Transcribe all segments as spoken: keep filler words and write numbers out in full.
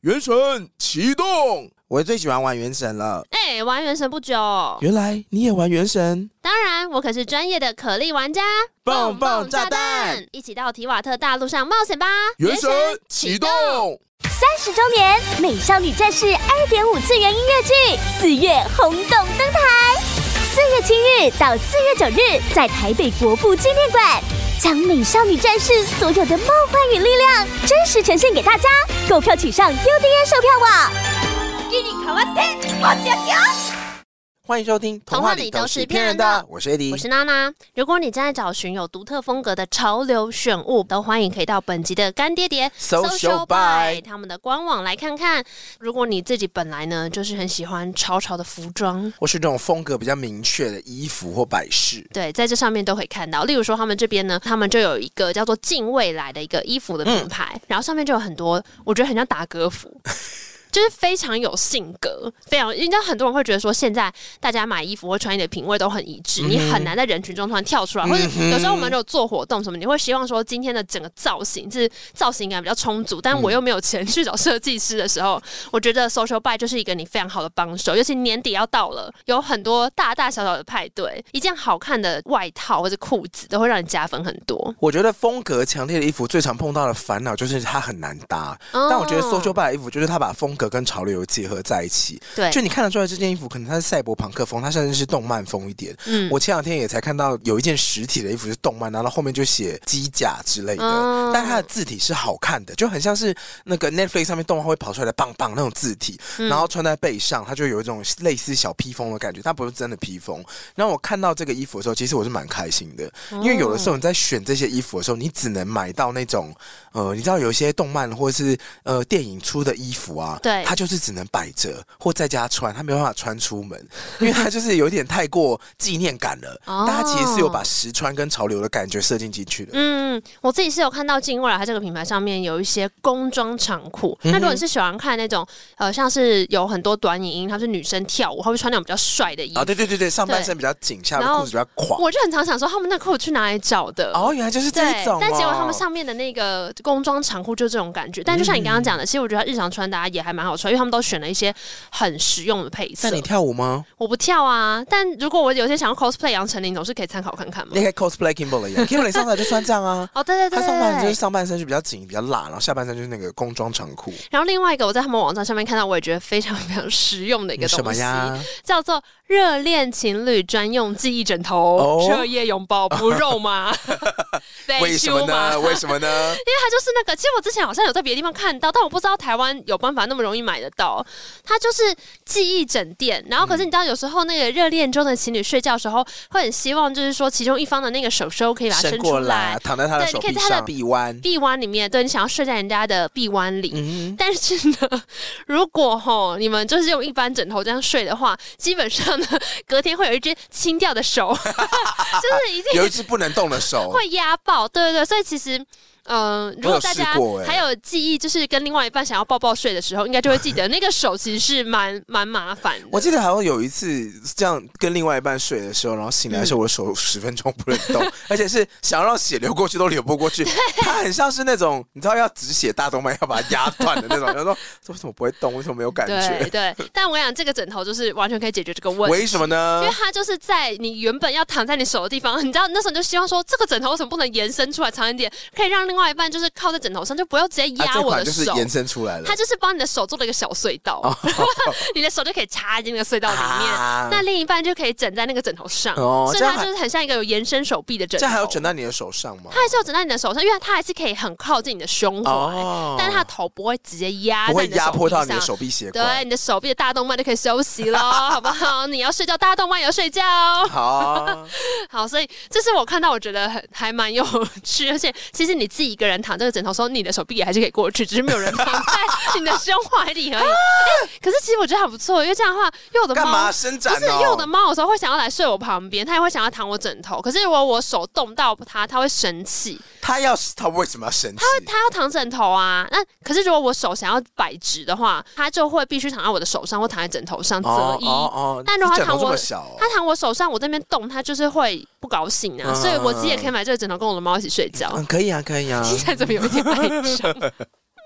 原神启动！我最喜欢玩原神了。 哎、欸，玩原神不久， 原来你也玩原神？ 当然，我可是专业的可莉玩家。 蹦蹦炸弹， 一起到提瓦特大陆上冒险吧！ 原神启动！ 三十周年美少女战士二点五次元音乐剧四月轰动登台，四月七日到四月九日，在台北国父纪念馆，将美少女战士所有的梦幻与力量真实呈现给大家。购票请上 U D A 售票网。 欢迎收听童话里都是骗人的，我是 Eddie， 我是娜娜。如果你正在找寻有独特风格的潮流选物，都欢迎可以到本集的干爹爹 Social Buy 他们的官网来看看。如果你自己本来呢就是很喜欢潮潮的服装， 或是这种风格比较明确的衣服或摆饰， 对，在这上面都可以看到。例如说他们这边呢，他们就有一个叫做近未来的一个衣服的品牌、嗯、然后上面就有很多我觉得很像打歌服就是非常有性格，非常，你知道很多人会觉得说，现在大家买衣服或穿衣的品味都很一致、嗯，你很难在人群中突然跳出来，嗯、或者有时候我们有做活动什么，你会希望说今天的整个造型是造型感比较充足，但我又没有钱去找设计师的时候，我觉得 Social Buy 就是一个你非常好的帮手，尤其年底要到了，有很多大大小小的派对，一件好看的外套或者裤子都会让你加分很多。 我觉得风格强烈的衣服最常碰到的烦恼就是它很难搭，哦、但我觉得 Social Buy 的衣服就是它把风格跟潮流结合在一起， 对， 就你看得出来这件衣服可能它是赛博朋克风，它甚至是动漫风一点。嗯，我前两天也才看到有一件实体的衣服是动漫，然后后面就写机甲之类的，嗯、但它的字体是好看的，就很像是那个 Netflix 上面动画会跑出来的棒棒那种字体，嗯、然后穿在背上，它就有一种类似小披风的感觉，它不是真的披风。然后我看到这个衣服的时候，其实我是蛮开心的，因为有的时候你在选这些衣服的时候，你只能买到那种呃，你知道有一些动漫或是呃电影出的衣服啊， 对， 它就是只能摆着或在家穿，他没办法穿出门，因为他就是有点太过纪念感了。哦、但他其实是有把实穿跟潮流的感觉设进进去的。 嗯，我自己是有看到近未来它这个品牌上面有一些工装长裤。嗯、那如果你是喜欢看那种呃，像是有很多短影音，它是女生跳舞，她会穿那种比较帅的衣服。啊， 对对对对，上半身比较紧，下面裤子比较垮。 我就很常想说，他们那裤子去哪里找的？ 哦，原来就是这一种、哦。 但结果他们上面的那个工装长裤就是这种感觉。但就像你刚刚讲的，嗯、其实我觉得日常穿搭也还蛮好穿，因为他们都选了一些很实用的配色。 那你跳舞吗？ 我不跳啊，但如果我有些想要 cosplay 杨丞琳，总是可以参考看看嘛。 你可以 cosplay Kimberly，Kimberly 上台就穿这样啊。 哦，对对 对, 對， 他上半身就是上半身就比较紧、比较辣，然后下半身就是那个工装长裤。 然后另外一个我在他们网站上面看到，我也觉得非常非常实用的一个东西， 什么呀？ 叫做热恋情侣专用记忆枕头，彻、哦、夜拥抱不肉麻。 为什么呢？为什么呢？因为它就是那个，其实我之前好像有在别的地方看到，但我不知道台湾有办法那么容易买得到。它就是记忆枕垫，然后可是你知道，有时候那个热恋中的情侣睡觉的时候，会很希望就是说，其中一方的那个手手可以把它伸出来， 躺在他的手臂上，臂弯， 臂弯里面，对，你想要睡在人家的臂弯里。嗯、但是呢，如果吼你们就是用一般枕头这样睡的话，基本上呢，隔天会有一只轻掉的手，就是一定有一只不能动的手， 会压爆。对对对，所以其实。嗯、呃，如果大家还有记忆，就是跟另外一半想要抱抱睡的时候，应该就会记得那个手其实是蛮蛮麻烦的。 我记得好像有一次这样跟另外一半睡的时候，然后醒来的时候，我的手十分钟不能动，嗯、而且是想要让血流过去都流不过去。它很像是那种你知道要止血大动脉要把它压断的那种。然后说这为什么不会动？为什么没有感觉？ 对对。但我跟你讲，这个枕头就是完全可以解决这个问题。 为什么呢？ 因为它就是在你原本要躺在你手的地方，你知道那时候你就希望说，这个枕头为什么不能延伸出来长一点，可以让另外一半就是靠在枕头上，就不要直接压我的手。啊、 就是延伸出来了。 它就是帮你的手做了一个小隧道，哦、你的手就可以插进那个隧道里面。啊、那另一半就可以枕在那个枕头上，哦、所以它就是很像一个有延伸手臂的枕头。 这还有枕在你的手上吗？ 它还是有枕在你的手上，因为它还是可以很靠近你的胸怀，哦、但是它的头不会直接压在你的手臂上， 不会压迫到你的手臂血管。 对，你的手臂的大动脉就可以休息咯，好不好？你要睡觉，大动脉也要睡觉。 好， 好，所以这是我看到我觉得很还蛮有趣，而且其实你自己一个人躺这个枕头的时候，你的手臂也还是可以过去，只是没有人躺在你的胸怀里而已。欸、可是其实我觉得还不错，因为这样的话，因为我的猫干嘛伸展、哦？ 不是，因为我的猫有时候会想要来睡我旁边，它也会想要躺我枕头。可是如果我手动到它，它会生气。 它要它为什么要生气？ 它它要躺枕头啊。那可是如果我手想要摆直的话，它就会必须躺在我的手上或躺在枕头上择一。哦哦哦、但如果它躺我，它躺我手上，我这边动，它就是会不高兴啊。嗯、所以我自己也可以买这个枕头跟我的猫一起睡觉。 嗯，可以啊，可以啊。 现在怎么有一点哀伤？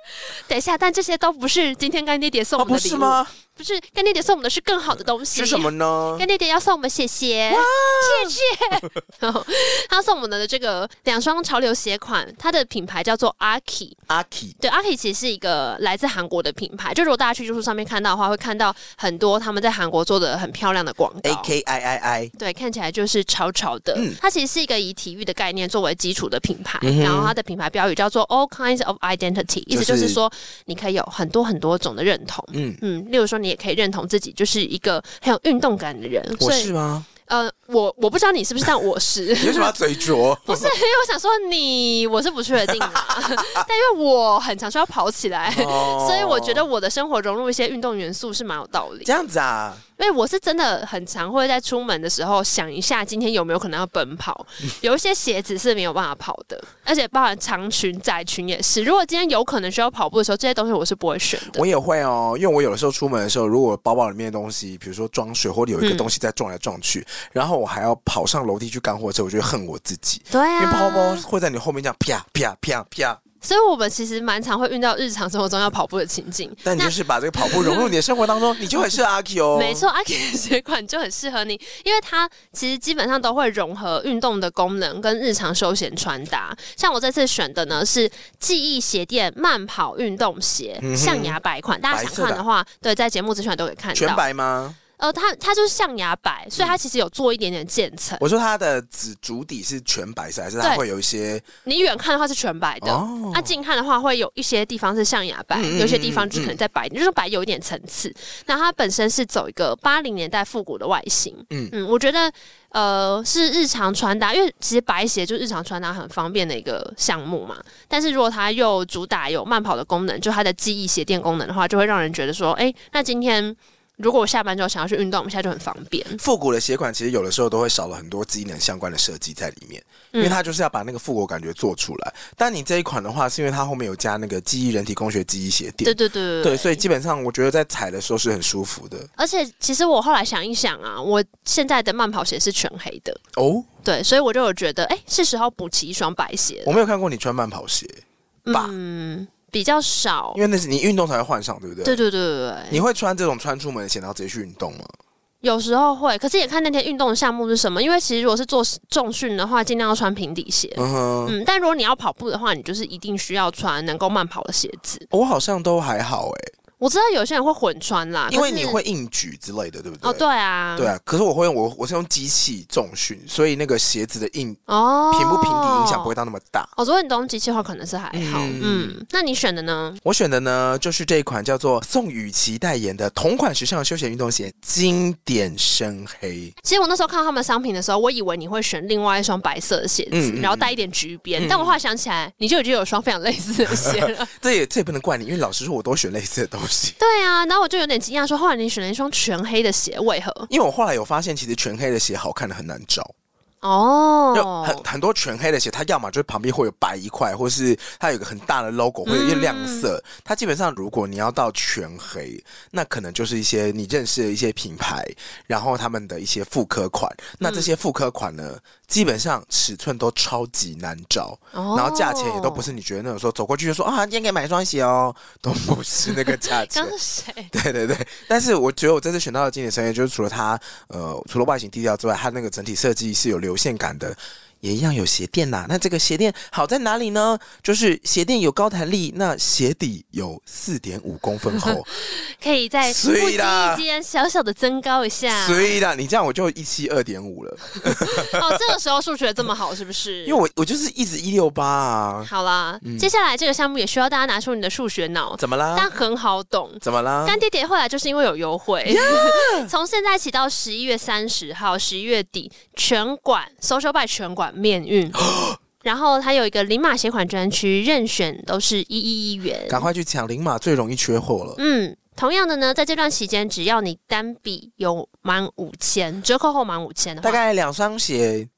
等一下，但这些都不是今天干爹爹送我们的礼物， 哦、不是吗？ 不是，干爹爹送我们的是更好的东西。 是什么呢？ 干爹爹要送我们鞋鞋，谢谢。然后他送我们的这个两双潮流鞋款，它的品牌叫做 Aki。 Aki 对 ，Aki 其实是一个来自韩国的品牌。就如果大家去YouTube上面看到的话，会看到很多他们在韩国做的很漂亮的广告 ，A K I I I。 对，看起来就是潮潮的。嗯、它其实是一个以体育的概念作为基础的品牌， 嗯、 然后它的品牌标语叫做 All Kinds of Identity，、就是、意思就是说你可以有很多很多种的认同。嗯嗯，例如说你也可以认同自己就是一个很有运动感的人。 我是吗？ 呃，我我不知道你是不是，但我是。 你为什么要嘴拙？ 不是，因为我想说你，我是不确定啦。但因为我很常需要跑起来，哦、所以我觉得我的生活融入一些运动元素是蛮有道理。 这样子啊？ 因为我是真的很常会在出门的时候想一下，今天有没有可能要奔跑。有一些鞋子是没有办法跑的，而且包含长裙、窄裙也是。如果今天有可能需要跑步的时候，这些东西我是不会选的。 我也会哦，因为我有的时候出门的时候，如果包包里面的东西，比如说装水，或者有一个东西在撞来撞去，嗯、然后我还要跑上楼梯去赶火车，我就会恨我自己。 对啊， 因为包包会在你后面这样啪啪啪啪。 所以我们其实蛮常会遇到日常生活中要跑步的情境， 但你就是把这个跑步融入你的生活当中，你就很适合阿 K 哦。 没错，阿 K 的鞋款就很适合你，因为它其实基本上都会融合运动的功能跟日常休闲穿搭。像我这次选的呢是记忆鞋店慢跑运动鞋，嗯、象牙白款，大家想看的话，对，在节目资讯都可以看到。 全白吗？ 呃，它它就是象牙白，所以它其实有做一点点渐层。 我说它的主主底是全白色，还是它会有一些？ 你远看的话是全白的，哦、啊，近看的话会有一些地方是象牙白，嗯、有些地方就可能在白，嗯、就是白有一点层次。那它本身是走一个八零年代复古的外形，嗯嗯，我觉得呃是日常穿搭，因为其实白鞋就日常穿搭很方便的一个项目嘛。但是如果它又主打有慢跑的功能，就它的记忆鞋垫功能的话，就会让人觉得说，哎，那今天。如果我下班之后想要去运动一下就很方便。 复古的鞋款其实有的时候都会少了很多机能相关的设计在里面，因为它就是要把那个复古感觉做出来。但你这一款的话，是因为它后面有加那个记忆人体工学记忆鞋垫， 对对对 对, 对，所以基本上我觉得在踩的时候是很舒服的。 而且其实我后来想一想啊，我现在的慢跑鞋是全黑的哦， 对，所以我就有觉得，哎，是时候补齐一双白鞋了。 我没有看过你穿慢跑鞋吧？ 嗯。比较少， 因为那是你运动才会换上，对不对？ 对对对对对。 你会穿这种穿出门的鞋，然后直接去运动吗？ 有时候会，可是也看那天运动的项目是什么。因为其实如果是做重训的话，尽量要穿平底鞋。嗯, 嗯，但如果你要跑步的话，你就是一定需要穿能够慢跑的鞋子。 我好像都还好哎、欸。 我知道有些人会混穿啦， 因为你会硬举之类的，对不对？ 哦，对啊， 对啊。可是我会用我我是用机器重训，所以那个鞋子的硬哦平不平底影响不会到那么大。 哦，如果你都用机器的话，可能是还好。嗯, 嗯，那你选的呢？ 我选的呢就是这一款叫做宋雨琦代言的同款时尚休闲运动鞋，经典深黑。 其实我那时候看到他们商品的时候，我以为你会选另外一双白色的鞋子，嗯嗯、然后带一点橘边。嗯、但我后来想起来，你就已经有双非常类似的鞋了。 这也这也不能怪你，因为老实说，我都选类似的东西。 对啊。然后我就有点惊讶，说后来你选了一双全黑的鞋，为何？ 因为我后来有发现，其实全黑的鞋好看的很难找。 哦， 就很很多全黑的鞋，它要么就是旁边会有白一块，或是它有一个很大的 logo，或者一个亮色。嗯、它基本上，如果你要到全黑，那可能就是一些你认识的一些品牌，然后他们的一些复刻款。那这些复刻款呢，嗯、基本上尺寸都超级难找，哦、然后价钱也都不是你觉得那种说走过去就说啊，今天可以买一双鞋哦，都不是那个价钱。 刚是谁？ 对对对，但是我觉得我这次选到的经典深黑，就是除了它呃，除了外形低调之外，它那个整体设计是有流线感的，也一样有鞋垫啦。那这个鞋垫好在哪里呢？就是鞋垫有高弹力，那鞋底有 四点五公分厚， 可以在腹肌间小小的增高一下。 所以啦，你这样我就一七二点五了。 哦，这个时候数学这么好是不是？ 因为我我就是一直一六八啊。 好啦、嗯，接下来这个项目也需要大家拿出你的数学脑。 怎么啦？ 但很好懂。 怎么啦？ 干爹爹后来就是因为有优惠，从、yeah! 现在起到十一月三十号，十一月底全馆 social by 全馆免运。然后它有一个零码鞋款专区，任选都是一一一元， 赶快去抢零码，最容易缺货了。 嗯，同样的呢，在这段期间，只要你单笔有满五千，折扣后满五千的话， 大概两双鞋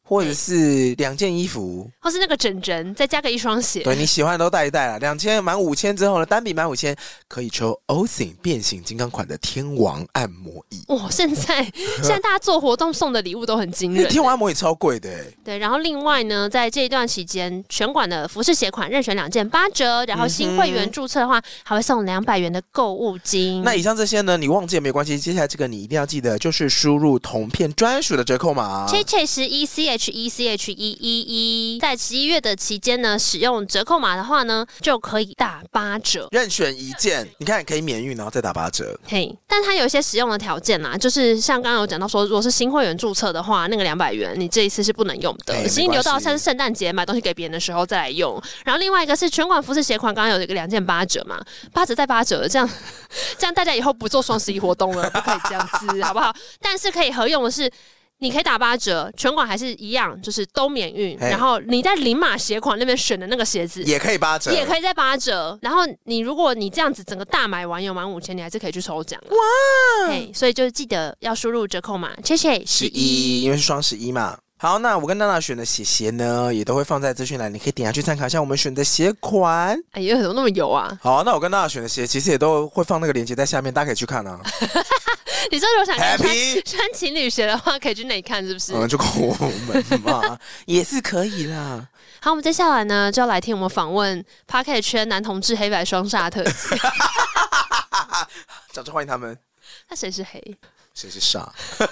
或者是两件衣服， 或是那个枕枕，再加个一双鞋。 对，你喜欢的都带一带啦。两千满五千之后呢，单笔满五千可以抽 O S I N 变形金刚款的天王按摩椅。 哇、哦，现在现在大家做活动送的礼物都很惊人， 天王按摩椅超贵的哎。 对，然后另外呢，在这一段期间，全馆的服饰鞋款任选两件八折，然后新会员注册的话，还会送两百元的购物金。 那以上这些呢，你忘记也没关系，接下来这个你一定要记得，就是输入同片专属的折扣码 C H 十一 C H 一 C H 一一一，在十一月的期间呢，使用折扣码的话呢，就可以打八折， 任选一件，你看可以免运，然后再打八折。 嘿，但它有一些使用的条件啦，就是像刚刚有讲到说，如果是新会员注册的话，那个两百元你这一次是不能用的，请你留到像是圣诞节买东西给别人的时候再来用。然后另外一个是全馆服饰鞋款，刚刚有一个两件八折嘛，八折再八折，这样这样大家以后不做双十一活动了，不可以这样子，好不好？但是可以合用的是。你可以打八折，全馆还是一样，就是都免运。然后你在零码鞋款那边选的那个鞋子也可以八折， 也可以在八折。然后你如果你这样子整个大买完有满五千，你还是可以去抽奖。哇！嘿，所以就记得要输入折扣码，切切十一，因为是双十一嘛。好，那我跟娜娜选的鞋鞋呢，也都会放在资讯栏，你可以点下去参考一下我们选的鞋款。 哎呀，怎么那么油啊？ 好，那我跟娜娜选的鞋，其实也都会放那个链接在下面，大家可以去看啊。 你说如果想看穿, 穿情侣鞋的话，可以去哪里看？是不是？ 嗯，就跟我们嘛，也是可以啦。 好，我们接下来呢，就要来听我们访问 Podcast 圈男同志黑白双煞特辑。 掌声欢迎他们。 那谁是黑？ 谁是煞？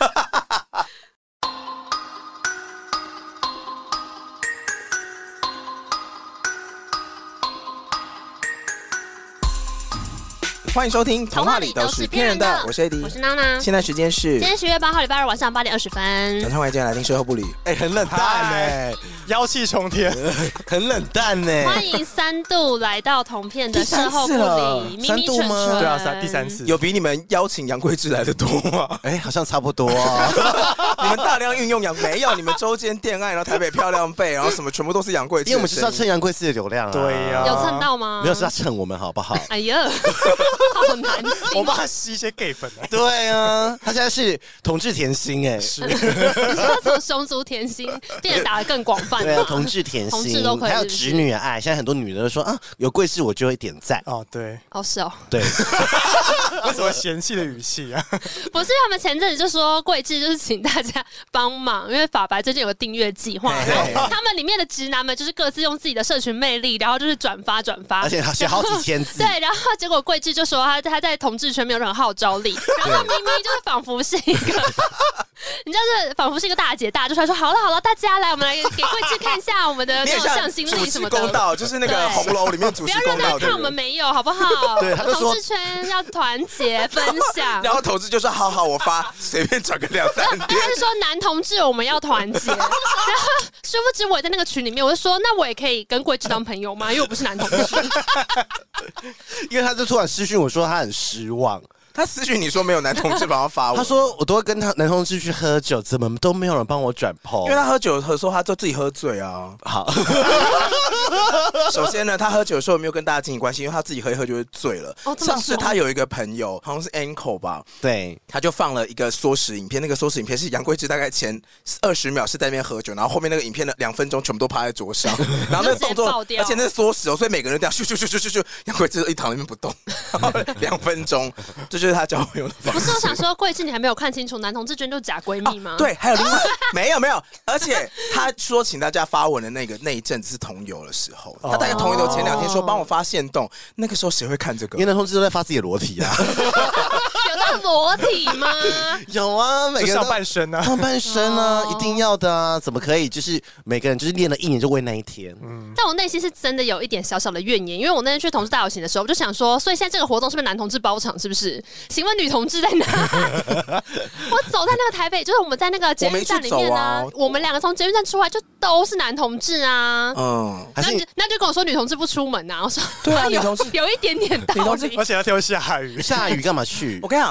欢迎收听《童话里都是骗人的》，我是 A D， 我是娜娜。 现在时间是今天十月八号礼拜二晚上八点二十分。 掌声欢迎今天来听售后部里，哎、欸，很冷淡哎、欸， 妖气冲天， 很冷淡哎、欸。 欢迎三度来到同片的售后部里， 三度吗？ 对啊，三第三次， 有比你们邀请杨贵志来的多吗？ 哎、欸，好像差不多啊。 你们大量运用杨没有？你们周间恋爱，然后台北漂亮贝，然后什么全部都是杨贵志， 因为我们就是要蹭杨贵志的流量啊。 对呀、啊， 有蹭到吗？ 没有，是要蹭我们好不好？ 哎呀，好难听。 我帮他吸一些 gay 粉、欸。对啊，他现在是同志甜心哎、欸，是。 你说从熊族甜心变得打得更广泛， 对啊，同志甜心， 同志都可以是不是， 还有直女爱。现在很多女的都说啊，有贵志我就会点赞。 哦，对， 哦是哦， 对。 为什么嫌弃的语气啊？ 不是，他们前阵子就说贵志就是请大家帮忙，因为法白最近有个订阅计划，然后他们里面的直男们就是各自用自己的社群魅力，然后就是转发转发， 而且写好几千字。 对，然后结果贵志就说他他在同志圈没有任何号召力，然后明明就是仿佛是一个，你知道是仿佛是一个大姐大，就出来说好了好了，大家来，我们来给贵志看一下我们的那种向心力什么的。 公道就是那个红楼里面主持公道的人， 不要让他看我们没有好不好？ 对，他就说同志圈要团结分享。 然后同志就说好好，我发随便转个两三天。 他是说男同志我们要团结，然后殊不知我也在那个群里面，我就说那我也可以跟贵志当朋友吗？因为我不是男同志。 因为他就突然私讯我说他很失望。 他私讯你说没有男同志帮他发我， 他说我都会跟他男同志去喝酒，怎么都没有人帮我转 po？ 因为他喝酒的时候他就自己喝醉啊。 好， 首先呢，他喝酒的时候没有跟大家经营关系，因为他自己喝一喝就会醉了。 哦， 上次他有一个朋友好像是 Ankle 吧， 对， 他就放了一个缩时影片，那个缩时影片是杨贵志大概前二十秒是在那边喝酒，然后后面那个影片的两分钟全部都趴在桌上，然后那个动作，而且那是缩时哦，所以每个人都这样咻咻咻咻咻咻，杨贵志一躺在那边不动，两分钟，这就是他交朋友的方式。 不是，我想说，贵志你还没有看清楚男同志圈就是假闺蜜吗？ 哦？对，还有另外没有没有，而且他说请大家发文的那个那一阵子是同游的时候，他大概同游前两天说帮我发限动，那个时候谁会看这个？ 因为男同志都在发自己的裸体啊。 有到裸体吗？ 有啊，每个人上半身啊， 上半身啊，一定要的啊，怎么可以？就是每个人就是练了一年就为那一天。嗯， 但我内心是真的有一点小小的怨言，因为我那天去同志大游行的时候，我就想说，所以现在这个活动是不是男同志包场？是不是？请问女同志在哪？我走在那个台北，就是我们在那个捷运站里面啊，我, 我们两个从捷运站出来就都是男同志啊。嗯，那就那就跟我说女同志不出门啊。我说对啊，女同志有一点点道理， 而且要挑下雨， 下雨干嘛去？ 我跟你讲。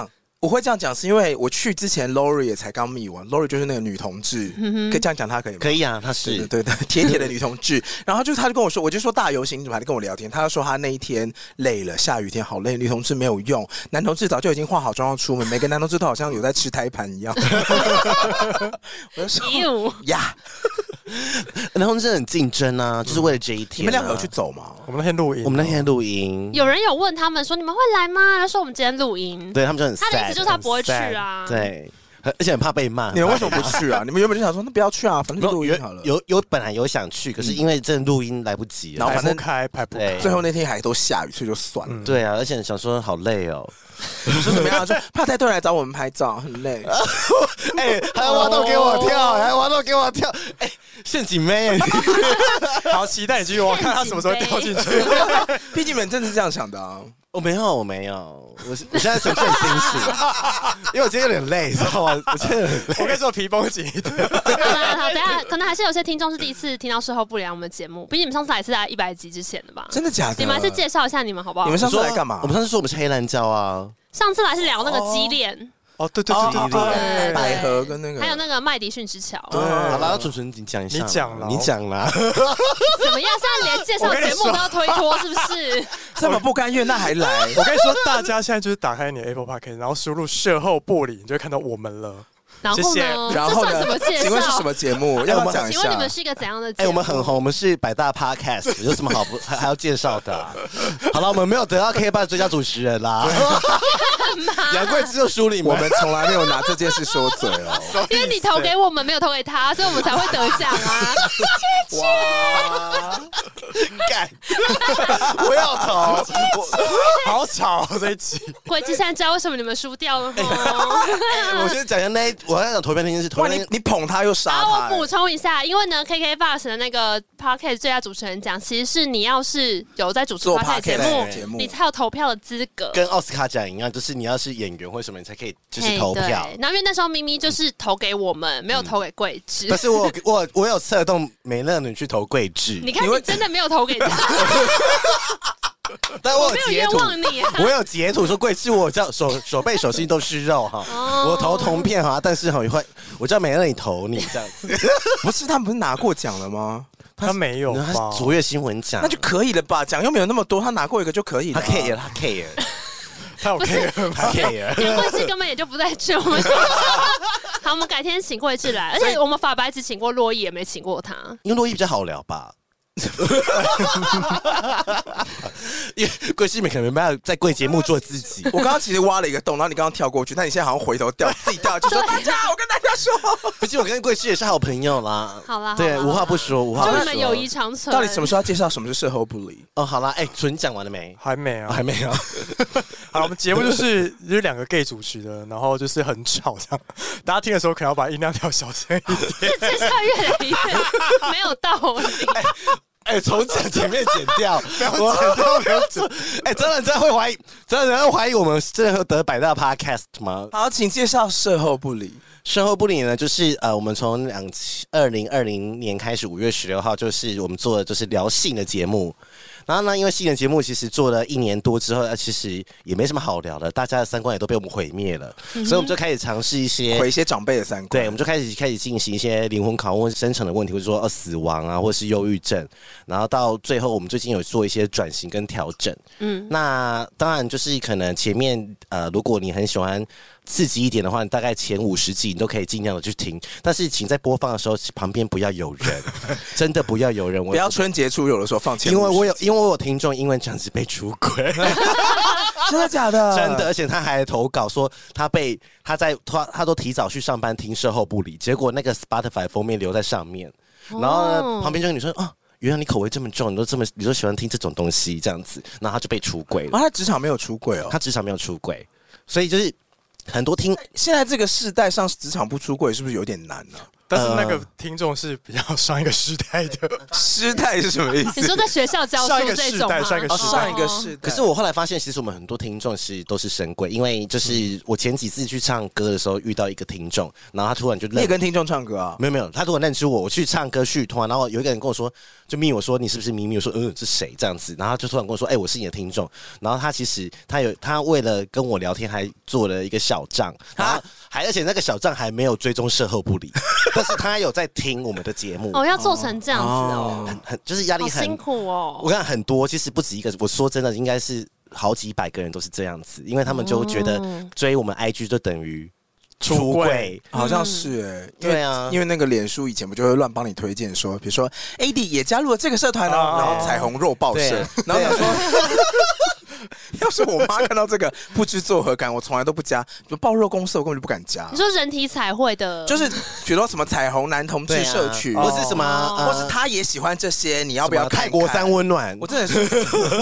我会这样讲，是因为我去之前 Lori 也才刚密完 ，Lori 就是那个女同志，嗯、可以这样讲她可以吗？ 可以啊，她是对对对，铁铁的女同志。然后就是她就跟我说，我就说大游行，你怎么还在跟我聊天？她就说她那一天累了，下雨天好累，女同志没有用，男同志早就已经化好妆要出门，每个男同志都好像有在吃胎盘一样。我就说呀。 男同志很竞争啊，就是为了这一天、啊。 你们两个有去走吗？ 我们那天录音， 我们那天录音， 有人有问他们说你们会来吗？他说我们今天录音， 对他们就很 sad, 他的意思就是他不会去啊， 对，而且很怕被骂。 你们为什么不去啊？你们原本就想说那不要去啊，反正录音好了。 有有, 有本来有想去，可是因为真的录音来不及了， 然后反正开排不开， 最后那天还都下雨，所以就算了。 嗯、对啊，而且想说好累哦。 你说怎么样？说怕太多人来找我们拍照，很累。 哎、欸，还要挖洞给我跳，还要挖洞给我跳，哎、欸，陷阱妹。 好期待你继续，我看他什么时候掉进去。 毕竟你们真的是这样想的啊。 我没有，我没有，我我现在纯粹清醒，因为我今天有点累，知道吗？我今天我跟你说皮绷紧一点。 好啦，好，等一下可能还是有些听众是第一次听到事后不良我们的节目，毕竟你们上次来是在一百集之前的吧？ 真的假的？ 你们还是介绍一下你们好不好？ 你们上次来干嘛？ 我们上次说我们是黑蓝胶啊， 上次来是聊那个激恋。 哦，对对对对对， 百合跟那个， 还有那个麦迪逊之桥。 对， 好了，纯纯你讲一下， 你讲了， 你讲了， 怎么样？现在连介绍节目都要推脱，是不是？ 这么不甘愿，那还来？ 我跟你说，大家现在就是打开你的 Apple Podcast， 然后输入事后不理，你就会看到我们了。 然后呢？ 然后呢？ 这算什么介绍？ 请问是什么节目？要不要讲一下？ 请问你们是一个怎样的节目？ 哎、欸，我们很红，我们是百大 Podcast， 有什么好不还还要介绍的、啊？好了，我们没有得到 K 八最佳主持人啦。杨贵枝就输你们， 我们从来没有拿这件事说嘴哦。 因为你投给我们，没有投给他，所以我们才会得奖啊！ 哇，干！我要投， 好吵这一集。 贵枝现在知道为什么你们输掉了吗？ 欸、我先讲一下那一，我要讲投票那件事。投票你你捧他又杀他、欸。 我补充一下，因为呢 ，K K B O X 的那个 Podcast 最佳主持人奖，其实是你要是有在主持 Podcast 节目，节目你才有投票的资格。 跟奥斯卡奖一样，就是你要是演员或什么，你才可以就是投票。 然后因为那时候咪咪就是投给我们，没有投给桂枝。 可是我我我有策动美乐女去投桂枝。 你看你真的没有投给他。 但我有截图， 我, 你啊、 我有截图说桂枝，我叫手手背手心都是肉哈，哦、我投铜片哈，但是哈会，我叫美乐你投你这样子， 不是他们不是拿过奖了吗？ 他没有吧？ 他卓越新闻奖， 那就可以了吧？奖又没有那么多，他拿过一个就可以了。 他 care， 他 care， 他有 care， 他 care。 桂枝根本也就不在这。我们好，我们改天请桂枝来，而且我们法白只请过洛伊，也没请过他， 因为洛伊比较好聊吧。因为桂枝美可能没办法在贵节目做自己。 我刚刚其实挖了一个洞，然后你刚刚跳过去，但你现在好像回头掉自己掉下去说大家，我跟大家说， 毕竟我跟桂枝也是好朋友啦。 好啦， 对，无话不说，无话不说。 祝你们友谊长存。 到底什么时候要介绍什么是事后不理？ 哦，好啦，哎、欸，纯讲完了没？ 还没啊， 哦、还没有。 好，我们节目就是就是两个 gay 主持的，然后就是很吵这样，大家听的时候可能要把音量调小声一点。 这介绍越来越没有道理。欸哎、欸，从讲前面剪掉， 不要剪掉，不要剪。 哎、欸，真的真的会怀疑，真的人会怀疑我们真的会得百大 podcast 吗？ 好，请介绍事后不理。 事后不理呢，就是呃，我们从两二零二零年开始，五月十六号就是我们做的就是聊性的节目。然后呢，因为性的节目其实做了一年多之后，呃，其实也没什么好聊的，大家的三观也都被我们毁灭了，嗯、所以我们就开始尝试一些毁一些长辈的三观。 对，我们就开始开始进行一些灵魂拷问、深层的问题，或者说呃死亡啊，或是忧郁症。然后到最后，我们最近有做一些转型跟调整。嗯，那当然就是可能前面呃，如果你很喜欢刺激一点的话，大概前五十集你都可以尽量的去听，但是请在播放的时候旁边不要有人，真的不要有人， 不要春节出游的时候放前因为我有因为我有听众因为这样子被出轨， 真的假的？ 真的，而且他还投稿说他被他在他他都提早去上班听事后不理，结果那个 Spotify 封面留在上面，然后呢、哦、旁边就跟你说啊。原来你口味这么重，你都这么，你都喜欢听这种东西，这样子，然后他就被出轨了。 啊，他职场没有出轨哦， 他职场没有出轨，所以就是很多听现在这个世代上职场不出轨是不是有点难呢、啊？ 但是那个听众是比较上一个时代的， 师太是什么意思？ 你说在学校教书这种吗？ 上一个世代， 上一个世代。 可是我后来发现，其实我们很多听众是都是深柜，因为就是我前几次去唱歌的时候遇到一个听众，然后他突然就认， 你也跟听众唱歌啊？ 没有没有，他突然认出我，我去唱歌续团，然后有一个人跟我说，就密我说你是不是咪咪？我说嗯，是谁这样子？然后他就突然跟我说，哎、欸，我是你的听众。然后他其实他有他为了跟我聊天，还做了一个小账，然后还而且那个小账还没有追踪售后不理，但是他有在听我们的节目。 哦，要做成这样子哦， 很很就是压力很辛苦哦。 我看很多，其实不止一个。我说真的，应该是好几百个人都是这样子，因为他们就觉得追我们 I G 就等于出柜， 好像是哎、欸， 对啊， 因为那个脸书以前不就会乱帮你推荐说，比如说 A D 也加入了这个社团哦，然后彩虹肉爆社，然后想说。要是我妈看到这个，不知作何感。我从来都不加，爆肉公司我根本就不敢加。 你说人体彩绘的， 就是比如说什么彩虹男同志社区， 啊、或是什么、 哦呃，或是他也喜欢这些，你要不要看看泰国三温暖？ 我真的是。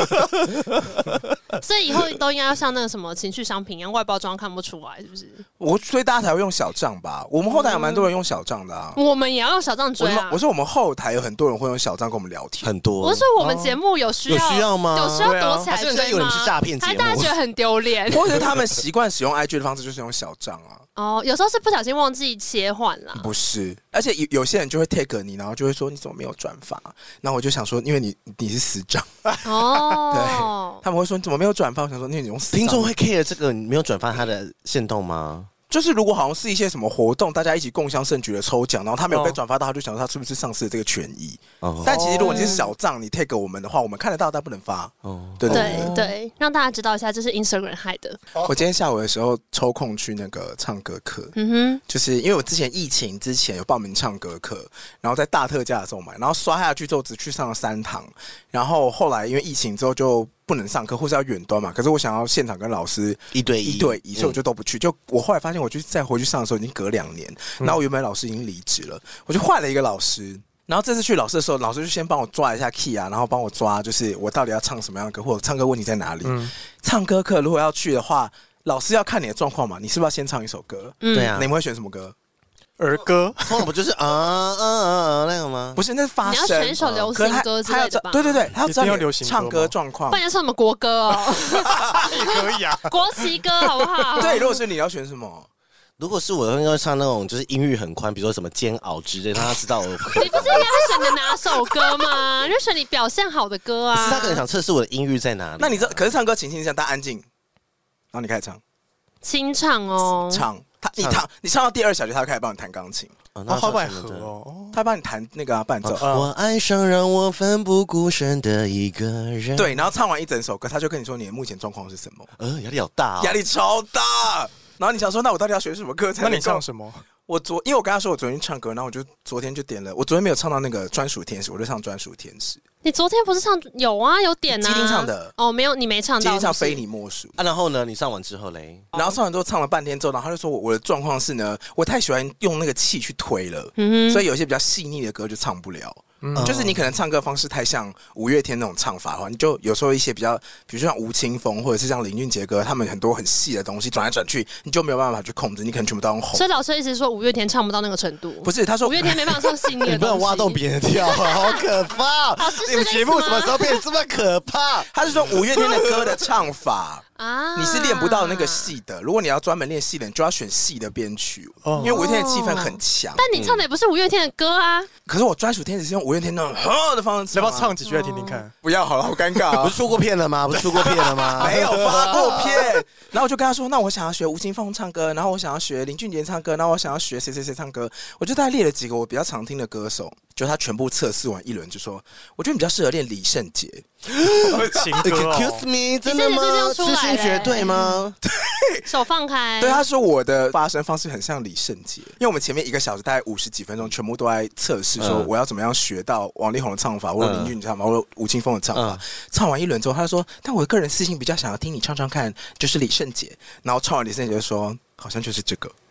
所以以后都应该要像那个什么情趣商品一样，外包装看不出来，是不是？ 我所以大家才会用小账吧？我们后台有蛮多人用小账的啊。 我们也要用小账追啊！ 我说我们后台有很多人会用小账跟我们聊天， 很多。 我是说我们节目有需要、 哦、有需要吗？ 有需要躲起来追吗？ 还是以为你们是诈骗节目？ 还大家觉得很丢脸， 或者是他们习惯使用 I G 的方式就是用小账啊。 哦，有时候是不小心忘记切换啦。 不是，而且有有些人就会 tag 你，然后就会说你怎么没有转发？然后我就想说，因为你你是死账哦，对，他们会说你怎么没有转发？我想说，因为你用死账。 听众会 care 这个你没有转发他的限动吗？ 就是如果好像是一些什么活动，大家一起共襄盛举的抽奖，然后他没有被转发到，他就想说他是不是丧失了这个权益？哦、但其实如果你是小账，你 tag 我们的话，我们看得到，但不能发。哦，对对对, 对, 对，让大家知道一下，这是 Instagram 害的。 我今天下午的时候抽空去那个唱歌课，嗯哼，就是因为我之前疫情之前有报名唱歌课，然后在大特价的时候买，然后刷下去之后只去上了三堂，然后后来因为疫情之后就不能上课，或是要远端嘛。可是我想要现场跟老师一对一， 一对一，所以我就都不去。就我后来发现，我就再回去上的时候已经隔两年，然后我原本老师已经离职了，我就换了一个老师。然后这次去老师的时候，老师就先帮我抓一下 key 啊，然后帮我抓，就是我到底要唱什么样的歌，或者唱歌问题在哪里。嗯、唱歌课如果要去的话，老师要看你的状况嘛，你是不是要先唱一首歌？ 嗯、对啊， 你们会选什么歌？ 儿歌， 通常不就是啊啊啊那个吗？ 不是，那是发声。 你要选一首流行歌之类的吧？ 对对对，他要知道你唱歌状况。 不然要唱什么国歌哦？ 也可以啊， 国旗歌好不好？ 对，如果是你要选什么？ 如果是我，应该唱那种就是音域很宽，比如说什么煎熬之类，让他知道我。 你不是应该会选你的哪首歌吗？就选你表现好的歌啊。 是他可能想测试我的音域在哪里、啊。 那你这可是唱歌，请听一下，大家安静，然后你开始唱。 清唱哦， 唱。他你唱你唱到第二小节，他就开始帮你弹钢琴。 哦，那好百合哦， 他帮你弹那个、啊、伴奏。 我爱上让我奋不顾身的一个人。 对，然后唱完一整首歌，他就跟你说你的目前状况是什么。 呃，压力好大、哦， 压力超大。然后你想说，那我到底要学什么歌才能？ 那你唱什么？ 我昨因为我跟他说我昨天唱歌，然后我就昨天就点了，我昨天没有唱到那个专属天使，我就唱专属天使。 你昨天不是唱有啊，有点啊， 基丁唱的哦，没有，你没唱到。 基丁唱非你莫属啊。然后呢，你唱完之后嘞， 然后唱完之后唱了半天之后，然后他就说我我的状况是呢，我太喜欢用那个气去推了，嗯、所以有些比较细腻的歌就唱不了。嗯、就是你可能唱歌方式太像五月天那种唱法的话，你就有时候一些比较，比如说像吴青峰或者是像林俊杰歌，他们很多很细的东西转来转去，你就没有办法去控制，你可能全部都用吼。 所以老师一直说五月天唱不到那个程度。 不是，他说五月天没办法唱细腻的东西。 你不能挖洞别人跳，好可怕！你们节目什么时候变得这么可怕？ 他是说五月天的歌的唱法。啊，你是练不到那个细的。如果你要专门练细的，你就要选细的编曲，哦、因为五月天的气氛很强。 但你唱的也不是五月天的歌啊。嗯、 可是我专属天使是用五月天那种呵的方式唱、啊， 要不要唱几句来听听看？哦、 不要好了，好尴尬、啊。 不是出过片了吗？不是出过片了吗？ 没有发过片。然后我就跟他说，那我想要学吴青峰唱歌，然后我想要学林俊杰唱歌，然后我想要学谁谁谁唱歌。我就大概列了几个我比较常听的歌手。就他全部测试完一轮，就说：“我觉得你比较适合练李圣杰。” 情歌、哦、 ，Excuse me， 真的吗？痴心绝对吗？ 对， 手放开。 对，他说我的发声方式很像李圣杰，因为我们前面一个小时大概五十几分钟，全部都在测试，说我要怎么样学到王力宏的唱法，或者林俊杰唱法，或者吴青峰的唱法。嗯、唱完一轮之后，他说：“但我个人私心比较想要听你唱唱看，就是李圣杰。”然后唱完李圣杰就说：“好像就是这个。”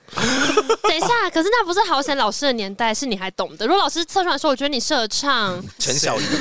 等一下，可是那不是好险老师的年代，是你还懂得。如果老师测出来说，我觉得你适合唱陈小云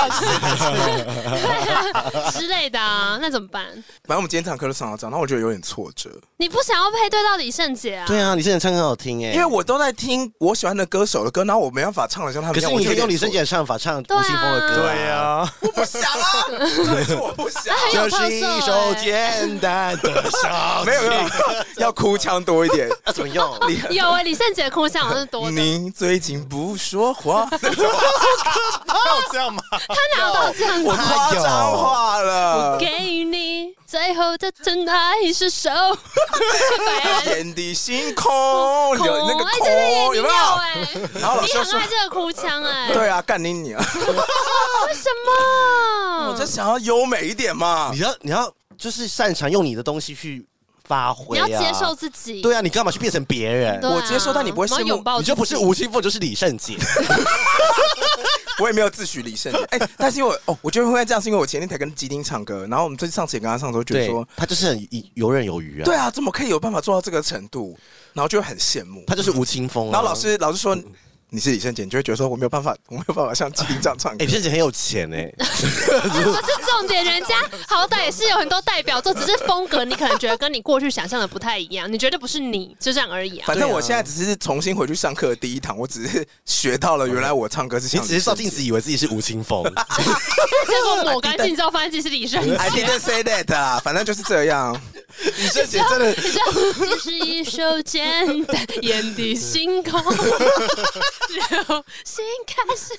之类的啊，那怎么办？ 反正我们今天唱歌都上到这样，那我觉得有点挫折。 你不想要配对到李圣杰啊？ 对啊，李圣杰唱歌很好听哎， 因为我都在听我喜欢的歌手的歌，然后我没办法唱的像他们一样。 可是你可以用李圣杰的唱法唱吴青峰的歌。 对啊， 我不想啊，这是我不想。 这是一首简单的小没有没有，要哭腔多一点。 要怎么用？ 有哎、欸，李圣杰的哭腔好像是多的。 你最近不说话， 他有这样吗？ 他哪有到这样子？ 我夸张化了。 给你最后的真爱是手， 天地星空，有那个空，有没有？然后老师说你很爱这个哭腔哎、欸。 对啊，干你你啊！ 为什么？ 我就想要优美一点嘛。 你要你要就是擅长用你的东西去发挥、啊， 你要接受自己。 对啊，你干嘛去变成别人？ 啊、 我接受，但你不会羡慕， 你就不是吴青峰，就是李圣杰。 我也没有自诩李圣杰，哎、欸，但是因为哦，我觉得会这样，是因为我前天才跟基丁唱歌，然后我们这次上次也跟他唱的时候，觉得说他就是很游刃有余啊。 对啊，怎么可以有办法做到这个程度？然后就很羡慕。 他就是吴青峰、啊。 然后老师老师说。你是李圣杰，你就会觉得说我没有办法，我没有办法像基丁这样唱歌。 哎、欸，李圣杰很有钱哎、欸， 不是重点，人家好歹也是有很多代表作，只是风格你可能觉得跟你过去想象的不太一样，你觉得不是你，就这样而已啊。 反正我现在只是重新回去上课的第一堂，我只是学到了原来我唱歌是像你只是照镜子以为自己是吴青峰， 结果抹干净之后发现自己是李圣杰。 I didn't say that 啊，反正就是这样。 李圣杰真的， 这是一首简单眼底星空，流星开始。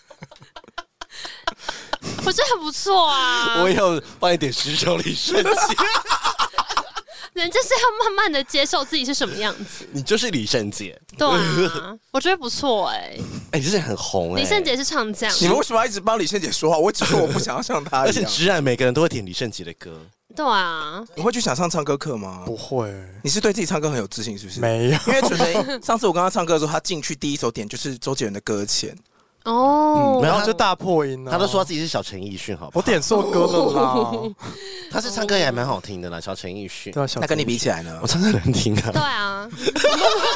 我觉得很不错啊！ 我有帮你点十首李圣杰。 人就是要慢慢的接受自己是什么样子。 你就是李圣杰。 对啊，我觉得不错哎、欸。 哎、欸，李圣杰很红哎、欸。 李圣杰是唱将。 你们为什么要一直帮李圣杰说话？我只说我不想要像他一样。 而且直然每个人都会点李圣杰的歌。 对啊， 你会去想上唱歌课吗？ 不会。 你是对自己唱歌很有自信是不是？ 没有， 因为纯粹上次我跟他唱歌的时候，他进去第一首点就是周杰伦的《搁浅》。 哦， 然后就大破音啊！ 他都说他自己是小陈奕迅，好不好？ 我点错歌了啦。 他是唱歌也还蛮好听的啦，小陈奕迅。 对啊， 那跟你比起来呢？ 我唱歌难听啊。 对啊，不是，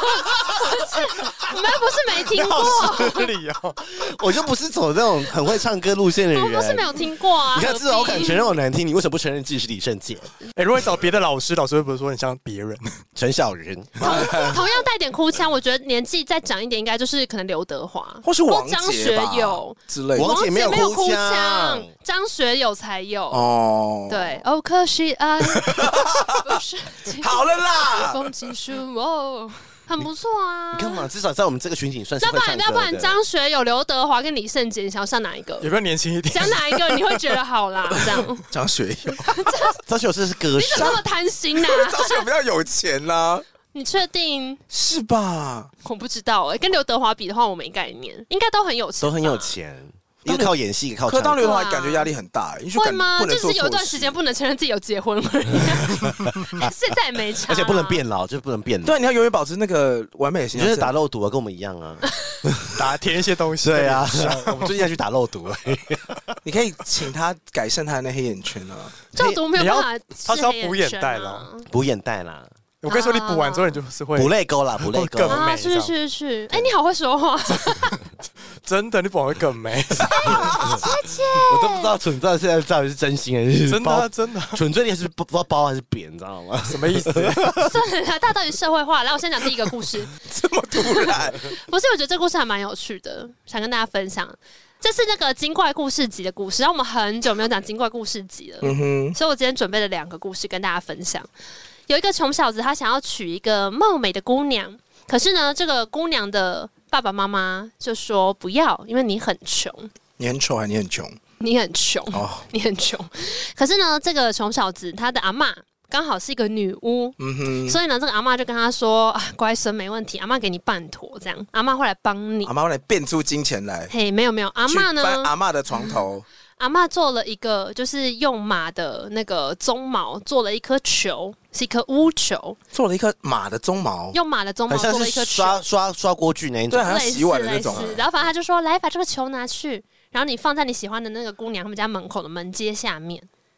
我们又不是没听过。 失礼哦， 我就不是走那种很会唱歌路线的人。 我不是没有听过啊。 你看，至少我敢承认我难听，你为什么不承认自己是李圣杰？ 哎，如果你找别的老师，老师会不会说你像别人？ 陈小云， 同样带点哭腔，我觉得年纪再长一点，应该就是可能刘德华或是王张学友之类的。 王姐没有哭腔， 张学友才有哦。 对，哦，可惜爱不是好了啦， 风景树哦。很不错啊！ 你干嘛？至少在我们这个群体算是会唱歌的。 要不然，要不然张学友、刘德华跟李圣杰，你想要上哪一个？ 有没有年轻一点？ 讲哪一个你会觉得好啦？这样。 张学友， 张学友是歌手， 你怎么那么贪心呐？ 张学友比较有钱啦。 你确定？ 是吧？ 我不知道哎、欸，跟刘德华比的话，我没概念，应该都很有钱， 都很有钱。一个靠演戏，一个靠唱歌。 可当刘德华感觉压力很大、欸， 会吗？就是有一段时间不能承认自己有结婚而已，现在也没差、啊， 而且不能变老，就不能变老。 对，你要永远保持那个完美的形象。 就是打肉毒啊，跟我们一样啊， 打填一些东西。 对啊，我们最近要去打肉毒、欸， 你可以请他改善他的那黑眼圈啊。 肉毒没有办法、啊， 他是要补眼袋了， 补眼袋啦。 我跟你说，你补完之后，你就是会补泪沟啦，补泪沟啊，是是是，哎、欸，你好会说话， 真的，你补完会更美。 谢谢， 我都不知道蠢到现在到底是真心还是真的、啊、真的蠢嘴里还是不知道包还是扁，你知道吗？ 什么意思？ 算了啦，大家到底社会化。来，我先讲第一个故事， 这么突然？ 不是，我觉得这故事还蛮有趣的，想跟大家分享。这是那个精怪故事集的故事，然后我们很久没有讲精怪故事集了，嗯哼，所以我今天准备了两个故事跟大家分享。有一个穷小子，他想要娶一个貌美的姑娘，可是呢，这个姑娘的爸爸妈妈就说不要，因为你很穷。 你很丑还是你很穷？ 你很穷，哦、你很穷。可是呢，这个穷小子他的阿嬷刚好是一个女巫，嗯哼，所以呢，这个阿嬷就跟他说：“啊，乖孙，没问题，阿嬷给你办妥，这样，阿嬷会来帮你。 阿嬷会来变出金钱来。” 嘿，没有没有，阿嬷呢？ 翻阿嬷的床头。 阿嬷做了一个，就是用马的那个鬃毛做了一颗球，是一颗乌球， 做了一颗马的鬃毛， 用马的鬃毛做了一颗球， 刷刷刷锅具那一种， 对，好像洗碗的那种。 然后反正他就说：“来，把这个球拿去，然后你放在你喜欢的那个姑娘他们家门口的门阶下面。”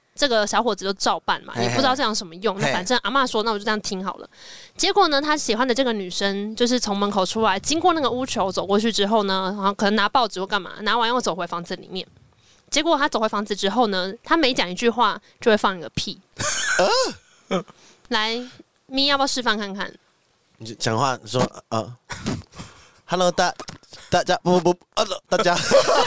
这个小伙子就照办嘛，也不知道这样什么用。那反正阿嬷说，那我就这样听好了。结果呢，他喜欢的这个女生就是从门口出来，经过那个屋球走过去之后呢，然后可能拿报纸或干嘛，拿完又走回房子里面。结果他走回房子之后呢，他每讲一句话就会放一个屁。来，咪要不要示范看看？ 你讲话说呃 ，Hello 大大家不不不 ，Hello 大家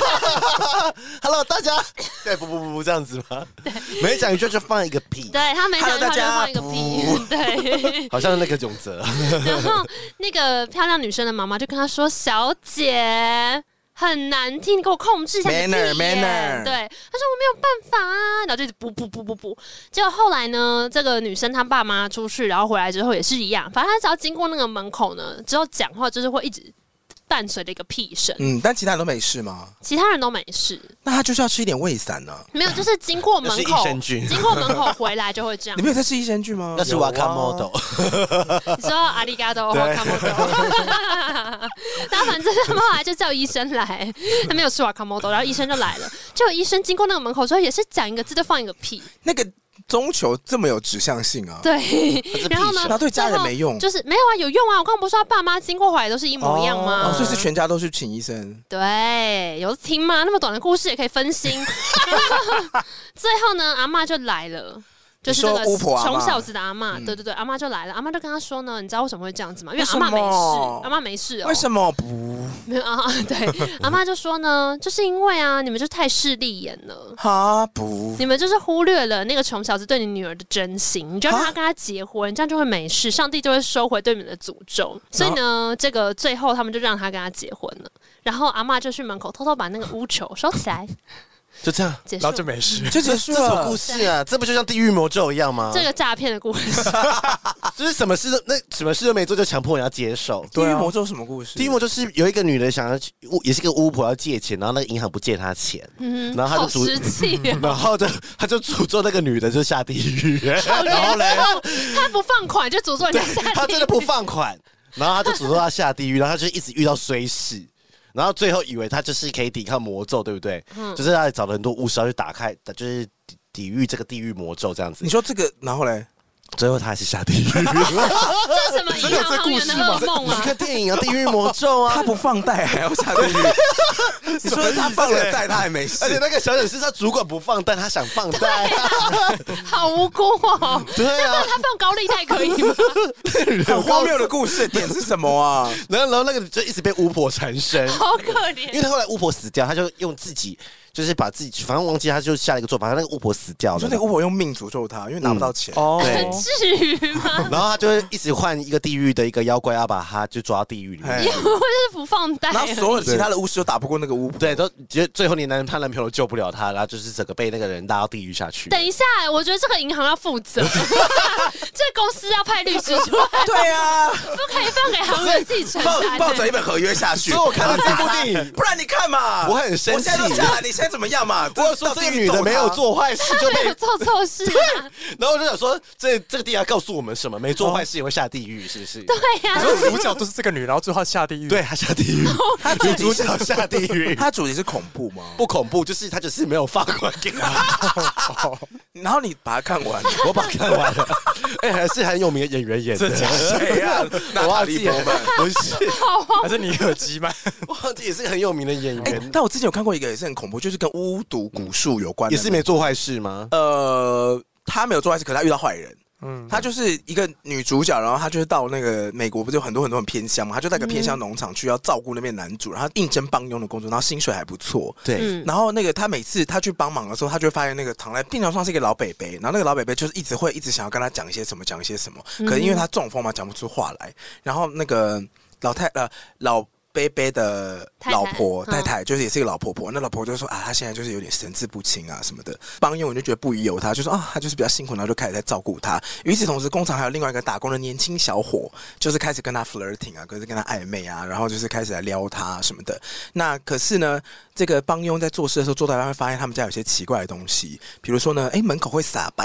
，Hello 大家，对不不不不这样子吗？每讲一句就放一个屁， 对他每讲一句话就放一个屁，对， 好像那个囧泽。 然后那个漂亮女生的妈妈就跟他说：“小姐。”很难听，你给我控制一下你的屁眼。 Manner, 对，他说我没有办法啊，然后就一直不不不不不。结果后来呢，这个女生她爸妈出去，然后回来之后也是一样，反正她只要经过那个门口呢，之后讲话就是会一直伴随着一个屁声。 嗯，但其他人都没事吗？ 其他人都没事。 那他就是要吃一点胃散呢、啊？ 没有，就是经过门口，经过门口回来就会这样。 你没有在吃益生菌吗？ 那是瓦卡莫豆。 你说阿里嘎多瓦卡莫豆。那反正他们后来就叫医生来，他没有吃瓦卡莫豆，然后医生就来了。结果医生经过那个门口之后，也是讲一个字就放一个屁。 那个中球这么有指向性啊？ 对，然后呢？ 然后对家人没用， 就是没有啊，有用啊！我刚刚不是说他爸妈经过回来都是一模一样吗？ 哦，所以是全家都去请医生。 对，有听吗？那么短的故事也可以分心。最后呢，阿嬷就来了。就是这个穷小子的阿嬷，嗯、对对对，阿嬷就来了。阿嬷就跟他说呢，你知道为什么会这样子吗？因为阿嬷没事，阿嬷没事哦。 为什么不？ 没有啊，对，阿嬷就说呢，就是因为啊，你们就太势利眼了。 哈不， 你们就是忽略了那个穷小子对你女儿的真心，你就让他跟他结婚，这样就会没事，上帝就会收回对你们的诅咒。所以呢，这个最后他们就让他跟他结婚了。然后阿嬷就去门口偷偷把那个乌球收起来。 就这样， 结束， 然后就没事， 就结束了。 这什么故事啊？这不就像地狱魔咒一样吗？ 这个诈骗的故事， 就是什么事都那什么事都没做，就强迫人要接受。 地狱魔咒什么故事？ 地狱魔咒是有一个女的想要，也是个巫婆要借钱，然后那个银行不借她钱，嗯、然后她就诅， 哦、 然后就她就诅咒那个女的就下地狱。 然后嘞，她不放款就诅咒人家下地狱， 她真的不放款，然后她就诅咒她下地狱，然后她就一直遇到衰事。然后最后以为他就是可以抵抗魔咒，对不对？嗯，就是他找了很多巫师要去打开，就是抵御这个地狱魔咒这样子。 你说这个，然后嘞？ 最后他还是下地狱。 这是什么银行行员的噩梦啊？ 你看电影啊，《地狱魔咒》啊， 他不放贷还要下地狱。你说他放了贷，他还没事。 而且那个小姐是他主管不放贷，他想放贷， 啊、好无辜哦。 对啊， 他放高利贷可以吗？ 很荒谬的故事点是什么啊？ 然后，然后那个就一直被巫婆缠身， 好可怜。 因为他后来巫婆死掉，他就用自己。就是把自己，反正忘记他就下了一个做法，他那个巫婆死掉了。 就那个巫婆用命诅咒他，因为拿不到钱。 哦、嗯， 对，至于吗？ 然后他就会一直换一个地狱的一个妖怪，要把他就抓到地狱里面。 因为是不放贷。 然后所有其他的巫师都打不过那个巫婆， 对，都最后连男她男朋友都救不了她，然后就是整个被那个人拉到地狱下去。 等一下，我觉得这个银行要负责，这公司要派律师出来。 对啊， 不可以放给行员自己承担。 抱着一本合约下去。 所以我看到这部电影， 不然你看嘛， 我很生气。 我现在都下来，你现在怎么样嘛？ 我说这个女的没有做坏事就被做错事、啊， 然后我就想说，这这个地方告诉我们什么？没做坏事也会下地狱，是不是？ 对呀、啊， 所有主角都是这个女，然后最后下地狱。 对，她下地狱，她女主角下地狱。 她主题是恐怖吗？ 不恐怖，就是她就是没有放款给他。 然后你把它看完， 我把它看完了。哎、欸，还是很有名的演员演的。 谁呀？ 我忘记了，不是， 还是尼可基曼？ 我忘记也是很有名的演员、 欸。但我之前有看过一个也是很恐怖，就是跟巫毒蛊术有关的， 也是没做坏事吗？ 呃，他没有做坏事，可是他遇到坏人。嗯，她就是一个女主角，然后她就是到那个美国，不是有很多很多很偏乡嘛？她就在一个偏乡农场去要照顾那边男主，然后应征帮佣的工作，然后薪水还不错。 对，嗯、 然后那个她每次她去帮忙的时候，她就会发现那个躺在病床上是一个老北北，然后那个老北北就是一直会一直想要跟她讲一些什么，讲一些什么，可是因为她中风嘛，讲不出话来。然后那个老太呃老。贝贝的老婆太太、嗯、就是也是一个老婆婆，那老婆就说啊，她现在就是有点神志不清啊什么的。帮佣人就觉得不疑有他，就说啊，她就是比较辛苦，然后就开始在照顾她。与此同时，工厂还有另外一个打工的年轻小伙，就是开始跟她 flirting 啊，可是跟她暧昧啊，然后就是开始来撩她什么的。那可是呢，这个帮佣在做事的时候，做到一半会发现他们家有些奇怪的东西，比如说呢，哎，门口会撒白粉。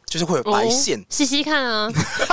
就是会有白线， 洗洗看啊。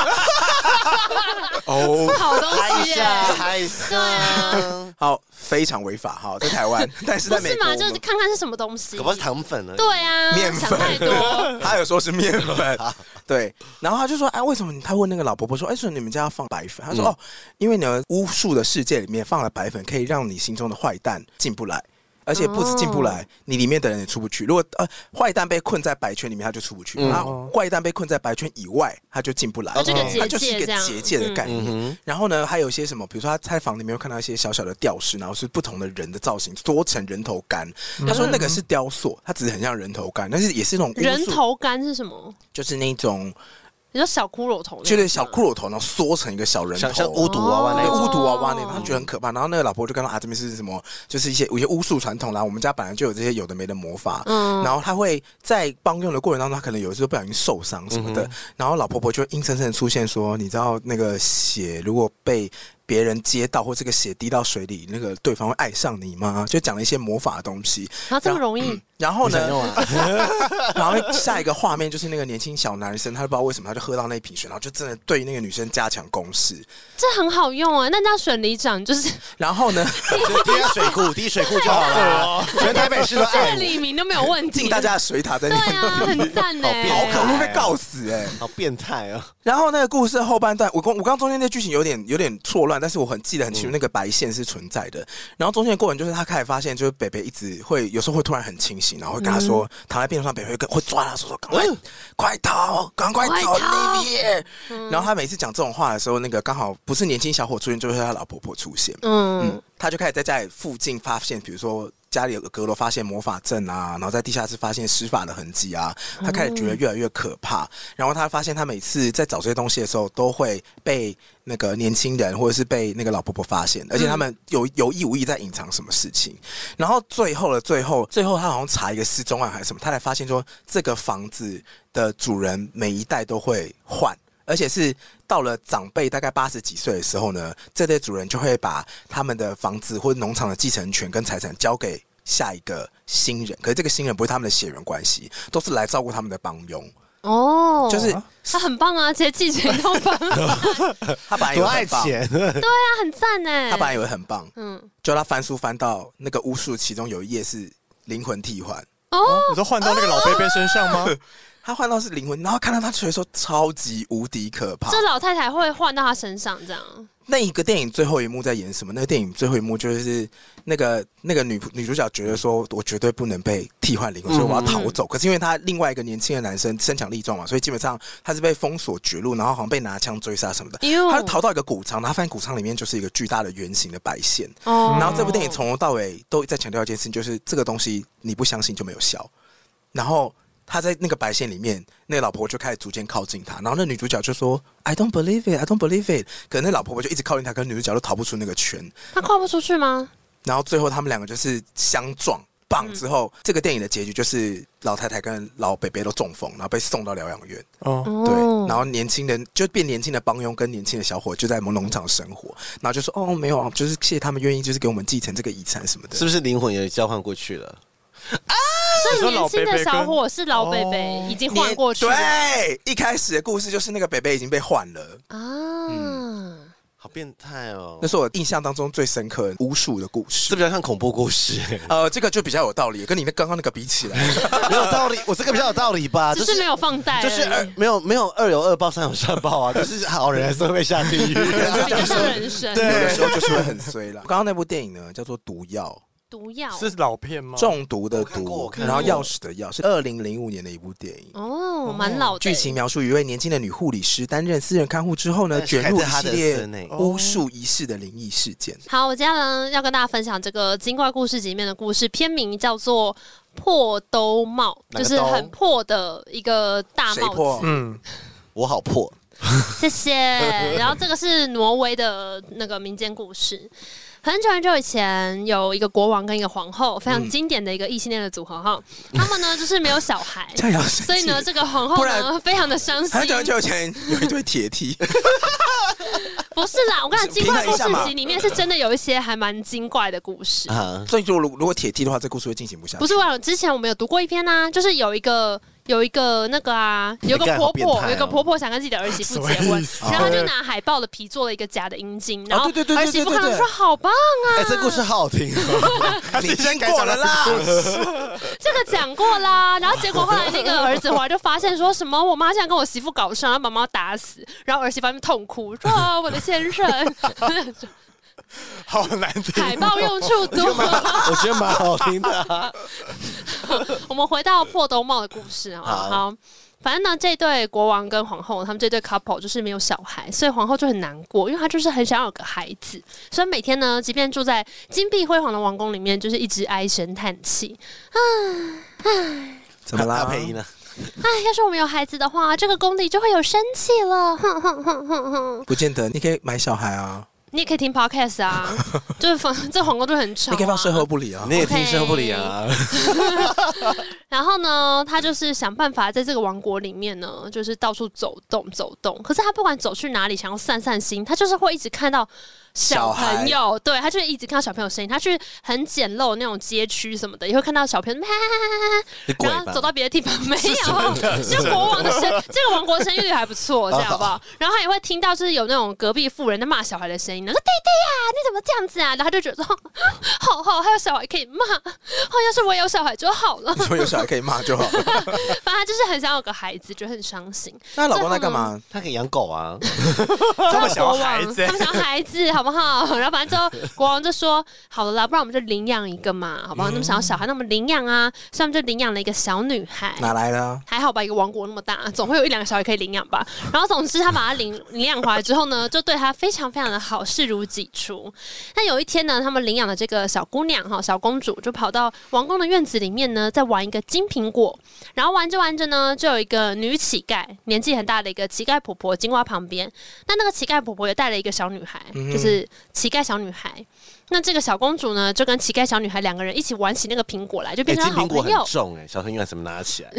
哦， 好东西耶， 嗨对啊， 好，非常违法哈，在台湾，但是在美国， 不是嘛？就是看看是什么东西， 可不是糖粉了。 对啊， 面粉想太多。 他有说是面粉，对，然后他就说，哎，为什么？他问那个老婆婆说，哎，为什么你们家要放白粉？他说， 嗯、 哦，因为呢，巫术的世界里面放了白粉，可以让你心中的坏蛋进不来。而且不止进不来，哦、你里面的人也出不去。如果呃坏蛋被困在白圈里面，他就出不去；嗯、然后坏蛋被困在白圈以外，他就进不来。 哦、它就是一个结界的概念。嗯、然后呢，还有一些什么，比如说他在房里面会看到一些小小的吊饰，然后是不同的人的造型，缩成人头干。嗯、他说那个是雕塑，它只是很像人头干，但是也是那种人头干是什么？ 就是那种。 你说小骷髅头， 就是小骷髅头，然后缩成一个小人头， 像像巫毒娃娃那种， 巫毒娃娃那种，他觉得很可怕。然后那个老婆就跟他啊，这边是什么？就是一些有些巫术传统啦。我们家本来就有这些有的没的魔法，嗯，然后他会在帮用的过程当中，他可能有时候不小心受伤什么的，嗯、然后老婆婆就阴森森的出现说，你知道那个血如果被别人接到或这个血滴到水里，那个对方会爱上你吗？就讲了一些魔法的东西。 啊，这么容易？嗯、 然后呢？然后下一个画面就是那个年轻小男生，他就不知道为什么他就喝到那瓶水，然后就真的对那个女生加强攻势。 这很好用啊！那这样水里长就是。 然后呢？ 滴在水库，滴水库就好了。全台北市都爱这里名都没有问题。 进大家的水塔在那边。 对啊，很赞呢。 好可恶，会被告死哎！ 好变态啊！ 然后那个故事后半段，我刚我刚中间那剧情有点有点错乱，但是我很记得很清楚，那个白线是存在的。然后中间的过程就是他开始发现，就是北北一直会有时候会突然很清醒，然后会跟他说，嗯、躺在病床上，北北会跟会抓他说说赶快、嗯、快逃，赶快走 ，leave here。嗯、然后他每次讲这种话的时候，那个刚好不是年轻小伙出现，就是他老婆婆出现。嗯嗯，他就开始在家里附近发现，比如说。家里有个阁楼发现魔法阵啊，然后在地下室发现施法的痕迹啊，他开始觉得越来越可怕。然后他发现他每次在找这些东西的时候，都会被那个年轻人或者是被那个老婆婆发现，而且他们有有意无意在隐藏什么事情。然后最后的最后，最后他好像查一个失踪案还是什么，他才发现说这个房子的主人每一代都会换。而且是到了长辈大概八十几岁的时候呢，这类主人就会把他们的房子或农场的继承权跟财产交给下一个新人。可是这个新人不是他们的血缘关系，都是来照顾他们的帮佣。哦，就是他很棒啊，这些继承都帮。 他本来以为很棒， 对啊，很赞哎。 他本来以为很棒，嗯，就他翻书翻到那个巫术，其中有一页是灵魂替换。 哦，你说换到那个老贝贝身上吗？ 他换到是灵魂，然后看到他觉得说超级无敌可怕。 这老太太会换到他身上，这样。 那一个电影最后一幕在演什么？那个电影最后一幕就是那个那个女女主角觉得说，我绝对不能被替换灵魂，所以我要逃走。嗯、可是因为他另外一个年轻的男生身强力壮嘛，所以基本上他是被封锁绝路，然后好像被拿枪追杀什么的。他就逃到一个谷仓，然后他发现谷仓里面就是一个巨大的圆形的白线。哦。然后这部电影从头到尾都在强调一件事情，就是这个东西你不相信就没有效。然后。他在那个白线里面，那个老婆婆就开始逐渐靠近他，然后那女主角就说 I don't believe it, I don't believe it。 可是那老婆婆就一直靠近他，可是女主角都逃不出那个圈。 她跨不出去吗？然后最后他们两个就是相撞，棒之后，嗯、这个电影的结局就是老太太跟老伯伯都中风，然后被送到疗养院。哦，对，然后年轻人就变年轻的帮佣跟年轻的小伙就在农场生活，然后就说哦没有啊，就是谢谢他们愿意就是给我们继承这个遗产什么的。 是不是灵魂也交换过去了？ 啊！所以年轻的小伙是老贝贝，已经换过去了。 对，一开始的故事就是那个贝贝已经被换了啊。 嗯，好变态哦！ 那是我印象当中最深刻的巫术的故事， 这比较像恐怖故事。 呃，这个就比较有道理，跟你那刚刚那个比起来， 没有道理。我这个比较有道理吧， 就是没有放贷， 就是二没有没有二有二报，三有三报啊，就是好人还是会被下地狱， 比较像人生。 对，有的时候就是会很衰了。刚刚那部电影呢，叫做《毒药》。 毒药是老片吗？ 中毒的毒，然后钥匙的钥，是二零零五年的一部电影哦，蛮老的。 剧情描述一位年轻的女护理师担任私人看护之后呢，卷入一系列巫术仪式的灵异事件。 好，我接下来要跟大家分享这个精怪故事集里面的故事，片名叫做《破兜帽》，就是很破的一个大帽子。 嗯，我好破， 谢谢。然后这个是挪威的那个民间故事。很久很久以前，有一个国王跟一个皇后，非常经典的一个异性恋的组合哈。嗯、他们呢就是没有小孩，所以呢这个皇后呢非常的伤心。 很久很久以前有一对铁梯， 不是啦，我跟你讲，精怪故事集里面是真的有一些还蛮精怪的故事。 啊、所以就如如果铁梯的话，这故事会进行不下去。 不是，我之前我们有读过一篇啊，就是有一个有一个那个啊，有个婆婆， 哦、 有个婆婆想跟自己的儿媳妇结婚，然后他就拿海豹的皮做了一个假的阴茎，然后儿媳妇看到说好棒啊！ 哎、欸，这故事好好听、哦， 你听过了啦， 这个讲过啦。然后结果后来那个儿子回来就发现说什么，我妈现在跟我媳妇搞上，然后把妈打死，然后儿媳妇在那边痛哭说、啊、我的先生。 好难听， 海豹用处多， 我觉得蛮好听的、啊。 我们回到破兜帽的故事好，好，反正呢，这对国王跟皇后，他们这对 couple 就是没有小孩，所以皇后就很难过，因为她就是很想要有个孩子，所以每天呢，即便住在金碧辉煌的王宫里面，就是一直唉声叹气。唉， 怎么啦？ 配音呢？ 哎，要是我们有孩子的话，这个宫里就会有生气了。哼哼哼哼哼， 不见得，你可以买小孩啊。 你也可以听 podcast 啊，就是放这皇宫就很吵、啊， 你可以放售后不理啊， 你也听售后不理啊。 然后呢，他就是想办法在这个王国里面呢，就是到处走动走动。可是他不管走去哪里，想要散散心，他就是会一直看到小朋友，对他就一直看到小朋友声音。他去很简陋那种街区什么的，也会看到小朋友，然后走到别的地方没有，就国王的声，这个王国的声音率还不错，这样好不好？然后他也会听到就是有那种隔壁妇人在骂小孩的声音，那个弟弟啊，你怎么这样子啊？然后他就觉得好好，还有小孩可以骂，哦，要是我有小孩就好了。 说有小孩可以骂就好了。 反正他就是很想有个孩子，觉得很伤心。 那老公在干嘛？ 他可以养狗啊。 他们想要孩子， 他们想要孩子，好不好？然后反正之后国王就说：“好了啦，不然我们就领养一个嘛，好不好？那么想要小孩，那我们领养啊。”所以他们就领养了一个小女孩。 哪来的？ 还好吧，一个王国那么大，总会有一两个小孩可以领养吧。然后总之，他把他领领养回来之后呢，就对他非常非常的好，视如己出。那有一天呢，他们领养的这个小姑娘哈，小公主就跑到王宫的院子里面呢，在玩一个金苹果。然后玩着玩着呢，就有一个女乞丐，年纪很大的一个乞丐婆婆经过旁边。那那个乞丐婆婆也带了一个小女孩，嗯、就是乞丐小女孩。那这个小公主呢，就跟乞丐小女孩两个人一起玩起那个苹果来，就变成好朋友。 金苹果很重哎、欸，小朋友怎么拿起来？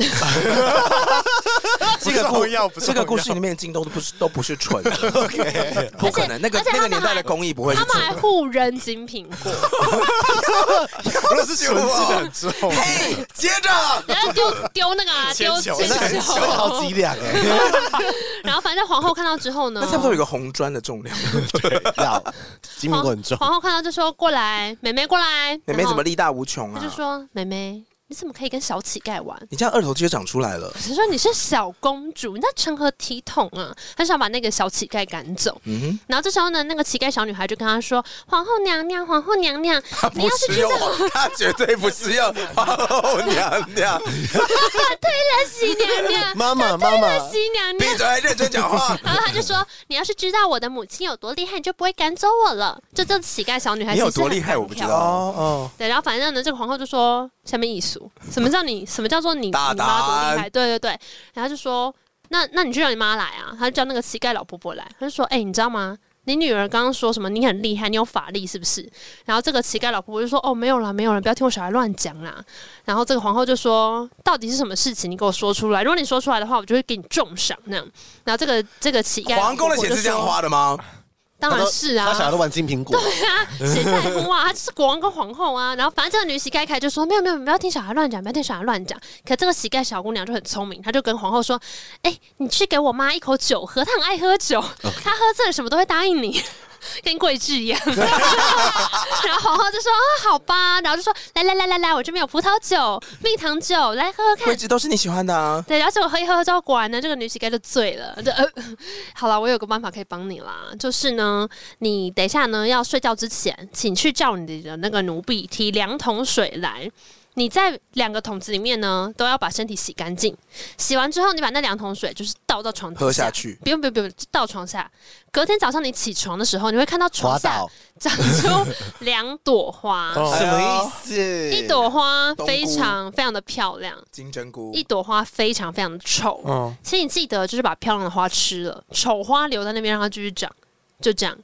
这个故这个故事里面的金都不是都不是纯的， okay, 不可能。那个那个年代的工艺不会是他们还互扔金苹果， 那是纯质的很重。 嘿，接着， 然后丢丢那个啊，丢铅球， 好几两哎。 然后反正皇后看到之后呢， 那差不多有个红砖的重量。 对，要金苹果很重。 皇后看到就说：“过来，妹妹过来。” 妹妹怎么力大无穷啊？ 她就说：“妹妹。”你怎么可以跟小乞丐玩？ 你这样二头肌就长出来了。 他说你是小公主，你在成何体统啊？他想把那个小乞丐赶走。嗯哼。然后这时候呢，那个乞丐小女孩就跟他说：“皇后娘娘，皇后娘娘，你要是知道， 她绝对不是要皇后娘娘。” 他推了喜娘娘， 妈妈妈妈， 喜娘娘， 闭嘴，认真讲话。 然后他就说：“你要是知道我的母亲有多厉害，你就不会赶走我了。”就这乞丐小女孩， 你有多厉害，我不知道。 哦哦。 对，然后反正呢，这个皇后就说：“下面艺术，什么叫你？什么叫做你你妈多厉害？”对对对，然后就说：“那那你就叫你妈来啊。”他就叫那个乞丐老婆婆来，他就说：“哎、欸，你知道吗？你女儿刚刚说什么？你很厉害，你有法力是不是？”然后这个乞丐老婆婆就说：“哦，没有啦，没有啦，不要听我小孩乱讲啦。”然后这个皇后就说：“到底是什么事情？你给我说出来。如果你说出来的话，我就会给你重赏。”那样，然后这个这个乞丐皇宫的钱是这样花的吗？ 当然是啊， 他小孩都玩金苹果。 对啊，谁在乎啊？他就是国王跟皇后啊。然后反正这个女乞丐开就说：“没有没有，不要听小孩乱讲，不要听小孩乱讲。”可这个乞丐小姑娘就很聪明，她就跟皇后说：“哎、欸，你去给我妈一口酒喝，她很爱喝酒， okay. 她喝醉了什么都会答应你。”跟桂枝一样，然后皇后就说：“啊，好吧。”然后就说：“来来来来来，我这边有葡萄酒、蜜糖酒，来喝喝看。” 桂枝都是你喜欢的啊。 对，然后结果喝一喝之后，果然呢，这个女乞丐就醉了。就呃，好了，我有个办法可以帮你啦，就是呢，你等一下呢要睡觉之前，请去叫你的那个奴婢提两桶水来。你在两个桶子里面呢，都要把身体洗干净。洗完之后，你把那两桶水就是倒到床底下， 喝下去。 不用不用不用，倒床下。隔天早上你起床的时候，你会看到床下长出两朵花。 什么意思？ 一朵花非常非常的漂亮， 金针菇； 一朵花非常非常的丑。嗯，请你记得，就是把漂亮的花吃了，丑花留在那边让它继续长，就这样。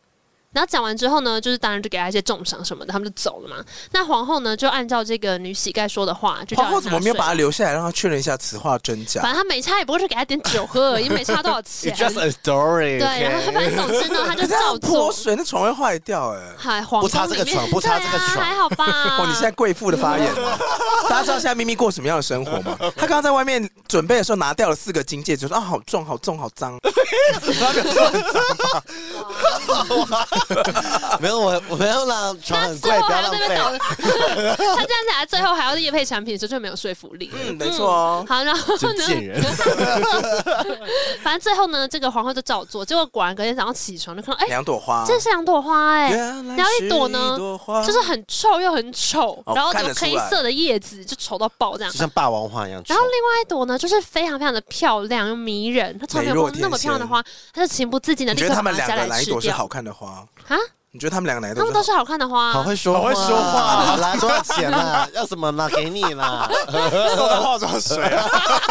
然后讲完之后呢，就是当然就给他一些重赏什么的，他们就走了嘛。那皇后呢，就按照这个女乞丐说的话，就叫皇后怎么没有把他留下来，让他确认一下此话真假？ 反正他没差，也不过是给他点酒喝而已，没差多少钱。 It's just a story。 对，然后反正总之呢，他就照做。 泼水，那床会坏掉哎、欸。 还皇不擦这个床，不擦这个床， 啊、还好吧？ 哦，你现在贵妇的发言，大家知道现在咪咪过什么样的生活吗？他刚刚在外面准备的时候拿掉了四个金戒指，说啊好重好重好脏。 他没有说很脏吧？ 没有我我没有啦，床很贵，不要浪费。 他这样讲，最后还要业配产品的时候就没有说服力。 嗯，没错哦。 好，然后呢？ 贱人。 反正最后呢，这个皇后就照做，结果果然隔天早上起床就看到，哎、欸， 两朵花， 这是两朵花哎、欸，然后一朵呢，就是很臭又很丑， 哦、 然后有黑色的叶子，就丑到爆这样， 就像霸王花一样。 然后另外一朵呢，就是非常非常的漂亮又迷人，它超没有那么漂亮的花，他就情不自禁的立刻把它摘来吃掉。 你觉得他们两个哪一朵是好看的花啊？ 你觉得他们两个哪一朵？ 他们都是好看的花， 好会说话， 好会说话。 好啦，多少钱啦？要什么啦？给你啦。 送的化妆水啊。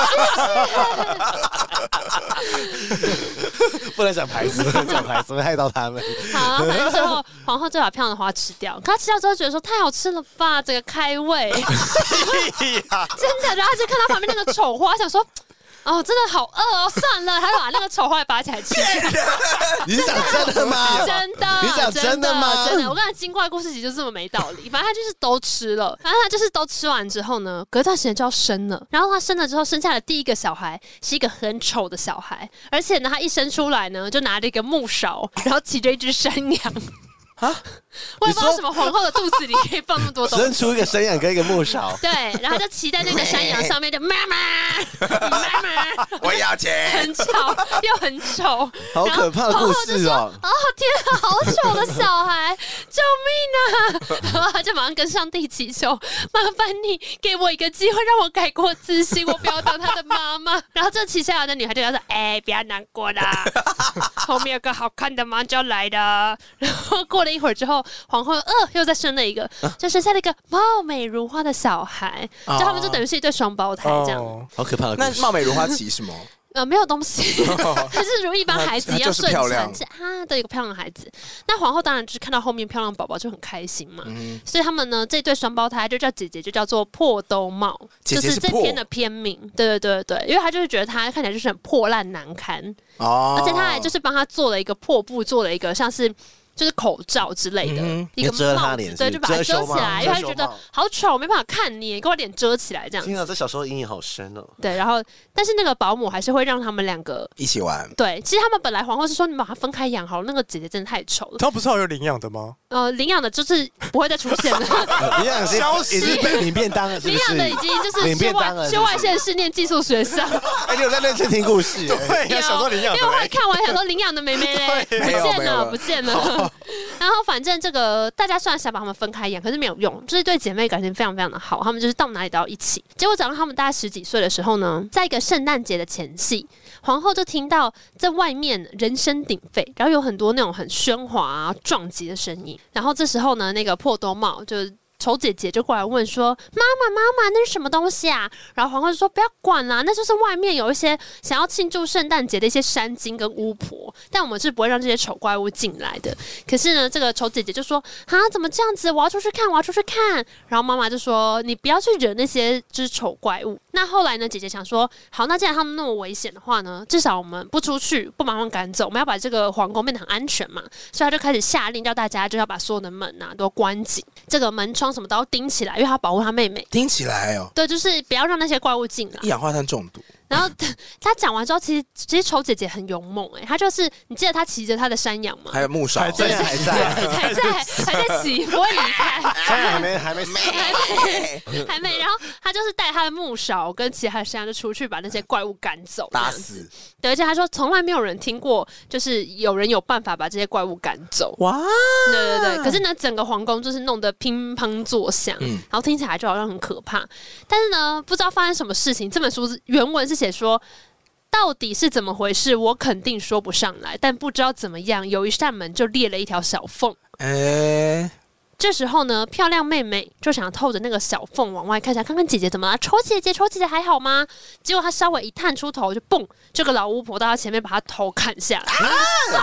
不能讲牌子，不能讲牌子，会害到他们。 好，反正最后皇后就把漂亮的花吃掉，可她吃掉之后觉得说太好吃了吧，整个开胃。真的，然后就看到旁边那个丑花，想说。哦，真的好饿哦！算了，还把那个丑花拔起来吃。 你是讲真的吗？ 真的， 你讲真的吗？ 真的，我跟你精怪故事集就这么没道理。反正他就是都吃了，反正他就是都吃完之后呢，隔段时间就要生了。然后他生了之后，生下的第一个小孩是一个很丑的小孩，而且呢，他一生出来呢，就拿着一个木勺，然后骑着一只山羊。啊！我也不知道什么皇后的肚子里可以放那么多东西， 生出一个山羊跟一个木勺。 对，然后就骑在那个山羊上面，就妈妈妈妈， 我要钱， 很吵又很丑， 好可怕的故事哦！ 哦天啊，好丑的小孩，救命啊！然后他就马上跟上帝祈求，麻烦你给我一个机会，让我改过自新，我不要当他的妈妈。然后这骑下来的女孩就要说：“哎、欸，不要难过啦，后面有个好看的马上就要来的。”然后过了一会儿之后，皇后呃又再生了一个，就生下了一个貌美如花的小孩，就他们就等于是一对双胞胎这样， 哦、 好可怕的故事。 那貌美如花骑什么？ 呃，没有东西，他是如一般孩子一样顺承， 是他的一个漂亮的孩子。那皇后当然就是看到后面漂亮宝宝就很开心嘛，嗯、所以他们呢这对双胞胎就叫姐姐，就叫做破兜帽， 姐姐是就是这篇的片名。对对对对，因为他就是觉得他看起来就是很破烂难堪， 哦， 而且他还就是帮他做了一个破布，做了一个像是。就是口罩之类的，嗯、一个帽子，对，就把它遮起来，因为他就觉得好丑，没办法看你，你给我脸遮起来这样。 天啊，这小时候阴影好深哦。 对，然后但是那个保姆还是会让他们两个一起玩。 对，其实他们本来皇后是说你把它分开养好了，那个姐姐真的太丑了。 他们不是还有领养的吗？ 呃，领养的就是不会再出现了。 领养消息已经被领便当了， 领养的已经就是领便当了， 去外县市念寄宿学校。 哎，你有在认真听故事？ 对，要想说领养的， 因为我还看完想说领养的妹妹嘞，不见了，不见了。然后。反正这个大家虽然想把他们分开养，可是没有用，就是对姐妹感情非常非常的好，他们就是到哪里都要一起。结果长到他们大概十几岁的时候呢，在一个圣诞节的前夕，皇后就听到在外面人声鼎沸，然后有很多那种很喧哗啊、撞击的声音。然后这时候呢，那个破兜帽就。丑姐姐就过来问说：“妈妈，妈妈，那是什么东西啊？”然后皇后就说：“不要管啦，那就是外面有一些想要庆祝圣诞节的一些山精跟巫婆，但我们是不会让这些丑怪物进来的。”可是呢，这个丑姐姐就说：“啊，怎么这样子？我要出去看，我要出去看。”然后妈妈就说：“你不要去惹那些就是丑怪物。”那后来呢，姐姐想说：“好，那既然他们那么危险的话呢，至少我们不出去，不把他们赶走，我们要把这个皇宫变得很安全嘛。”所以她就开始下令，叫大家就要把所有的门啊都关紧，这个门窗什么都要钉起来，因为她保护她妹妹。 钉起来哦， 对，就是不要让那些怪物进来。 一氧化碳中毒。 然后他讲完之后，其实其实丑姐姐很勇猛哎、欸，她就是你记得她骑着她的山羊吗？ 还有木勺， 还在还在还在还在骑，不会离开。 山羊还没还没死， 还没还没。然后她就是带她的木勺跟其他的山羊就出去把那些怪物赶走， 打死。 对，而且她说从来没有人听过，就是有人有办法把这些怪物赶走。 哇！ 对对对。可是呢，整个皇宫就是弄得乒乓作响，嗯、然后听起来就好像很可怕。但是呢，不知道发生什么事情。这本书原文是写说，到底是怎么回事，我肯定说不上来。但不知道怎么样，有一扇门就裂了一条小缝。 欸这时候呢，漂亮妹妹就想透着那个小缝往外看一下，看看姐姐怎么了。丑姐姐，丑姐姐还好吗？結果她稍微一探出頭，就蹦，這個老巫婆到她前面把她頭砍下來。啊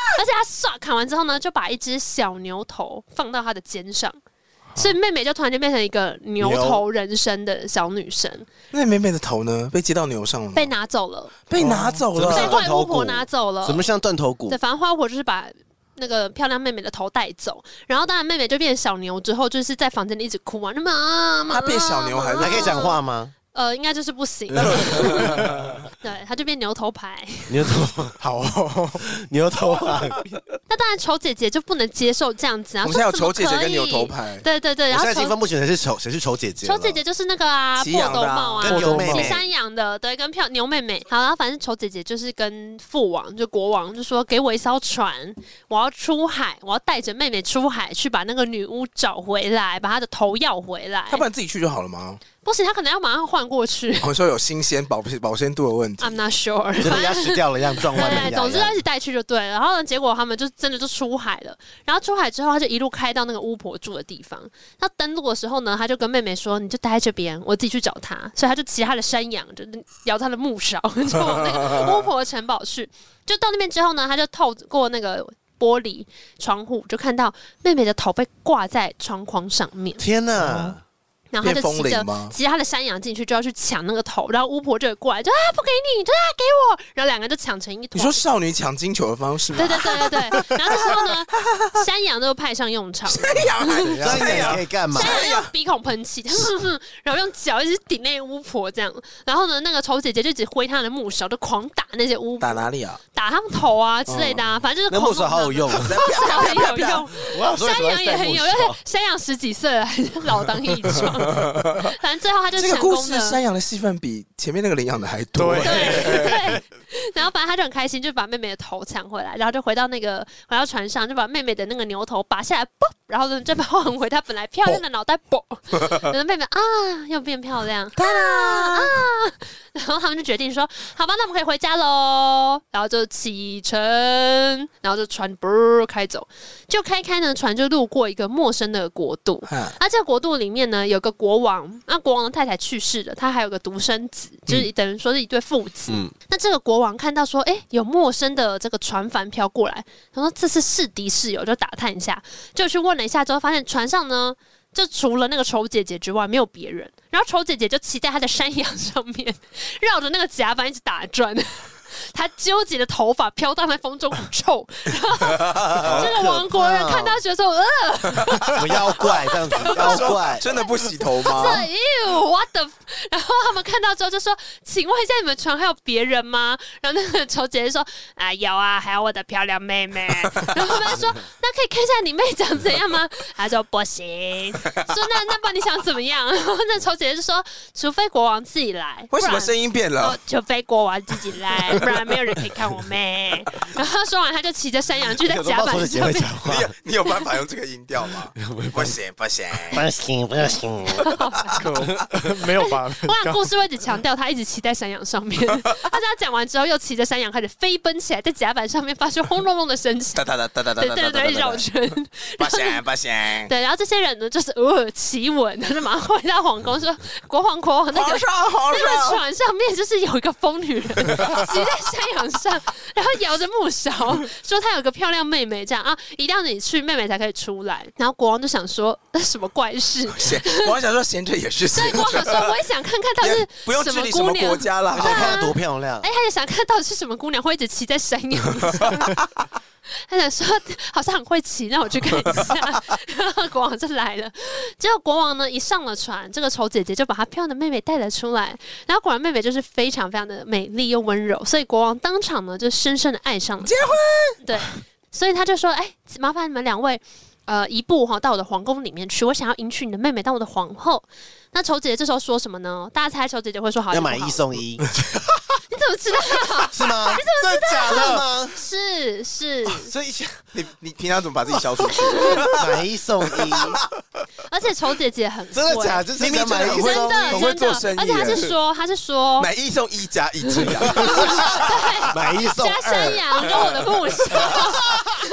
而且他唰砍完之后呢，就把一只小牛头放到他的肩上。所以妹妹就突然间变成一个牛头人身的小女生。 那妹妹的头呢？被接到牛上了吗？ 被拿走了， 被拿走了， 被坏巫婆拿走了。 什么像断头骨？ 对，反正坏巫婆就是把那个漂亮妹妹的头带走，然后当然妹妹就变小牛之后，就是在房间里一直哭啊，那么她变小牛还还可以讲话吗？ 呃，应该就是不行。对，他就变牛头牌。 牛头好、哦， 牛头牌。 那当然，丑姐姐就不能接受这样子啊。 我们现在有丑姐姐跟牛头牌。 对对对，然后现在已经分不清谁是丑谁是丑姐姐。 丑姐姐就是那个啊，破斗帽啊， 跟牛妹妹， 骑山羊的，对，跟漂牛妹妹。好，然后反正丑姐姐就是跟父王，就国王，就说给我一艘船，我要出海，我要带着妹妹出海去把那个女巫找回来，把她的头要回来。 他不然自己去就好了吗？ 不行，他可能要马上换过去。 我说有新鲜保保鲜度的问题 ，I'm not sure， 真的牙齿掉了一样，撞歪了。 对，总之要一起带去就对了。然后呢，结果他们就真的就出海了。然后出海之后，他就一路开到那个巫婆住的地方。他登陆的时候呢，他就跟妹妹说：“你就待在这边，我自己去找她。”所以他就骑他的山羊，就摇他的木勺，就往那个巫婆的城堡去。就到那边之后呢，他就透过那个玻璃窗户，就看到妹妹的头被挂在窗框上面。 天哪！ 然后他就骑着骑着他的山羊进去，就要去抢那个头，然后巫婆就过来，就啊不给你，就啊给我，然后两个人就抢成一团。 你说少女抢金球的方式吗？ 对对对对对。然后这时候呢，山羊就派上用场。 山羊， 山羊可以干嘛？ 山羊用鼻孔喷气，然后用脚一直顶那巫婆这样。然后呢，那个丑姐姐就只挥她的木勺，就狂打那些巫婆。 打哪里啊？ 打他们头啊之类的啊，反正就是。 那木勺好有用， 木勺很有用。山羊也很有用，山羊十几岁了还是老当益壮。反正最后他就成功的。 这个故事山羊的戏份比前面那个领养的还多。 对对。然后反正他就很开心，就把妹妹的头抢回来，然后就回到那个回到船上，就把妹妹的那个牛头拔下来，啵，然后呢再换回她本来漂亮的脑袋，啵，然后妹妹啊又变漂亮，哒啊。然后他们就决定说，好吧，那我们可以回家喽。然后就启程，然后就船啵开走，就开开呢，船就路过一个陌生的国度。啊，这个国度里面呢有个国王，那国王的太太去世了，他还有个独生子，就是等于说是一对父子。嗯、那这个国王看到说，哎、欸，有陌生的这个船帆飘过来，他说这是是敌是友，就打探一下，就去问了一下之后，发现船上呢。就除了那个丑姐姐之外，没有别人。然后丑姐姐就骑在她的山羊上面，绕着那个甲板一直打转。她纠结的头发飘荡在风中，很臭。然后这个王国人看到觉得说：“呃， 什么妖怪这样子？妖怪真的不洗头吗？” 这哟 ，what the？ 然后他们看到之后就说：“请问一下，你们船还有别人吗？”然后那个丑姐姐说：“啊，有啊，还有我的漂亮妹妹。”然后他们说：“那可以看一下你妹长怎样吗？”他说：“不行。”说：“那那不然你想怎么样？”然后那丑姐姐就说：“除非国王自己来。” 为什么声音变了？ 除非国王自己来，不然没有人可以看我妹。然后说完，他就骑着山羊就在甲板上面。 你有你有办法用这个音调吗？不行不行不行不行， 没有吧？ 我想故事会一直强调他一直骑在山羊上面。他这样讲完之后，又骑着山羊开始飞奔起来，在甲板上面发出轰隆隆的声响， 哒哒哒哒哒哒， 对对对，绕圈。 不行不行。 对，然后这些人呢，就是呃骑稳，他就马上回到皇宫说：“国王国王，那个那个船上面就是有一个疯女人骑在山羊上，然后摇着木勺，说她有个漂亮妹妹，这样啊，一定要你去，妹妹才可以出来。”然后国王就想说：“那什么怪事？” 国王想说：“闲着也是闲着。” 对，国王想说：“我也想看看她是不用治理什么国家啦， 想看她多漂亮。” 哎，他也想看到底是什么姑娘会一直骑在山羊上。他想说好像很会骑，那我去看一下。然后国王就来了，结果国王呢一上了船，这个丑姐姐就把她漂亮的妹妹带了出来。然后果然妹妹就是非常非常的美丽又温柔，所以国王当场呢就深深的爱上了。 结婚。 对，所以他就说：“哎，麻烦你们两位。”呃，一步哈到我的皇宫里面去，我想要迎娶你的妹妹当我的皇后。那丑姐姐这时候说什么呢？大家猜丑姐姐会说好要买一送一。 你怎么知道？ 是吗？ 你怎么知道？ 假的吗？是是、 哦。所以你你平常怎么把自己消出去？ 买一送一。 而且丑姐姐很真的假的？就是你买一送一， 很会做生意。 而且她是说，她是说买一送一加一只羊。 对， 买一送加山羊跟我的木勺。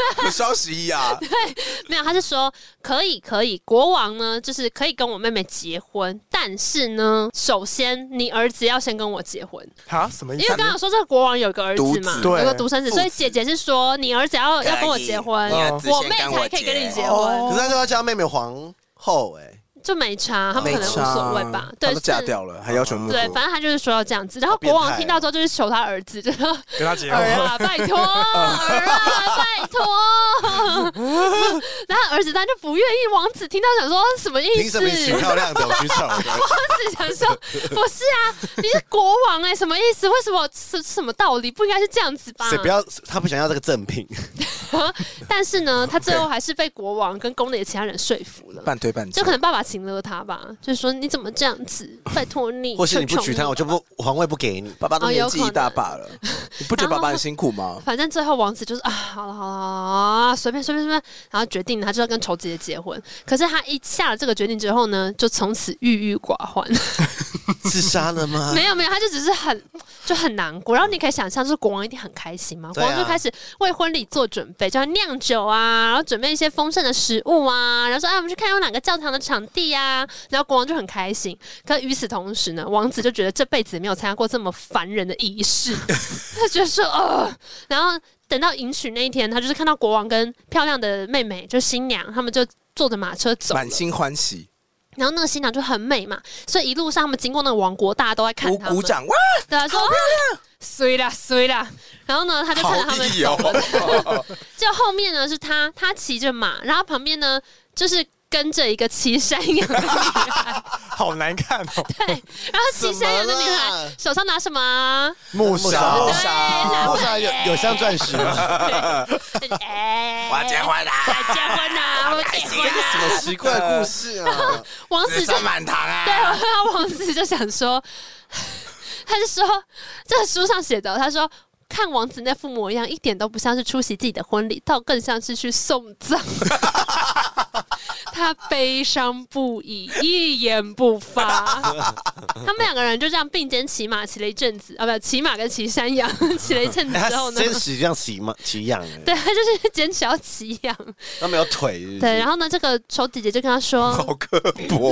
双十一啊， 对，没有，他是说可以可以，国王呢就是可以跟我妹妹结婚，但是呢，首先你儿子要先跟我结婚。 啊，什么意思？ 因为刚刚说这个国王有个儿子嘛，有个独生子，所以姐姐是说你儿子要要跟我结婚，我妹才可以跟你结婚。 可是他就要叫妹妹皇后哎。 就没差，他们可能无所谓吧。对， 都嫁掉了，还要求那么多。 对，反正他就是说要这样子。然后国王听到之后，就是求他儿子，就说跟他结婚。 儿啊，拜托，儿啊，拜托。然后儿子他就不愿意。王子听到想说什么意思？ 凭什么娶漂亮的我去找？王子想说不是啊，你是国王哎、欸，什么意思？为什么是什么道理？不应该是这样子吧？ 谁不要？他不想要这个赠品。 但是呢，他最后还是被国王跟宫里的其他人说服了， 半推半就就可能爸爸请了他吧，就是说你怎么这样子？拜托你， 或是你不娶她，我就不皇位不给你。 爸爸都年纪一大把了，你不觉得爸爸很辛苦吗？ 反正最后王子就是啊，好了好了好了，随便随便随便，然后决定他就要跟丑姐姐结婚。可是他一下了这个决定之后呢，就从此郁郁寡欢。 自杀了吗？ 没有没有，他就只是很就很难过。然后你可以想象，就是国王一定很开心嘛，国王就开始为婚礼做准备，就要酿酒啊，然后准备一些丰盛的食物啊，然后说啊，我们去看有哪个教堂的场地啊，然后国王就很开心。可与此同时呢，王子就觉得这辈子没有参加过这么烦人的仪式，他觉得说呃，然后等到迎娶那一天，他就是看到国王跟漂亮的妹妹，就新娘，他们就坐着马车走， 满心欢喜。 然后那个新娘就很美嘛，所以一路上他们经过那个王国，大家都在看他们， 鼓掌哇， 对他说好漂亮，衰啦衰啦。然后呢，他就看着他们走了，哦、就后面呢是他，他骑着马，然后旁边呢就是跟着一个骑山羊的女孩， 好难看哦。 对，然后骑山羊的女孩手上拿什么？ 木勺， 木勺，木勺有有镶钻石吗？ 哎， 我要结婚啦！ 我结婚啦！我结婚啦！ 什么奇怪的故事啊？ 王子就满堂啊！ 对，然后王子就想说，他就说这个书上写的，他说。看王子那副模样，一点都不像是出席自己的婚礼，倒更像是去送葬。他悲伤不已，一言不发。他们两个人就这样并肩骑马骑了一阵子，啊，不，骑马跟骑山羊骑了一阵子之后呢， 坚持这样骑马骑羊， 对，他就是坚持要骑羊， 他没有腿是不是。 对，然后呢，这个丑姐姐就跟他说， 好刻薄。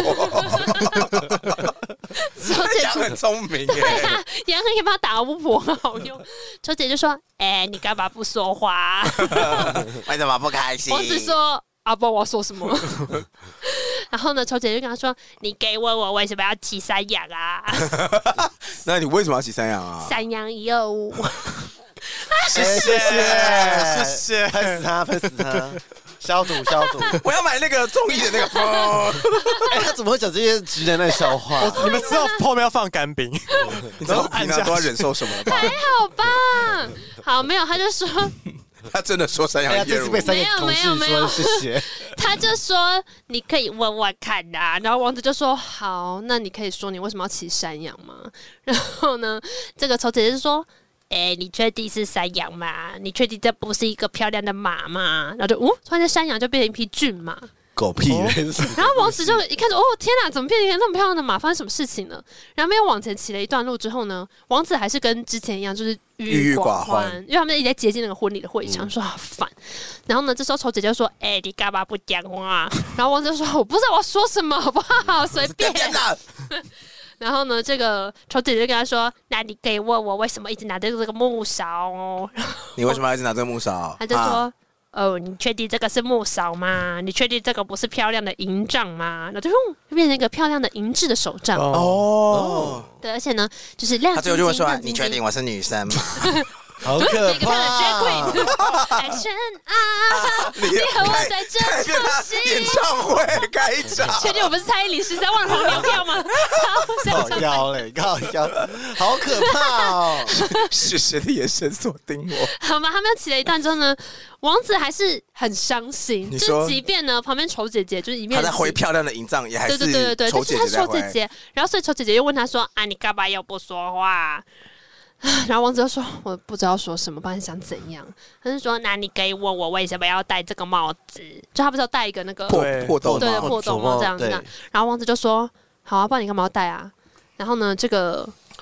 丑姐姐很聪明， 对啊，羊可以帮他打巫婆，很好用。丑姐就说：“哎、欸，你干嘛不说话？ 为什么不开心？” 王子说：“啊，不，我要说什么？”然后呢，丑姐就跟他说：“你给我，我为什么要骑山羊啊？ 那你为什么要骑山羊啊？ 山羊一二五。” 谢谢谢谢， 喷死他，喷死他。消毒消毒！ 我要买那个综艺的那个风。 哎、欸，他怎么会讲这些直男的笑话？ 你们知道后面要放干冰， 你知道平常都要忍受什么吧？ 还好吧。好，没有，他就说， 他真的说山羊一二五， 没有没有没有， 谢谢。 他就说你可以问问看呐、啊，然后王子就说好，那你可以说你为什么要骑山羊吗？然后呢，这个丑姐姐就说。哎、欸，你确定是山羊吗？你确定这不是一个漂亮的马吗？然后就，哦，突然间山羊就变成一匹骏马， 狗屁人！ 然后王子就一看说，哦，天哪，怎么变成一个那么漂亮的马？发生什么事情了？然后没有往前骑了一段路之后呢，王子还是跟之前一样，就是郁郁寡欢，因为他们一直在接近那个婚礼的会场，嗯、说好烦。然后呢，这时候丑姐就说，哎、欸，你干嘛不讲话？然后王子就说，我不知道我要说什么，好不好？随便。然后呢，这个丑姐姐就跟他说：“那你可以问我为什么一直拿着这个木勺哦？ 你为什么要一直拿这个木勺？” 他就说：“啊、哦，你确定这个是木勺吗？你确定这个不是漂亮的银杖吗？”然后就就变成一个漂亮的银质的手杖哦。 哦对，而且呢，就是亮晶晶。 他最后就会说：“你确定我是女生吗？” 好可怕！ 爱神啊，你和我在这场戏演唱会开场， 确定我不是蔡依林十三万黄牛票吗？ 靠腰嘞，靠腰，好可怕哦！ 是谁的眼神锁定我？ 好嘛，他们骑了一段之后呢，王子还是很伤心，就是即便呢旁边丑姐姐就是一面他在挥漂亮的银杖，也还是对对对对对， 丑姐姐在挥。 丑姐姐，然后所以丑姐姐又问他说：“啊，你干嘛又不说话？”然后王子就说：“我不知道说什么，不然想怎样？”他就说：“那你可以问我为什么要戴这个帽子？就他不是要戴一个那个破破洞对破洞帽这样子。”然后王子就说：“好啊，不然你干嘛要戴啊？”然后呢，这个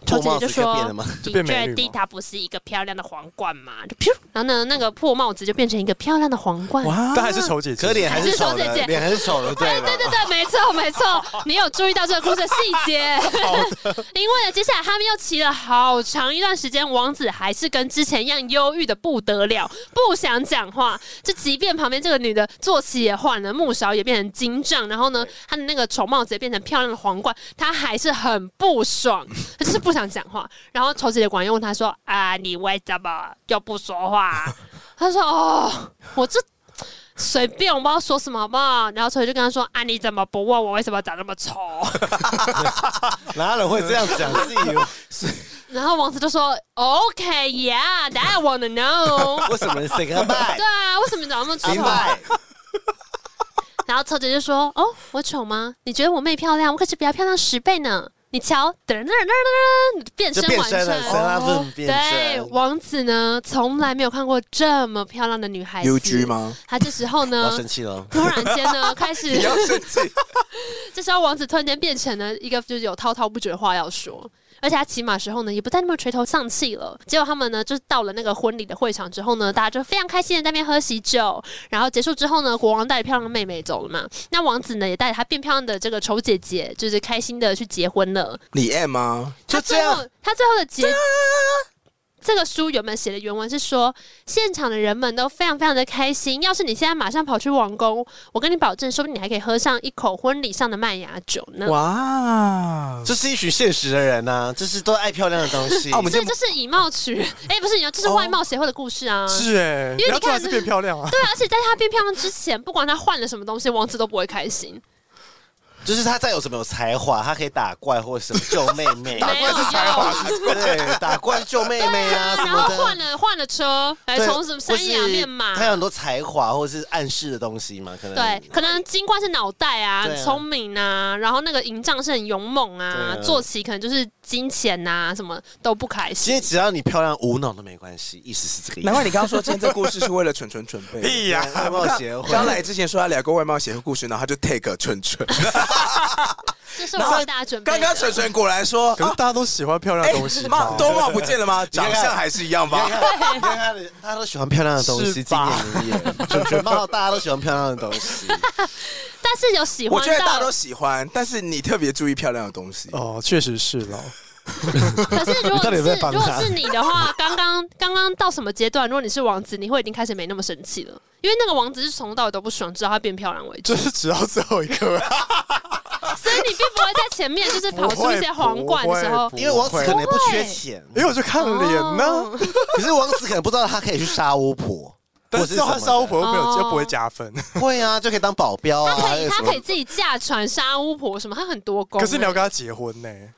丑姐姐就说：“ 就变美女你觉得它不是一个漂亮的皇冠吗？”就噗，然后呢，那个破帽子就变成一个漂亮的皇冠。 哇！但还是丑姐姐， 可脸还是丑的，脸还是丑的，对。 对对对，没错没错，你有注意到这个故事的细节。因为呢，接下来他们又骑了好长一段时间，王子还是跟之前一样忧郁的不得了，不想讲话。就即便旁边这个女的坐骑也换了，木勺也变成金杖，然后呢，她的那个丑帽子也变成漂亮的皇冠，她还是很不爽，她就是不想讲话。然后丑姐姐果然又问她说：“啊，你为什么又不说话？”她说：“哦，我这。”随便，我不知道说什么，好不好？然后丑姐就跟他说：“啊，你怎么不问我为什么长那么丑？” 哪有人会这样讲自己？ 然后王子就说 ：“OK, yeah, that I wanna know。” 为什么 say goodbye？ 对啊，为什么长那么丑？ 明白。 然后丑姐就说：“哦，我丑吗？你觉得我妹漂亮？我可是比她漂亮十倍呢。”你瞧，噔噔噔噔噔，变身完成。 哦、 对，王子呢，从来没有看过这么漂亮的女孩子。 U G 吗？ 他这时候呢， 我要生气了。 突然间呢，开始你要生气。 这时候王子突然间变成了一个就是有滔滔不绝的话要说。而且他骑马时候呢，也不再那么垂头丧气了。结果他们呢，就是到了那个婚礼的会场之后呢，大家就非常开心的在那边喝喜酒。然后结束之后呢，国王带着漂亮的妹妹走了嘛。那王子呢，也带着他变漂亮的这个丑姐姐，就是开心的去结婚了。 李 M 吗？ 他最后，他最后的结。这个书原本写的原文是说，现场的人们都非常非常的开心。要是你现在马上跑去王宫，我跟你保证，说不定你还可以喝上一口婚礼上的麦芽酒呢。 哇， 这是一群现实的人呐、啊，就是都爱漂亮的东西。 啊、所以这是以貌取人，哎、欸，不是以貌，这是外貌协会的故事啊。 哦、是哎、欸，因为你看，是变漂亮啊。 对啊，而且在他变漂亮之前，不管他换了什么东西，王子都不会开心。 就是他再有什么有才华，他可以打怪或者什么救妹妹。 打怪是才华， 对，打怪救妹妹啊什么的。 然后换了换了车，来从什么山崖变马。 他有很多才华或者是暗示的东西嘛，可能对，可能金冠是脑袋啊，很聪明啊，然后那个营帐是很勇猛啊，坐骑可能就是金钱啊，什么都不开心。 其实只要你漂亮无脑都没关系，意思是这个意思。 难怪你刚刚说今天这故事是为了纯纯准备。 屁呀， 外貌协会。 刚来之前说要聊个外貌协会故事，然后他就 take 纯纯。 这是我为大家准备。 刚刚纯纯果然说， 可是大家都喜欢漂亮的东西嘛， 都貌不见了吗？长相还是一样吧？ 你看他的，大家都喜欢漂亮的东西，今年无业，纯纯貌大家都喜欢漂亮的东西。 但是有喜欢， 我觉得大家都喜欢，但是你特别注意漂亮的东西。 哦，确实是了。 可是如果是如果是你的话，刚刚刚刚到什么阶段？如果你是王子，你会已经开始没那么生气了，因为那个王子是从头到尾都不爽，直到他变漂亮为止。 就是直到最后一刻。 所以你并不会在前面就是跑出一些皇冠的时候， 因为王子可能不缺钱， 因为我就看脸呢、哦。 可是王子可能不知道他可以去杀巫婆， 但是他杀巫婆又没有就不会加分。 会啊，就可以当保镖啊。 他可以，他可以自己驾船杀巫婆什么，他很多功。 可是你要跟他结婚呢、欸。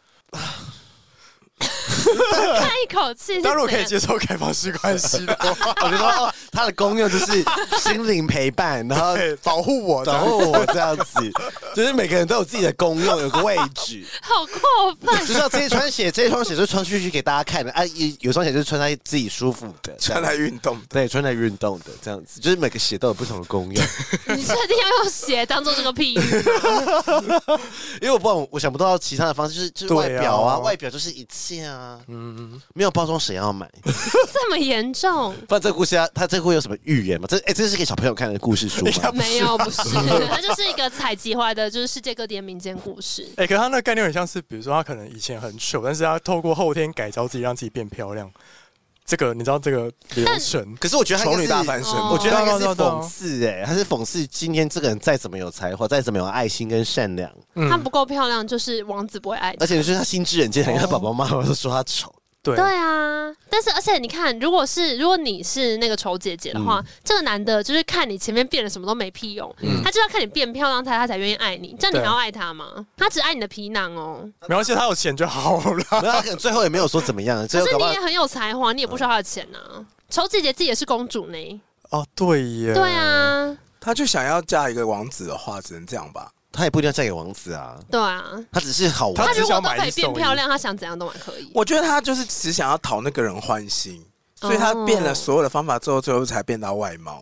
叹一口气， 当然我可以接受开放式关系的话， 我觉得哦，它的功用就是心灵陪伴，然后保护我， 保护我这样子，就是每个人都有自己的功用，有个位置。 好过分！ 就像这一双鞋，这一双鞋就穿出去给大家看的啊，有双鞋就是穿在自己舒服的， 穿来运动， 对，穿来运动的这样子，就是每个鞋都有不同的功用。 你确定要用鞋当做这个屁？ 因为我不知道，我想不到其他的方式，就是就是外表啊，外表就是一切啊，嗯，没有包装谁要买？ 这么严重？ 不然这个故事啊，它这个会有什么预言吗？这哎、欸，这是给小朋友看的故事书吗？ 没有，不是，它就是一个采集回来的，就是世界各地的民间故事。 哎、欸，可是它那个概念很像是，比如说他可能以前很丑，但是他透过后天改造自己，让自己变漂亮。这个你知道这个流程？ 可是我觉得他丑女大翻身， 我觉得他应该是讽刺哎、欸，他是讽刺今天这个人再怎么有才华，再怎么有爱心跟善良， 嗯、他不够漂亮，就是王子不会爱他。 而且就是他心知人见，连他爸爸妈妈都说他丑。 对对啊，但是而且你看，如果是如果你是那个丑姐姐的话，嗯、这个男的就是看你前面变了什么都没屁用，嗯、他就要看你变漂亮，他他才愿意爱你，这样你还要爱他吗？他只爱你的皮囊哦。 没关系，他有钱就好了。 没有，他可能最后也没有说怎么样。 可是你也很有才华，你也不需要他的钱啊。丑姐姐自己也是公主呢。 哦，对耶。 对啊， 他就想要嫁一个王子的话，只能这样吧。 他也不一定要嫁给王子啊。 对啊， 他只是好玩。 他如果都可以变漂亮，他想怎样都还可以。 我觉得他就是只想要讨那个人欢心，所以他变了所有的方法之后，最后才变到外貌。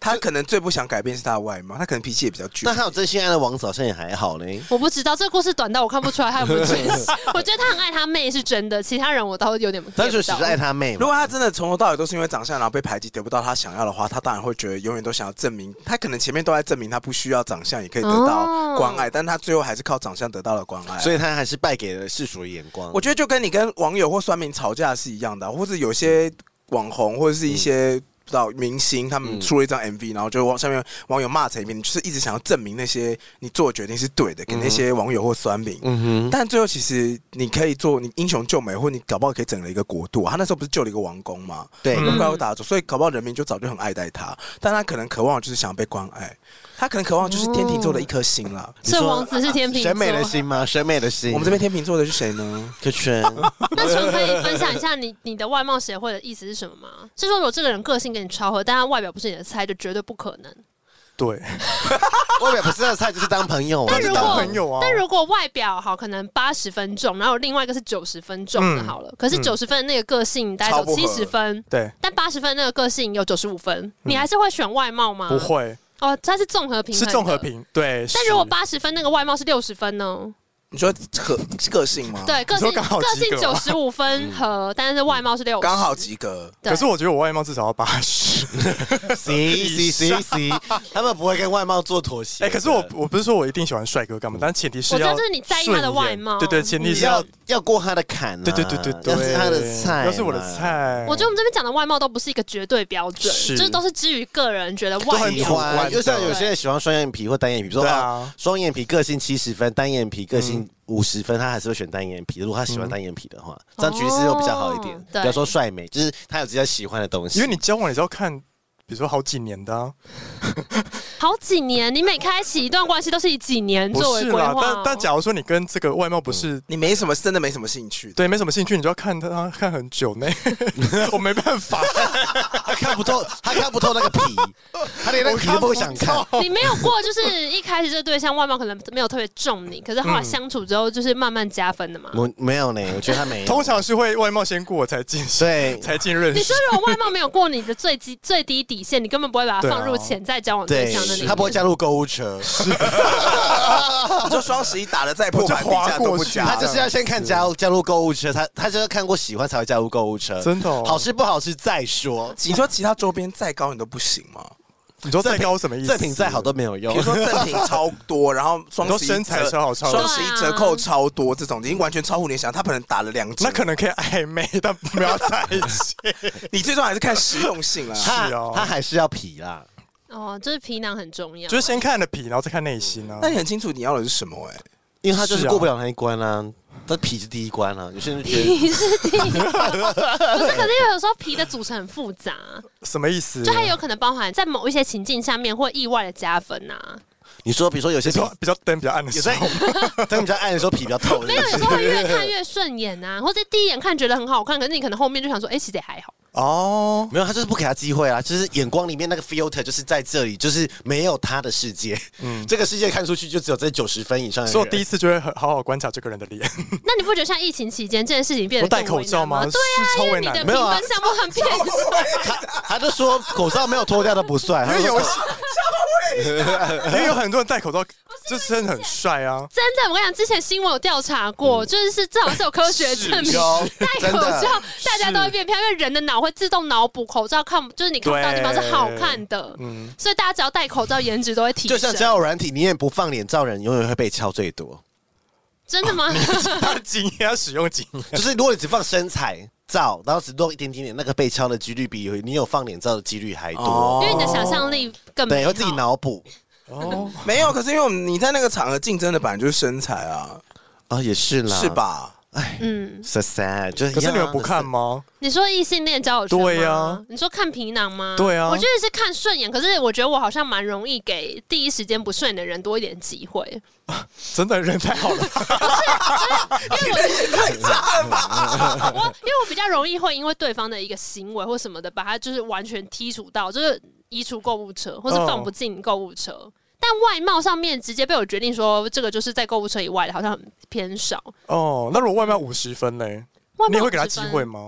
他可能最不想改变是他的外貌，他可能脾气也比较倔。 但他有真心爱的王子好像也还好嘞。 我不知道这个故事短到我看不出来他有没有真心。我觉得他很爱他妹是真的，其他人我倒有点不知道。 他就只是爱他妹。 如果他真的从头到尾都是因为长相，然后被排挤得不到他想要的话，他当然会觉得永远都想要证明。他可能前面都在证明他不需要长相也可以得到关爱，哦、但他最后还是靠长相得到了关爱， 所以他还是败给了世俗的眼光。 我觉得就跟你跟网友或酸民吵架是一样的，或者有些网红或者是一些、嗯到明星他们出了一张 M V，、嗯、然后就往下面网友骂成一片，你就是一直想要证明那些你做的决定是对的，给那些网友或酸民。嗯哼。但最后其实你可以做你英雄救美，或你搞不好可以整了一个国度。他那时候不是救了一个王宫吗？对，跟怪物打走，所以搞不好人民就早就很爱戴他，但他可能渴望的就是想要被关爱。他可能渴望就是天秤座的一颗心啦。 所以王子是天秤座， 审美的心吗？审美的心。 我们这边天秤座的是谁呢？ 柯圈。 那纯可以分享一下你你的外貌协会的意思是什么吗？是说如果这个人个性跟你超合，但他外表不是你的菜，就绝对不可能。 对， 外表不是你的菜，就是当朋友、啊。 但如果朋友啊， 但如果外表好，可能八十分重，然后另外一个是九十分重的，好了。嗯、可是九十分的那个个性大概有七十分， 对。 但八十分那个个性有九十五分，嗯、你还是会选外貌吗？ 不会。 哦，它是综合评分， 是综合评，对。 但如果八十分那个外貌是六十分呢？ 你说个个性吗？ 对，个性个性九十五分和，但是外貌是六十， 刚好及格。 可是我觉得我外貌至少要八十。 行行行行，他们不会跟外貌做妥协。 哎、欸，可是我我不是说我一定喜欢帅哥干嘛，但前提是要， 我觉得就是你在意他的外貌。 对对，前提是要要过他的坎、啊。 对对对对对， 要是他的菜， 要是我的菜。 我觉得我们这边讲的外貌都不是一个绝对标准，就是都是基于个人觉得外貌。就像有些人喜欢双眼皮或单眼皮，比如说啊，双眼皮个性七十分，单眼皮个性五十分，他还是会选单眼皮。如果他喜欢单眼皮的话，这样其实又比较好一点。不要说帅美，就是他有自己喜欢的东西。 因为你交往，你是要看，比如说好几年的、啊。 好几年，你每开启一段关系都是以几年作为规划、哦。 但但假如说你跟这个外貌不是、嗯、 你没什么真的没什么兴趣， 对，没什么兴趣，你就要看他看很久呢。我没办法， 他看不透，他看不透那个皮，他连那个皮都不会想看。 你没有过，就是一开始这个对象外貌可能没有特别中你，可是后来相处之后就是慢慢加分的嘛。 我没有呢，我觉得他没有。 通常是会外貌先过我才进， 对， 才进认识。 你说如果外貌没有过你的最低最低底线，你根本不会把它放入潜在交往对象的里面。 他不会加入购物车， 你说双十一打的再破盘，比价都不加， 他就是要先看加入加入购物车，他他就是看过喜欢才会加入购物车， 真的、哦， 好吃不好吃再说。 你说其他周边再高你都不行吗？ 你说再高什么意思？ 赠品再好都没有用。 比如说赠品超多，然后双十一身材超好， 双十一折扣超多，这种已经完全超乎你的想象。他可能打了两折， 那可能可以暧昧，但不要在一起。 你最终还是看实用性啦， 是哦，他还是要皮啦。 哦，就是皮囊很重要， 就是先看了皮，然后再看内心啊。 那你很清楚你要的是什么哎、欸？ 因为他就是过不了那一关啊，他皮是第一关啊。有些人觉得皮是第一关，不是？可是有时候皮的组成很复杂， 什么意思？ 就它有可能包含在某一些情境下面会意外的加分啊。 你说，比如说有些皮比较灯比较暗的时候， 灯比较暗的时候皮比较透。 没有，有时候越看越顺眼啊，或者第一眼看觉得很好看，可是你可能后面就想说，哎、欸，其实也还好。 哦，没有，他就是不给他机会啊，就是眼光里面那个 filter 就是在这里，就是没有他的世界。嗯，这个世界看出去就只有在九十分以上的人。 所以我第一次就会好好观察这个人的脸。 那你不觉得像疫情期间这件事情变得戴口罩吗？ 对啊，因为你的评分项目很偏少。他他就说口罩没有脱掉都不帅， 因为有因为有很多人戴口罩，就真的很帅啊！ 真的，我跟你讲，之前新闻有调查过，嗯、就是至少是有科学证明，戴口罩大家都会变漂亮，因为人的脑会自动脑补口罩看，就是你看不到的地方是好看的，嗯，所以大家只要戴口罩，颜值都会提升。 就像交友软体，你也不放脸照人，永远会被敲最多。 真的吗？ 他的经验，他使用经验， 就是如果你只放身材照，然后只露一点点脸，那个被敲的几率比你有放脸照的几率还多， 哦、因为你的想象力更美好， 对，会自己脑补。 哦，没有，可是因为我们你在那个场合竞争的本来就是身材啊， 啊也是啦， 是吧？ 哎，嗯 ，so sad， 就是。 可是你们不看吗？ 你说异性恋交友圈吗？ 对呀、啊。 你说看皮囊吗？ 对啊。 我觉得是看顺眼，可是我觉得我好像蛮容易给第一时间不顺眼的人多一点机会。 啊、真的人太好了吧？ 不是，因为我太差了吧？我因为我比较容易会因为对方的一个行为或什么的，把他就是完全剔除到，就是移除购物车，或是放不进购物车。哦，但外貌上面直接被我决定说这个就是在购物车以外的，好像很偏少。 哦，那如果外貌五十分嘞，你也会给他机会吗？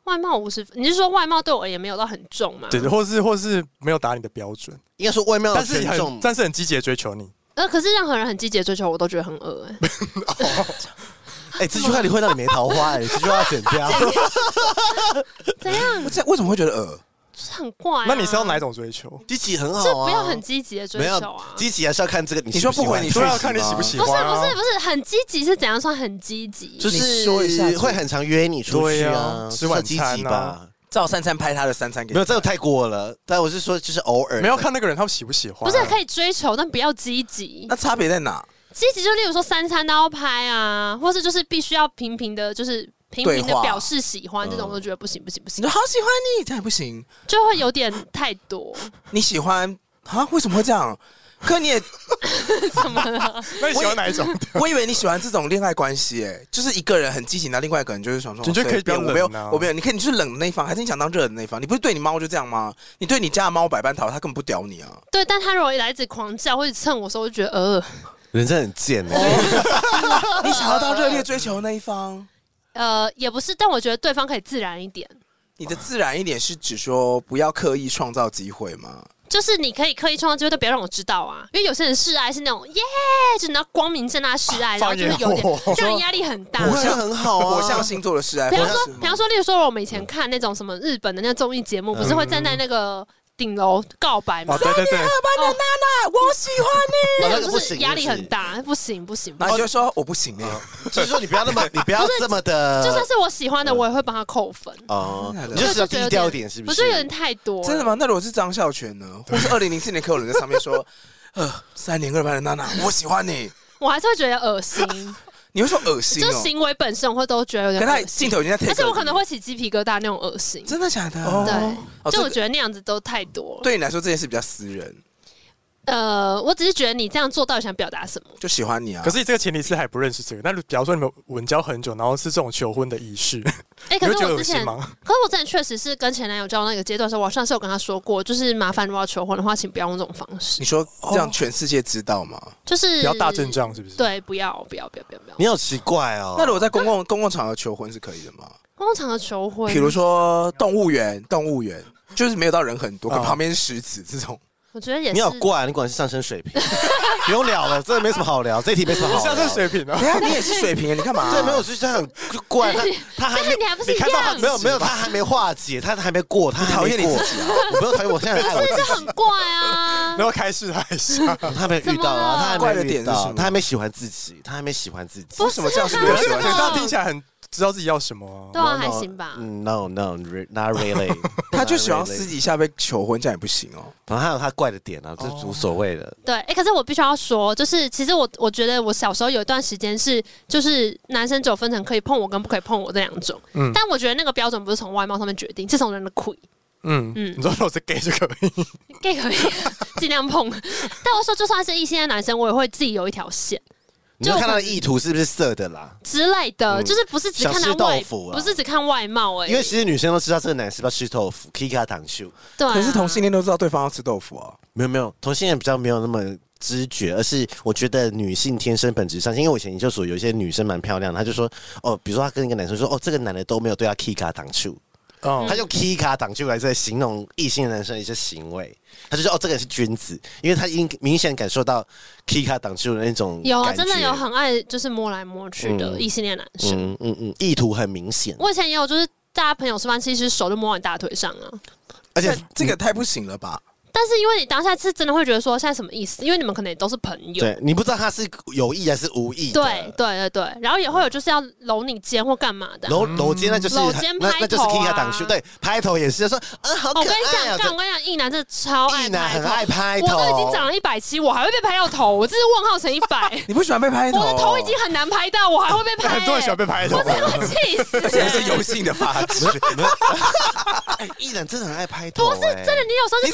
外貌五十，你是说外貌对我而言没有到很重吗？ 对对，或是或是没有达你的标准， 应该说外貌， 但是很但是很积极的追求你。 呃，可是任何人很积极的追求我都觉得很恶哎、欸。 哎、欸，这句话你会让你没桃花哎、欸，这句话要剪掉。 怎样？ 这为什么会觉得恶？ 就是很怪、啊。 那你是要哪一种追求？ 积极很好啊， 这不要很积极的追求啊。 积极还是要看这个你喜你说不回你说要看你喜不喜欢、啊。 不是不是不是，很积极是怎样算很积极？ 就是说一下会很常约你出去啊， 吃晚餐吧。 照三餐拍他的三餐给你， 没有这个太过了。但我是说，就是偶尔没有看那个人他喜不喜欢、啊。 不是可以追求，但不要积极。 那差别在哪？ 积极就例如说三餐都要拍啊，或是就是必须要频频的，就是频频的表示喜欢，这种我都觉得不行不行不行。 你说好喜欢你，这样也不行， 就会有点太多。 你喜欢啊？为什么会这样？可你也怎么了？ 那你喜欢哪一种？ 我以为你喜欢这种恋爱关系，哎，就是一个人很激情，那另外一个人就是想说， 你就可以比较冷、啊、 我没有，我没有，你可以你是冷的那一方，还是你想当热的那一方？你不是对你猫就这样吗？你对你家的猫百般讨好，它根本不屌你啊。 对，但他如果一来一直狂叫或者蹭我的时候，我就觉得呃， 人真的很贱哎、 欸。你想要当热烈追求的那一方？ 呃，也不是，但我觉得对方可以自然一点。 你的自然一点是指说不要刻意创造机会吗？ 就是你可以刻意创造机会，但不要让我知道啊，因为有些人示爱是那种耶，就是你要光明正大示爱，然后就是有点让人压力很大。 火象很好啊， 火象星座的示爱。 比方说，比方说，例如说，我们以前看那种什么日本的那个综艺节目，不是会站在那个顶楼告白吗？ 哦、对对对， 二班的娜娜，我喜欢你。 那个就是压力很大，不行不行。 然后就说我不行哎， 就是说你不要那么，你不要这么的。 就算是我喜欢的，我也会帮他扣分。 哦，你就是要低调一点，是不是？ 我觉得有点太多。 真的吗？那如果是张孝全呢？或是二零零四年柯有伦在上面说，呃，三年二班的娜娜，我喜欢你， 我还是会觉得恶心。 你会说恶心、哦？ 就行为本身，我会都觉得有点恶心。 可他镜头已经在， 而且我可能会起鸡皮疙瘩那种恶心。 真的假的？ 对， 哦、 就我觉得那样子都太多了。 对你来说，这件事比较私人。 呃，我只是觉得你这样做到底想表达什么？ 就喜欢你啊！ 可是你这个前提是还不认识这个。那假如说你们稳交很久，然后是这种求婚的仪式， 哎、欸，可是我之前，可是我之前确实是跟前男友交往那个阶段的时候，我上次有跟他说过，就是麻烦如果要求婚的话，请不要用这种方式。 你说这样全世界知道吗？哦、 就是不要大阵仗，是不是？ 对，不要，不要，不要，不要，不要。 你好奇怪哦。 那如果在公共公共场合求婚是可以的吗？ 公共场合求婚， 比如说动物园，动物园就是没有到人很多，可旁边是狮子这种。 我觉得也是。 你好怪，你果然是上升水平，不用聊了，真的没什么好聊，这一题没什么好聊。 上升水平啊！ 对啊，你也是水平，你干嘛、啊？ 对，没有，就是他很怪，他他还没， 你还不是一样？ 没有没有，他还没化解，他还没过，他讨厌你自己啊！ 我不用讨厌，我现在爱我自己。 这很怪啊！ 然后开示他一下， 他没遇到啊，他还怪的没遇到，他还没喜欢自己，他还没喜欢自己。 为什么这样是没有喜欢？ 可是他听起来很。知道自己要什么啊？ 对啊，还行吧。 嗯 ，No No Not really 。 他就喜欢私底下被求婚，这样也不行哦。 反正他有他怪的点啊，这是无所谓的。 对，哎、欸，可是我必须要说，就是其实我我觉得我小时候有一段时间是，就是男生只有分成可以碰我跟不可以碰我这两种。嗯，但我觉得那个标准不是从外貌上面决定，是从人的腿。 嗯嗯，你说如果是 gay 就可以 ，gay 可以尽量碰。但我说，就算是异性的男生，我也会自己有一条线。 你就看他的意图是不是色的啦之类的，嗯、就是不是只看他外，不是只看外貌而已。 因为其实女生都知道这个男是不是要吃豆腐 ，Kika 糖秀。 对、啊， 可是同性恋都知道对方要吃豆腐啊。 没有没有，同性恋比较没有那么知觉，而是我觉得女性天生本质上，因为我以前研究所有一些女生蛮漂亮的，她就说哦，比如说她跟一个男生说哦，这个男的都没有对她 Kika 糖秀。哦、他用 Kika 挡出来在形容异性的男生的一些行为，他就说哦，这个人是君子，因为他已经明显感受到 Kika 挡住的那种有啊，真的有很爱就是摸来摸去的异性恋男生， 嗯嗯嗯，意图很明显。 我以前也有，就是大家朋友吃饭，其实手就摸你大腿上啊， 而且这个太不行了吧？ 但是因为你当下是真的会觉得说现在什么意思？因为你们可能也都是朋友， 对你不知道他是有意还是无意的。 对对对对，然后也会有就是要搂你肩或干嘛的、啊， 搂搂肩那就是搂肩拍头、啊、 那那就是 Kika 挡住，对，拍头也是说啊好可爱、啊。 我跟你讲，干我跟你讲，异男真的超爱拍头， 异男很爱拍头， 我都已经长了一百七，我还会被拍到头，我这是问号乘一百。 你不喜欢被拍头？ 我的头已经很难拍到，我还会被拍、欸。 很多人喜欢被拍头， 我真的会气死。 而且是油性的发质。 异男真的很爱拍头、欸， 不是真的，你有时候就你怎么知道？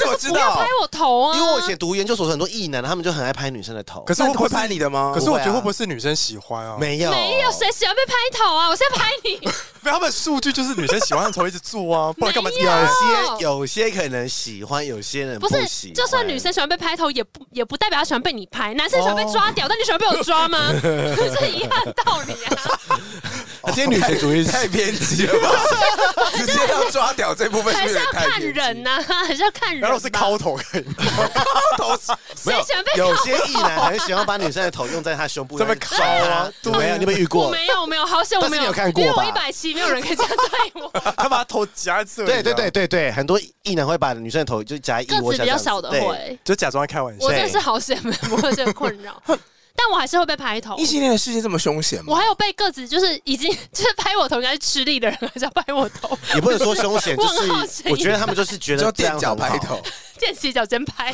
拍我头啊！ 因为我以前读研究所，很多异男他们就很爱拍女生的头。 可是我会拍你的吗？ 可是我觉得会不会是女生喜欢啊？ 没有， 没有谁喜欢被拍头啊！我现在拍你。 没有，他们数据就是女生喜欢的头一直做啊，不然干嘛？ 有些有些可能喜欢，有些人不喜是。就算女生喜欢被拍头，也不也不代表她喜欢被你拍。男生喜欢被抓屌，但你喜欢被我抓吗？是一样的道理啊。 今天女权主义太偏激了吧？直接要抓屌这部分还是要看人呐，还是要看人。 然后是敲头可以吗？ 敲头没有， 有些异男很喜欢把女生的头用在他胸部这么敲啊？ 没有，你们遇过？ 我没有，没有，好险我没有看过， 因为我一百七，没有人可以这样对我。 他把头夹在这里。 对对对对对，很多异男会把女生的头就夹腋窝下， 个子比较小的会， 就假装在开玩笑。 我真的是好险，没有这个困扰。但我还是会被拍头。 异性恋的世界这么凶险吗？ 我还有被个子就是已经就是拍我头应该是吃力的人，还是要拍我头？ 也不能说凶险，就是我觉得他们圈内会垫脚拍头， 踮起脚尖拍。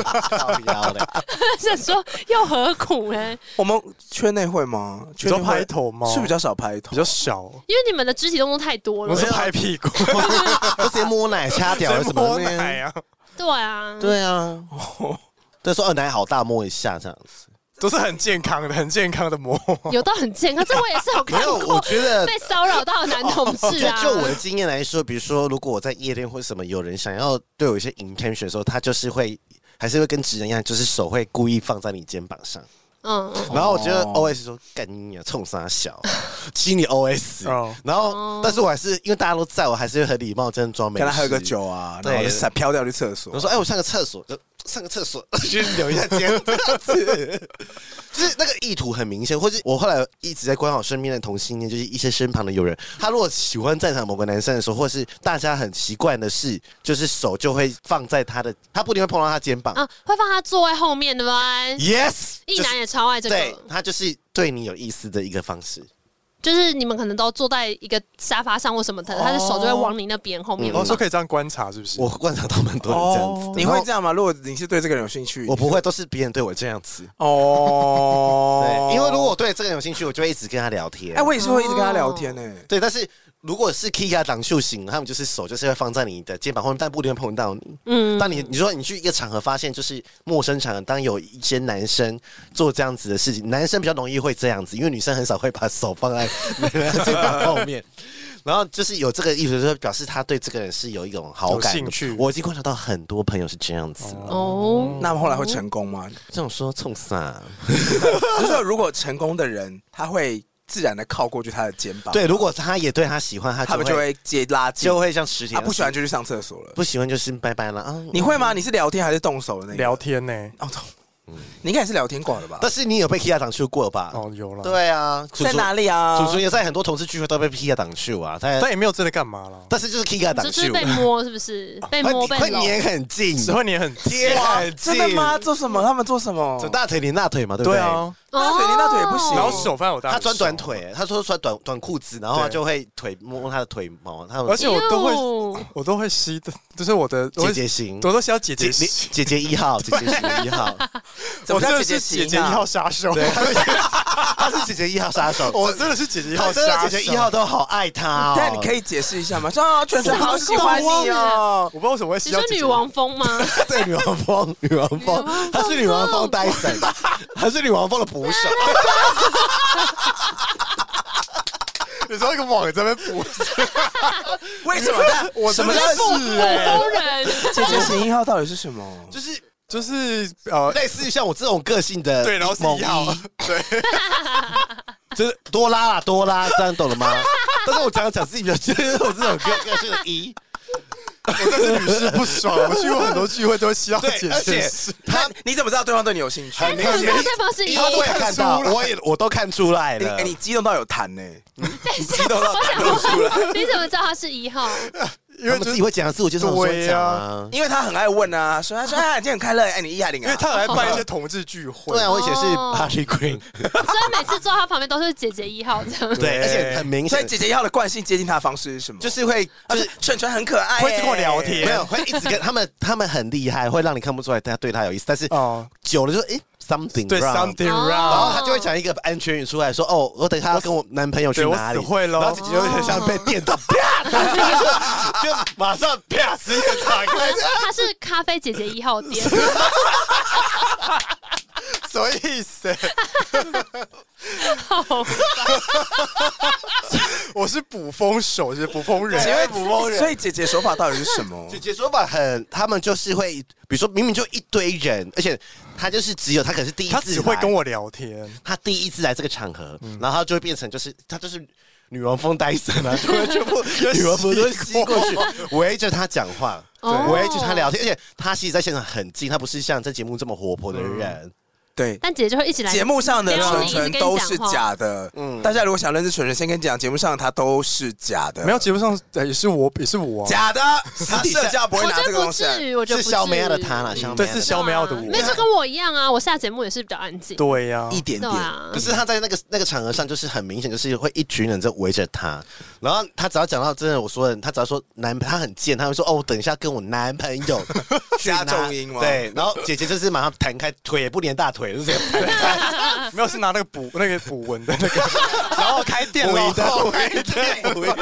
想说又何苦呢？ 我们圈内会吗？ 圈内拍头吗？ 是比较少拍头， 比较少， 因为你们的肢体动作太多了。 我是拍屁股， 我直接摸奶、掐屌什么摸奶啊？ 对啊， 对啊。对，说哦奶好大，摸一下这样子， 都是很健康的，很健康的摸。 有到很健康，这我也是有看过。 没有，我觉得被骚扰到的男同志啊。 就就我的经验来说，比如说，如果我在夜店或什么，有人想要对我一些 intention 的时候，他就是会还是会跟直人一样，就是手会故意放在你肩膀上。嗯，然后我觉得 O S 说干你啊，冲啥小，心里 O S， 然后但是我还是因为大家都在，我还是很礼貌，真的装没事。 跟他喝个酒啊，然后就飘掉去厕所。 我说哎，我上个厕所，就上个厕所，去留一下肩，这样子，就是那个意图很明显。或者我后来一直在观察我身边的同性恋，就是一些身旁的友人，他如果喜欢在场某个男生的时候，或是大家很习惯的是，就是手就会放在他的，他不一定会碰到他肩膀啊，会放他座位后面，对吧 ？Yes， 异男也超爱这个， 对，他就是对你有意思的一个方式。 就是你们可能都坐在一个沙发上或什么的，他的手就会往你那边后面。 哦，说可以这样观察，是不是？ 我观察到蛮多人这样子。 你会这样吗？如果你是对这个人有兴趣， 我不会，都是别人对我这样子。 哦， 对，因为如果我对这个人有兴趣，我就会一直跟他聊天。 哎，我也是会一直跟他聊天呢。 对，但是如果是 Kika 挡袖型，他们就是手就是会放在你的肩膀后面，但不一定会碰到你。嗯，当你你说你去一个场合发现就是陌生场合，当有一些男生做这样子的事情，男生比较容易会这样子，因为女生很少会把手放在肩膀后面。然后就是有这个意思，就表示他对这个人是有一种好感、 兴趣。 我已经观察到很多朋友是这样子哦。那后来会成功吗？ 这种说冲啥？ 就是说如果成功的人，他会自然的靠过去他的肩膀。 对，如果他也对他喜欢，他他们就会接拉近， 就会像实体。 他不喜欢就去上厕所了， 不喜欢就是拜拜了啊。 你会吗？你是聊天还是动手的那个？ 聊天呢？哦。 你应该也是聊天挂的吧？ 但是你有被 Kia 挡去过吧？ 哦，有了。 对啊， 在哪里啊？ 楚楚也在很多同事聚会都被 Kia 挡去啊， 但也没有真的干嘛了。 但是就是 Kia 挡去， 就是被摸，是不是？被摸被会黏很近， 只会黏很贴很近。 真的吗？做什么？他们做什么？ 走大腿黏大腿嘛，对不对？ 对啊， 大腿黏大腿也不行。 然后手放我大腿， 他穿短腿，他说穿短短裤子，然后他就会腿摸他的腿毛，他而且我都会，我都会吸的，就是我的姐姐型， 我都吸到姐姐姐姐一号，姐姐型一号， 我真的是姐姐一号杀手， 对，他是姐姐一号杀手， 我真的是姐姐一号杀手， 姐姐一号都好爱他。 但你可以解释一下吗？说啊，全全好喜欢你哦， 我不知道为什么会吸到。 你说女王风吗？ 对，女王风，女王风，她是女王风戴森，她是女王风的捕手。 你说那个网在那边捕， 为什么？ 我什么叫捕捕风人？ 姐姐型一号到底是什么？ 就是就是呃， 类似于像我这种个性的， 对，然后是一号，对， 就是多拉啦，多拉，这样懂了吗？但是我讲讲自己比较，就是我这种个个性的一。 我真是屡试不爽，我去过很多聚会都会吸到姐姐， 而且他你怎么知道对方对你有兴趣？ 很明显，对方是一号， 我也看到，我也我都看出来了。 哎，你激动到有痰呢，你激动到痰都出来。 你怎么知道他是一号？ 因为自己会讲自我介绍， 对呀， 因为他很爱问啊，说他说啊，今天很快乐，哎，你一还零啊？ 因为他很爱办一些同志聚会。 对啊，我以前是 Party Queen， 所以每次坐他旁边都是姐姐一号这样。 对，而且很明显， 所以姐姐一号的惯性接近他的方式是什么？ 就是会，就是纯纯很可爱， 会一直跟我聊天， 没有会一直跟他们，他们很厉害，会让你看不出来他对他有意思，但是久了就说，哎。 something 对 wrong something 哦 wrong， 然后他就会讲一个安全语出来说：“哦，我等一下要跟我男朋友去对我哪里？” 死会咯然后姐姐就很像被电到，啪，就就马上啪，直接打开。 他是咖啡姐姐一号店， 什么意思？我是捕风手，是捕风人， 因为捕风人所以姐姐手法到底是什么？ 姐姐说法很，他们就是会，比如说明明就一堆人，而且他就是只有他可能是第一次来， 他只会跟我聊天， 他第一次来这个场合，然后他就会变成就是他就是女王风戴森啊，就会全部女王风都会吸过去，围着他讲话， 哦围着他聊天，而且他其实在现场很近，他不是像在节目这么活泼的人。 对， 但姐姐就会一起来。 节目上的纯撩你一直跟你纯都是讲话假的。 嗯嗯，大家如果想认识纯纯，先跟你讲，节目上他都是假的。 没有节目上也是我，也是我、啊， 假的，他社交不会拿我觉得不这个东西来。 至于，我觉得是不至于肖梅亚的他啦，肖梅对， 亚的是肖梅奥的我， 没有，就跟我一样啊，我下节目也是比较安静。 对呀、 一点点。 对啊可，是他在那个那个场合上，就是很明显，就是会一群人在围着他，然后他只要讲到真的，我说的，他只要说男，他很贱，他会说哦，等一下跟我男朋友加重音吗？， 对，然后姐姐就是马上弹开，腿也不连大腿，就直接弹开， 没有是拿那个补那个补文的那个，然后开电补了， 一的，补一的，补一的，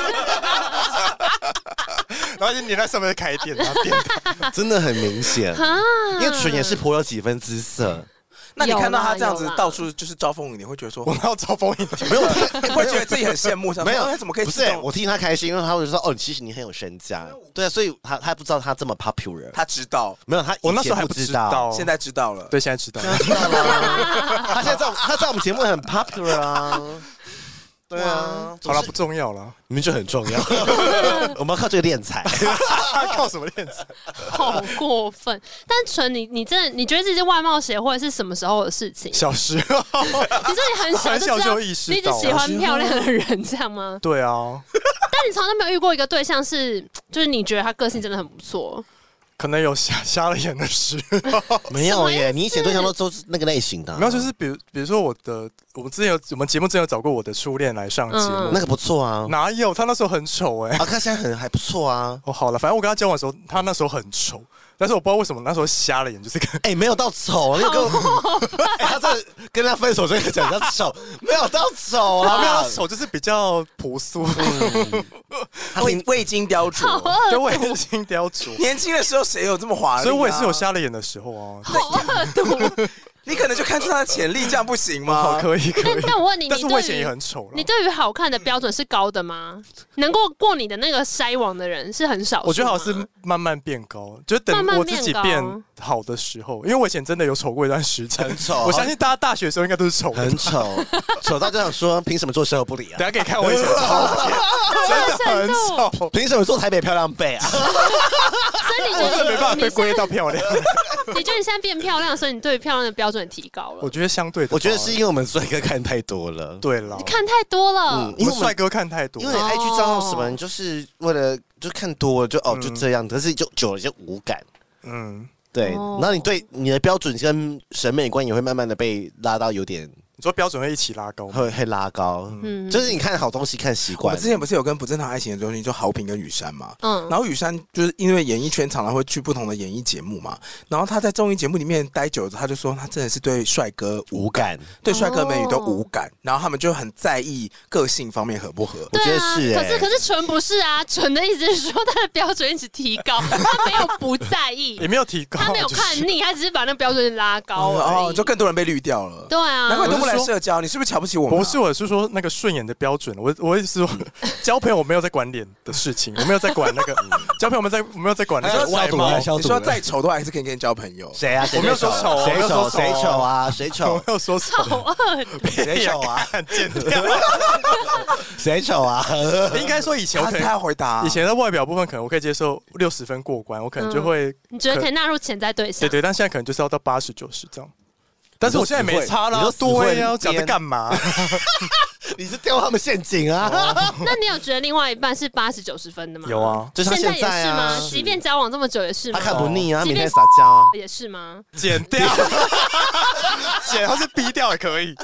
然后就粘在上面开电，然后电它。 真的很明显， 啊， 因为纯也是颇有几分姿色， 那你看到他这样子有啦到处就是招风引，你会觉得说我，要招风引天， 没有， 你会觉得自己很羡慕，想说没有哎，怎么可以不是自动？ 我替他开心，因为他会说哦，其实你很有身价，对啊，所以他他不知道他这么 popular， 他知道， 没有他以前我那时候还不不知道， 道， 现在知道了。 对，现在知道。 知道了，他现在在我他在我们节目很 popular 啊。对啊， 好了，不重要了， 你们就很重要，我们要靠这个敛财。 靠什么练财？ 好过分。但纯你，你真的你觉得这些外貌协会是什么时候的事情？ 小时候， 你说你很小很小就知道就意识到你只喜欢漂亮的人，这样吗？ 对啊， 但你从来都没有遇过一个对象是，就是你觉得他个性真的很不错， 可能有瞎瞎了眼的时候。 没有耶，你以前对象都都是那个类型的啊， 没有，就是比如比如说我的，我们之前有我们节目之前有找过我的初恋来上节目， 嗯那个不错啊。 哪有？他那时候很丑哎、 啊，他现在很还不错啊。 哦，好了，反正我跟他交往的时候，他那时候很丑，但是我不知道为什么那时候瞎了眼，就是跟哎，没有到丑，那个哎他这跟他分手这个讲他丑，没有到丑啊，没有啊他，丑，就是比较朴素， 他挺未未经雕琢， 就未经雕琢， 年轻的时候谁有这么华丽啊？ 所以我也是有瞎了眼的时候啊。 好恶毒。 你可能就看出他的潜力，这样不行好， 吗？ 可以可以， 但但我问你， 但你对于是我以前也很丑了你。对于好看的标准是高的吗？能够过你的那个筛网的人是很少数吗。 我觉得好像是慢慢变高，就等慢慢我自己变高变好的时候，因为我以前真的有丑过一段时间， 很丑我相信大家大学的时候应该都是丑的吧， 很丑，丑到就想说凭什么做社不理啊等？下可以看我以前的照片，真的很丑， 凭什么做台北漂亮贝啊？ 所以你觉我真的没办法被得你归类到漂亮。 你觉得你现在变漂亮，所以你对于漂亮的标准提高了我。觉得相对的吧， 我觉得是因为我们帅哥看太多了。 对了你，看太多了嗯，因为我们因为帅哥看太多因为你哦 I G 账号什么，你就是为了就看多了就哦嗯就这样，可是就久了就无感。 嗯， 对， 哦然后你对你的标准跟审美观也会慢慢的被拉到有点你说标准会一起拉高吗？ 会会拉高， 嗯就是你看好东西看习惯我们之。前不是有跟不正常爱情的中心，就豪平跟雨山嘛。 嗯， 然后雨山就是因为演艺圈常常会去不同的演艺节目嘛，然后他在综艺节目里面待久了，他就说他真的是对帅哥无无感， 对帅哥美女都无感，然后他们就很在意个性方面合不合。 我觉得对啊是欸可是可是纯不是啊，纯的意思是说他的标准一直提高，他没有不在意也，没有提高， 他没有就是看腻，他只是把那个标准拉高而哦， 已。 就更多人被绿掉了。 对啊， 难怪你都不来我是说社交，你是不是瞧不起我们啊？ 不是，我是说那个顺眼的标准。我我意思是说，交朋友我没有在管脸的事情，我没有在管那个交朋友，我们在我没有在管那个外貌。 你说再丑都还是可以跟你交朋友。 谁啊？谁我没有说丑谁我没有说丑丑谁丑啊？谁我丑没？有说丑， 好恶谁丑啊？ 剪掉。 谁丑啊？ 应该说以前我他他可能要回答， 以前在外表部分可能我可以接受六十分过关，我可能就会你觉得可以纳入潜在对象？ 对对，但现在可能就是要到八十九十这样。但是我现在没差啦你说，死会对呀，讲这干嘛？ 你是掉他们陷阱啊？ 那你有觉得另外一半是八十九十分的吗？ 有，啊， 就是他现在也在啊是吗？即便交往这么久也是吗？ 他看不腻啊，他即便每天撒娇啊。 也是吗？ 剪掉，剪，或是逼掉也可以。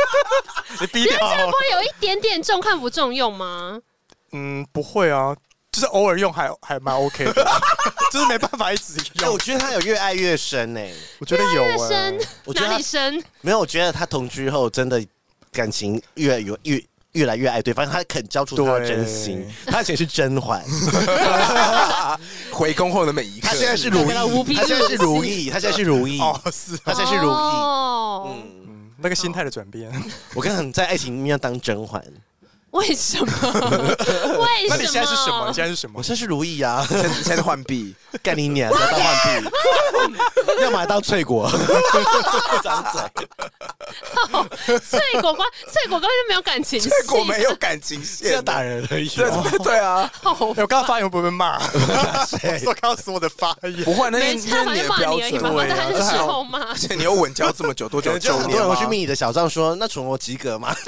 你逼掉这样不会有一点点重看不重用吗？ 嗯，不会啊，就就是偶尔用还还蛮 OK 的，就是没办法一直用。 哎，我觉得他有越爱越深哎， 我觉得有越深， 我觉得哪里深？ 没有，我觉得他同居后真的感情越有越。越来越爱对方，他肯交出他的真心。他以前是甄嬛， 回宫后的每一刻， 他现在是如意，他现在是如意，他现在是如意， 哦，是， 他现在是如意。 哦， 嗯，那个心态的转变。 我跟你在爱情里面要当甄嬛， 为什么？为什么？ 那你现在是什么？你现在是什么？ 我现在是如意啊， 现在现在是浣碧， 干你娘，要当浣碧，要么当翠果，张嘴。 翠果关，翠果根本就没有感情线， 翠果没有感情线， 要打人而已。 对对啊， 我刚刚发言会不会被骂？我刚刚所有的发言不会，那没差， 那你的反正骂标准， 你而已嘛，反正他是事后骂。 而且你又稳交这么久，多久？ 就很多人会去密你的小账说，那存我及格吗？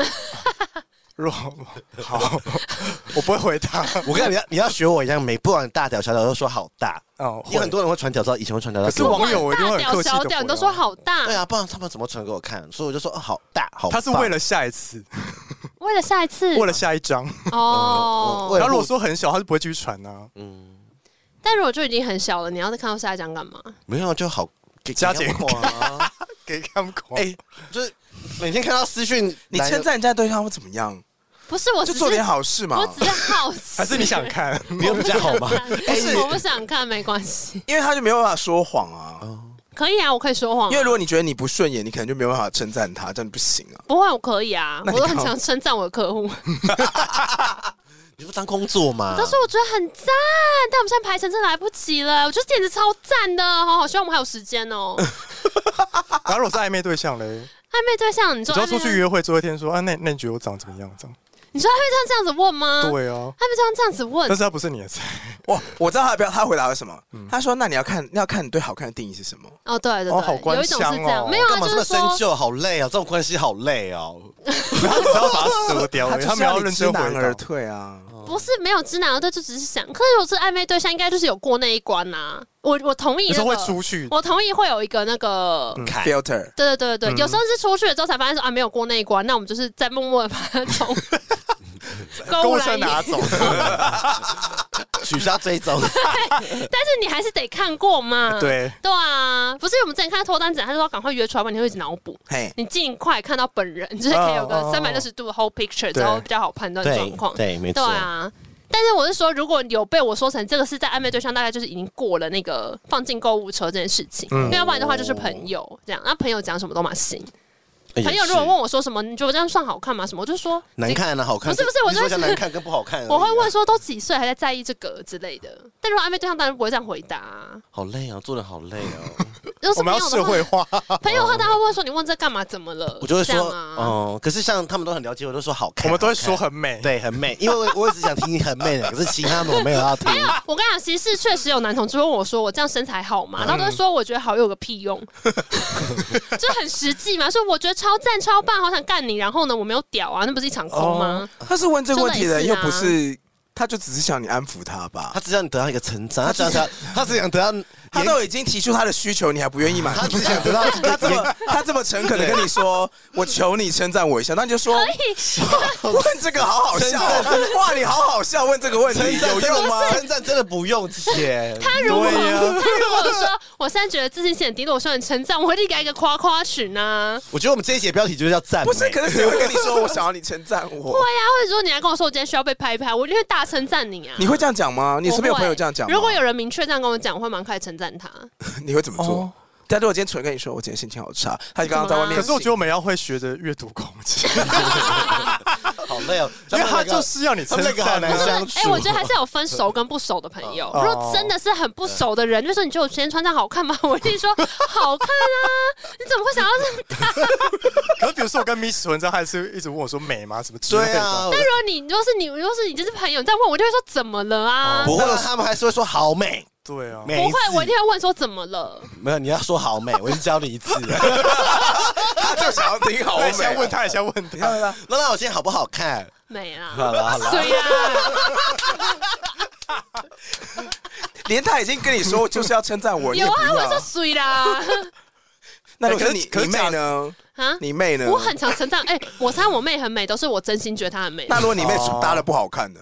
好，我不会回答。 我跟你要你要学我一样，每不管大屌小屌都说好大哦。 因为很多人会传屌照，以前会传屌照， 可是网友一定会很客气的小屌你都说好大， 对啊，不然他们怎么传给我看？所以我就说哦，好大，好。 他是为了下一次， 为了下一次， 为了下一张哦。 他如果说很小，他是不会继续传啊。嗯。 但如果就已经很小了，你要再看到下一张干嘛？ 没有就好给加减啊，给他们看。 哎，就是每天看到私讯， 你称赞人家对象会怎么样？ 不是，我就做点好事嘛。 我只是好奇， 还是你想看？ 你有比较好吗？ 不是，我不想看，没关系。 因为他就没有办法说谎啊。 可以啊，我可以说谎、啊。 因为如果你觉得你不顺眼，你可能就没有办法称赞他，这样不行啊。 不会，我可以啊，我都很常称赞我的客户。 你不当工作嘛？ 都说我觉得很赞，但我们现在排程真的来不及了。我觉得简直超赞的，好好，希望我们还有时间哦。 然后如果是暧昧对象嘞？ 暧昧对象，你说你要出去约会，最后一天说啊，那那你觉得我长怎么样？这样？ 你说他会这样这样子问吗？ 对啊， 他会这样这样子问， 但是他不是你的菜。 我我知道他不要，他回答了什么？嗯、他说：“那你要看，要看你对好看的定义是什么？” 哦，对对对， 哦、好官有一种是这样， 哦、 没有啊， 干嘛这么就是深究？好累啊，这种关系好累哦。 他只要把它折掉，他们要认真回而退啊。 不是没有知难而退，就只是想。可是如果是暧昧对象，应该就是有过那一关呐、啊。我我同意、那個， 有时候会出去， 我同意会有一个那个、 嗯、filter。 对对对对， 嗯、 有时候是出去了之后才发现说啊没有过那一关，那我们就是在默默的把它从购物车拿走， 取消追踪。 但是你还是得看过嘛。 对对啊，不是我们之前看脱单者，他就说赶快约出来，不然你会一直脑补。你尽快看到本人，就是可以有个三百六十度的 whole picture，之后比较好判断状况。 对，没错。 对啊。但是我是说，如果有被我说成这个是在暧昧对象，大概就是已经过了那个放进购物车这件事情，嗯、要不然的话就是朋友这样。那朋友讲什么都蛮行。朋友如果问我说什么，你觉得这样算好看吗？什么，我就说难看啊，好看。 不是不是，我就说难看跟不好看。 我会问说都几岁还在在意这个之类的。但如果暧昧对象当然不会这样回答、啊。 好累啊，做人好累哦。 我们要社会化。 朋友的话，他会问说你问这干嘛？怎么了？ 我就会说， 啊、 哦，可是像他们都很了解，我都说好看。 我们都会说很美， 对，很美。因为我我一直想听很美的，可是其他的我没有要听。 没有，我跟你讲，其实确实有男同志问我说我这样身材好吗？然后都会说我觉得好有个屁用，就很实际嘛。说我觉得超赞超棒。好想干你，然后呢？我没有屌啊，那不是一场空吗？ 哦、他是问这个问题的人，又不是，他就只是想你安抚他吧？ 他只想你得到一个成长，他只想他只想得到， 他都已经提出他的需求，你还不愿意满足？ 他只想得到， 他这么他这么诚恳的跟你说，我求你称赞我一下，那你就说，问这个好好笑，哇，你好好笑，问这个问题有用吗？ 称赞真的不用钱。 他如果他如果说我现在觉得自信心很低落，我说你称赞，我会立给一个夸夸群啊。 我觉得我们这一节标题就是要赞美， 不是？可是谁会跟你说我想要你称赞我？ 会啊，或者说你来跟我说我今天需要被拍一拍，我一定会大称赞你啊。 你会这样讲吗？你身边有朋友这样讲吗？ 如果有人明确这样跟我讲，我会蛮快称赞他。 你会怎么做？哦、但如果今天纯跟你说，我今天心情好差，他就刚刚在外面。 可是我觉得我们要会学着阅读空气。 好累哦， 因为他就是要你称赞。 哎，我觉得还是有分熟跟不熟的朋友。如果真的是很不熟的人，就说你觉得我今天穿这样好看吗？我一定说好看啊！你怎么会想要这样？ 可是比如说我跟 Miss 文章，还是一直问我说美吗？什么之类的。 对啊。 但如果你如果是你，如果是你就是朋友，你再问我，就会说怎么了啊？ 不会，他们还是会说好美。 对啊， 不会，我一定会问说怎么了？ 没有，你要说好美，我已经教你一次了。 他就想要听好美， 先问他，先问他。 那那我今天好不好看？ 美啊， 好了好了， 对呀。 连他已经跟你说就是要称赞我， 有啊，我说水啦。 那如果是你你妹呢？啊，你妹呢？ 我很常称赞，哎，我猜我妹很美，都是我真心觉得她很美。 那如果你妹搭的不好看呢？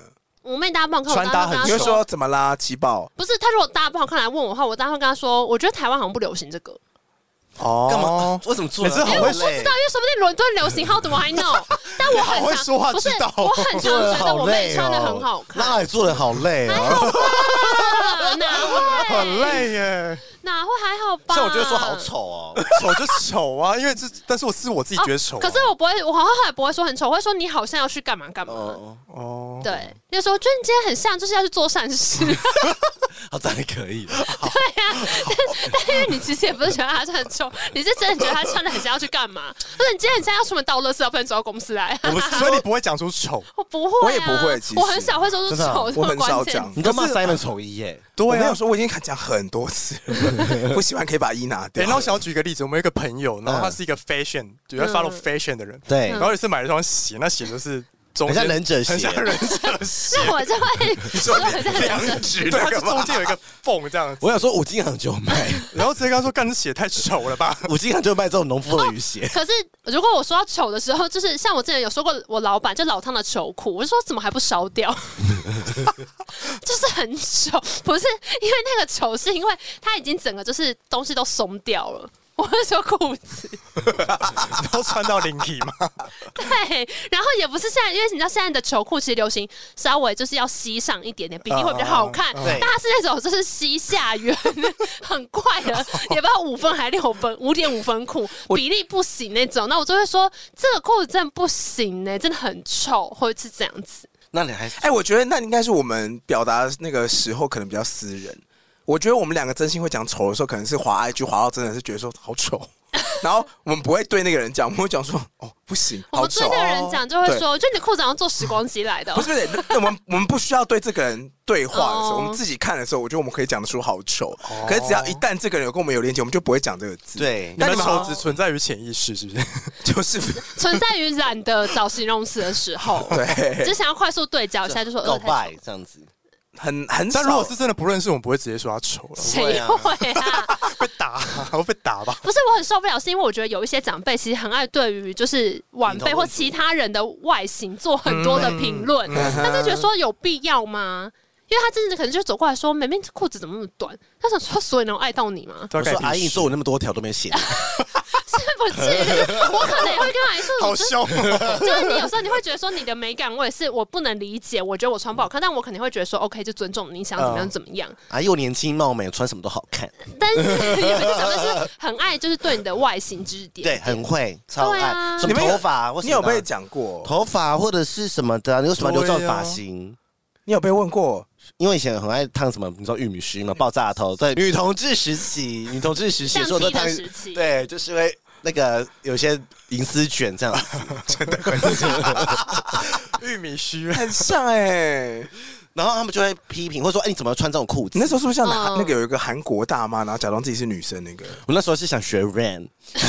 我妹搭不好看， 穿搭很你会说怎么啦？奇宝不是，她如果搭不好看来问我的话，我当然会跟她说，我觉得台湾好像不流行这个。 哦， 干嘛？为什么做？ 每次好会因为我不知道，因为说不定伦敦流行，How do I know？ 但我很好会说话， 不是知道我很常觉得我妹穿的很好看。 那你做的好累哦， 哪会？ 很累耶。 哪会还好吧？ 像我就会说好丑哦， 丑就丑啊，因为这，但是我是我自己觉得丑、啊哦。可是我不会，我好像后来不会说很丑，我会说你好像要去干嘛干嘛。 哦， 哦对，有时候我觉得你今天很像，就是要去做善事。 好，这还可以。 对啊，但但因为你其实也不是觉得他穿很丑，你是真的觉得他穿的很像要去干嘛？或者你今天很像要出门倒垃圾，不能走到公司来。 我不是，所以你不会讲出丑。 我不会、啊， 我也不会，其实我很少会说出丑， 我很少讲。 你都骂 Simon 丑一耶？ 对、啊，我没有说，我已经讲很多次了，不喜欢可以把一拿掉。 欸、然后我想要举一个例子，我们有一个朋友，然后他是一个 fashion，就在 follow fashion 的人， 对。 然后有一次买了一双鞋，那鞋就是很像忍者鞋， 很像忍者鞋。 那我就会说很像两指， 对，它是中间有一个缝这样子。 我想说五金行就卖， 然后直接跟他说：“干，这鞋太丑了吧？” 五金行就卖这种农夫的雨鞋。 可是如果我说到丑的时候，就是像我之前有说过，我老板就老汤的球裤，我就说怎么还不烧掉？就是很丑，不是因为那个丑，是因为它已经整个就是东西都松掉了。我是说裤子， 然后穿到 linky 吗？ 对，然后也不是现在，因为你知道现在的球裤其实流行稍微就是要膝上一点点，比例会比较好看。 对， 但它是那种就是膝下圆，很怪的，也不知道五分还六分，五点五分裤，比例不行那种。那我就会说这个裤子真的不行呢、欸，真的很臭，或者是这样子。 那你还哎、欸，我觉得那应该是我们表达那个时候可能比较私人。我觉得我们两个真心会讲丑的时候，可能是滑 I G 滑到真的是觉得说好丑，然后我们不会对那个人讲，我们会讲说哦不行， 我们对那个人讲就会说，就你的裤子好像坐时光机来的、哦。 不是不是，那我们我们不需要对这个人对话的时候， oh. 我们自己看的时候，我觉得我们可以讲得出好丑。Oh. 可是只要一旦这个人有跟我们有连接，我们就不会讲这个字。 对， 但你们丑只存在于潜意识，是不是？ 就是存在于懒得找形容词的时候， 对， 只想要快速对焦一下，就说告白这样子。 很很少， 但如果是真的不认识，我们不会直接说他丑了。 谁会啊？ 被打，我被打吧。 不是，我很受不了，是因为我觉得有一些长辈其实很爱对于就是晚辈或其他人的外形做很多的评论，他就觉得说有必要吗？因为他真的可能就走过来说：“妹妹裤子怎么那么短？”他想说：“所以能爱到你吗？” 我说：“阿姨，你做我那么多条都没写。” 是不是？我可能也会跟阿姨说：“ 好凶。” 就是你有时候你会觉得说你的美感我也是我不能理解，我觉得我穿不好看，但我肯定会觉得说 OK 就尊重你想怎么样怎么样。 阿姨我年轻貌美，穿什么都好看。 但是有一些长辈是很爱，就是对你的外形指点， 对，很会，超爱。 啊、 什么头发？ 你有被讲过头发或者是什么的？你有什么留这种发型？ 你有被问过？ 因为以前很爱烫什么，你知道玉米须吗？爆炸头，对，女同志时期，女同志时期说都烫，对，就是会那个有些银丝卷这样子， 真的很像玉米须， 很像哎、欸。 然后他们就会批评，或者说：“哎、欸，你怎么穿这种裤子？” 你那时候是不是像、嗯、那个有一个韩国大妈，然后假装自己是女生那个？ 我那时候是想学 Rain，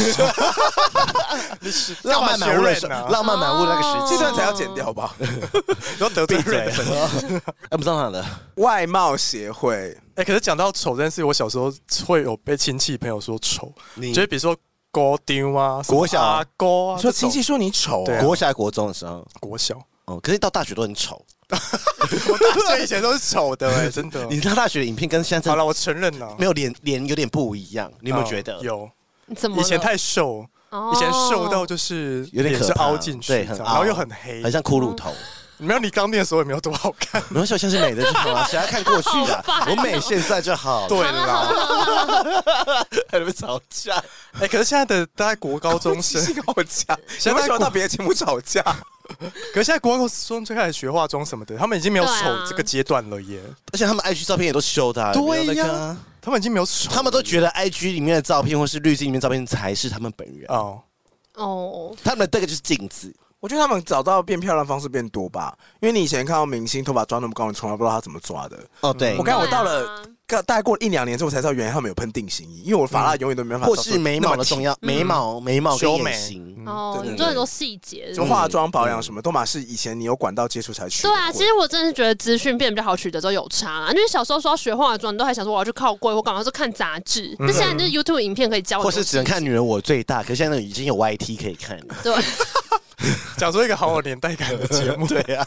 浪漫满屋的时候，浪漫满屋那个时期， 这段才要剪掉吧？ 然后得罪 Rain， 哎，不知道哪的外貌协会。 哎、欸，可是讲到丑这件事，我小时候会有被亲戚朋友说丑，就是比如说高丢啊， 国小阿哥啊， 说亲戚说你丑、 啊，国小国中的时候， 国小哦，可是到大学都很丑。 我大学以前都是丑的哎、欸，真的。 你到大学的影片跟现在好了，我承认了， 没有脸脸有点不一样，你有没有觉得？ 哦、有， 怎么？ 以前太瘦， 哦、 以前瘦到就是有点是凹进去， 对，很凹， 然后又很黑， 很像骷髅头。 没有，你刚练的时候也没有多好看。 没关系，我相信美的就好了，谁要看过去的？我美现在就好。 对啦， 还在吵架。 哎、欸，可是现在的大概国高中生吵架，现在为什么到别的节目吵架？ 可是现在国高中最开始学化妆什么的，他们已经没有丑这个阶段了耶。 而且他们 I G 照片也都修的、啊， 对呀、啊，他们已经没有丑， 他们都觉得 I G 里面的照片或是滤镜里面的照片才是他们本人哦哦，他们的这个就是镜子。 我觉得他们找到变漂亮的方式变多吧，因为你以前看到明星头发抓那么高，你从来不知道他怎么抓的。 哦，对， 我刚我到了。大概过了一两年之后，我才知道原来他们有喷定型液，因为我发蜡永远都没办法。 或是眉毛的重要，眉毛、眉毛跟眼型哦，你做很多细节， 就化妆保养什么，都嘛是以前你有管道接触才去。 对啊，其实我真的是觉得资讯变得比较好取得之后有差，因为小时候说要学化妆，你都还想说我要去靠柜或干嘛，说看杂志。那现在就是 YouTube 影片可以教， 或是只能看女人我最大，可是现在已经有 Y T 可以看了。 对。 讲出一个好有年代感的节目， 对啊，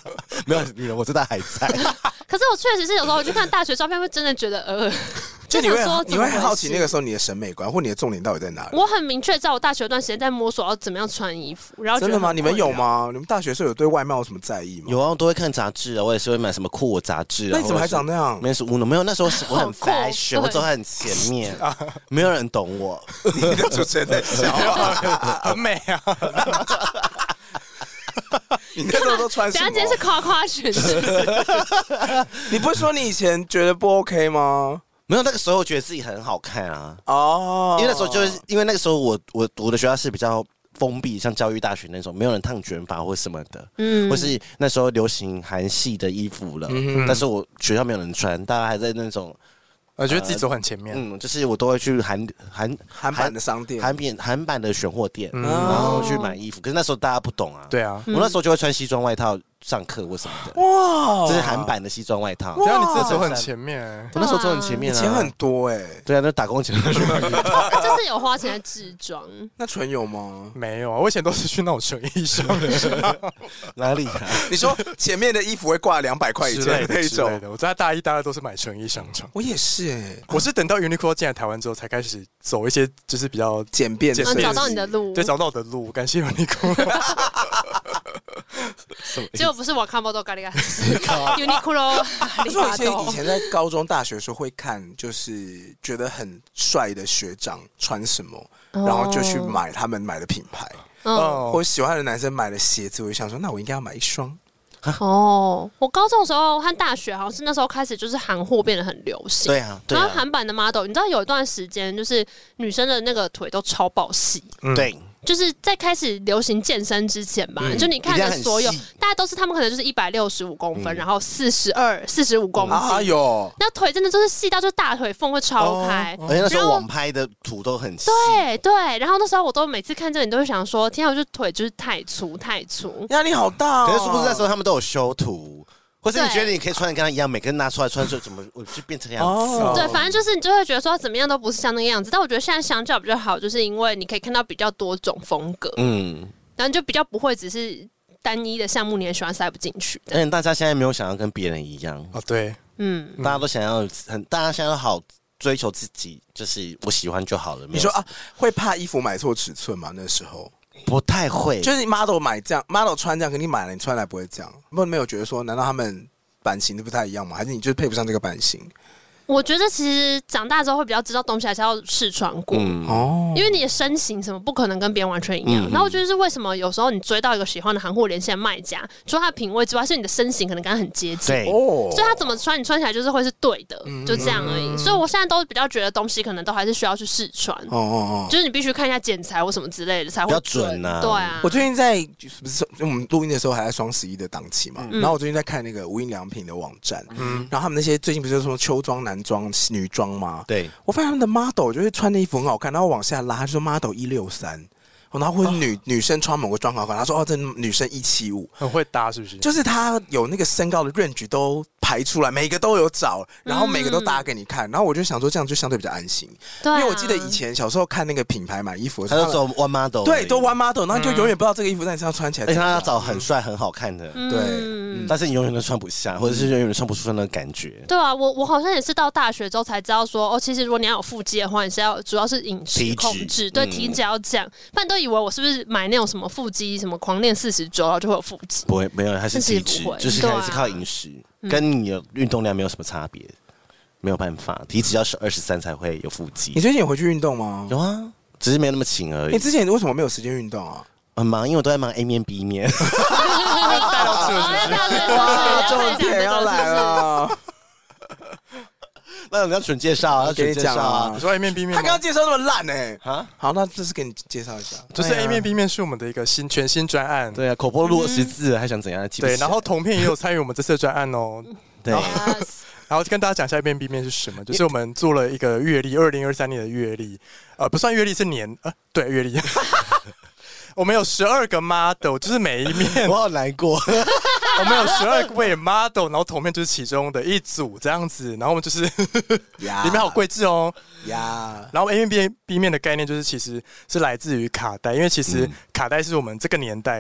没有女人，我真的还在。 可是我确实是有时候我去看大学照片，会真的觉得呃， 就你会说你会很好奇那个时候你的审美观或你的重点到底在哪里？ 我很明确知道我大学有段时间在摸索要怎么样穿衣服，然后真的吗？你们有吗？你们大学时候有对外貌有什么在意吗？ 有啊，我都会看杂志啊，我也是会买什么酷我杂志啊。 那你怎么还长那样？ 没有，我没有，那时候我很 fashion， 我走在很前面，没有人懂我。 你的主持人在笑， 很美啊。 你那时候都穿什么？ 等下今天是夸夸群， 你不是说你以前觉得不 OK 吗？ 没有，那个时候觉得自己很好看啊。 哦， 因为那时候就是因为那个时候我我读的学校是比较封闭，像教育大学那种，没有人烫卷发或什么的，嗯，或是那时候流行韩系的衣服了，嗯、但是我学校没有人穿，大家还在那种。 我觉得自己走很前面， 嗯，就是我都会去韩韩韩版的商店、 韩版韩版的选货店，嗯、然后去买衣服。可是那时候大家不懂啊， 对啊， 我那时候就会穿西装外套上课或什么的。哇，这是韩版的西装外套。 对啊，你真的走很前面， 我那时候走很前面啊， 钱很多哎、欸。 对啊，那打工钱去买衣服， 就是有花钱在制装。 那纯有吗？ 没有啊，我以前都是去那种成衣商场。 哪里啊？ 你说前面的衣服会挂两百块一件的那种的，我在大一、大二都是买成衣商场。 我也是哎、欸， 我是等到 Uniqlo 进来台湾之后，才开始走一些就是比较简便、 嗯，找到你的路， 对，找到我的路。感谢 Uniqlo。 结果不是我看不到咖喱咖，是 Uniqlo。 可是我以前以前在高中、大学的时候会看，就是觉得很帅的学长穿什么，然后就去买他们买的品牌。哦，我喜欢的男生买的鞋子，我就想说，那我应该要买一双。 哦，我高中的时候和大学好像是那时候开始，就是韩货变得很流行。 对啊，对啊， 然后韩版的 model， 你知道有一段时间，就是女生的那个腿都超爆细。 嗯、对。 就是在开始流行健身之前吧，嗯、就你看的所有，大家都是他们可能就是一百六十五公分，嗯、然后四十二、四十五公斤， 哎呦， 那腿真的就是细到就大腿缝会超开， 哦、而且那时候网拍的图都很细， 对对。然后那时候我都每次看这个，你都会想说，天啊，我就腿就是太粗太粗， 压力好大哦。 可是殊不知那时候他们都有修图。或是你觉得你可以穿的跟他一样，每个人拿出来穿出来，怎么我就变成这样子？ 哦、对，反正就是你就会觉得说怎么样都不是像那个样子。但我觉得现在相较比较好，就是因为你可以看到比较多种风格，嗯，然后就比较不会只是单一的项目，你很喜欢塞不进去的。 而且大家现在没有想要跟别人一样哦，对， 嗯， 大家都想要很，大家现在都好追求自己，就是我喜欢就好了。 你说啊，会怕衣服买错尺寸吗？那时候？ 不太会， 就是 model 买这样 ，model 穿这样，可你买了你穿来不会这样，不没有觉得说，难道他们版型都不太一样吗？还是你就是配不上这个版型？ 我觉得其实长大之后会比较知道东西还是要试穿过，嗯、哦，因为你的身形什么不可能跟别人完全一样。嗯、然后我觉得是为什么有时候你追到一个喜欢的韩货连线卖家，除了他的品味之外，是你的身形可能跟他很接近， 对， 所以他怎么穿你穿起来就是会是对的，嗯、就这样而已。所以我现在都比较觉得东西可能都还是需要去试穿，哦哦哦，就是你必须看一下剪裁或什么之类的才会准啊。 对啊， 我最近在不是我们录音的时候还在双十一的档期嘛，嗯、然后我最近在看那个无印良品的网站，嗯、然后他们那些最近不是说秋装、男装、女装吗？ 对， 我发现他们的 model 就是穿的衣服很好看，然后往下拉就说 model 一六三，然后或者女、哦、女生穿某个装很好看，他说哦这女生一七五， 很会搭是不是？ 就是他有那个身高的 range 都排出来，每个都有找，然后每个都搭给你看，嗯、然后我就想说这样就相对比较安心， 对、啊， 因为我记得以前小时候看那个品牌买衣服， 他就走 one model， 对，都 one model， 然后就永远不知道这个衣服在你身上穿起来， 而且他要找很帅很好看的， 嗯、 对。 嗯、 但是你永远都穿不下，或者是永远都穿不出那个感觉。 对啊，我我好像也是到大学之后才知道说，哦，其实如果你要有腹肌的话，你是要主要是饮食控制，对，体脂要降。不然都以为我是不是买那种什么腹肌，什么狂练四十周，然后就会有腹肌？ 不会，没有，还是体脂，就是还是靠饮食，啊、跟你的运动量没有什么差别。没有办法，体脂要是二十三才会有腹肌。 你最近有回去运动吗？ 有啊，只是没有那么勤而已。 你之前为什么没有时间运动啊？ 很忙，因为我都在忙 A 面 B 面。 带到这是不是？ 哇，重点要来了。 那我们要纯介绍，要纯介绍啊！ 你说 A 面 B 面， 他刚刚介绍那么烂哎、欸！ 啊， 好，那这次给你介绍一下， 就是 A 面 B 面是我们的一个新全新专案。 对啊，口播录二十字，还想怎样？ 对，然后同片也有参与我们这次的专案哦。 对。 然后跟大家讲一下 A 面 B 面是什么，就是我们做了一个月历，二零二三年的月历，呃，不算月历是年，呃，对，月历。我们有十二个 model， 就是每一面， 我好难过。 我们有十二位 model， 然后同面就是其中的一组这样子，然后我们就是里面还有柜子哦，呀。然后 A 面 B B 面的概念就是其实是来自于卡带，因为其实卡带是我们这个年代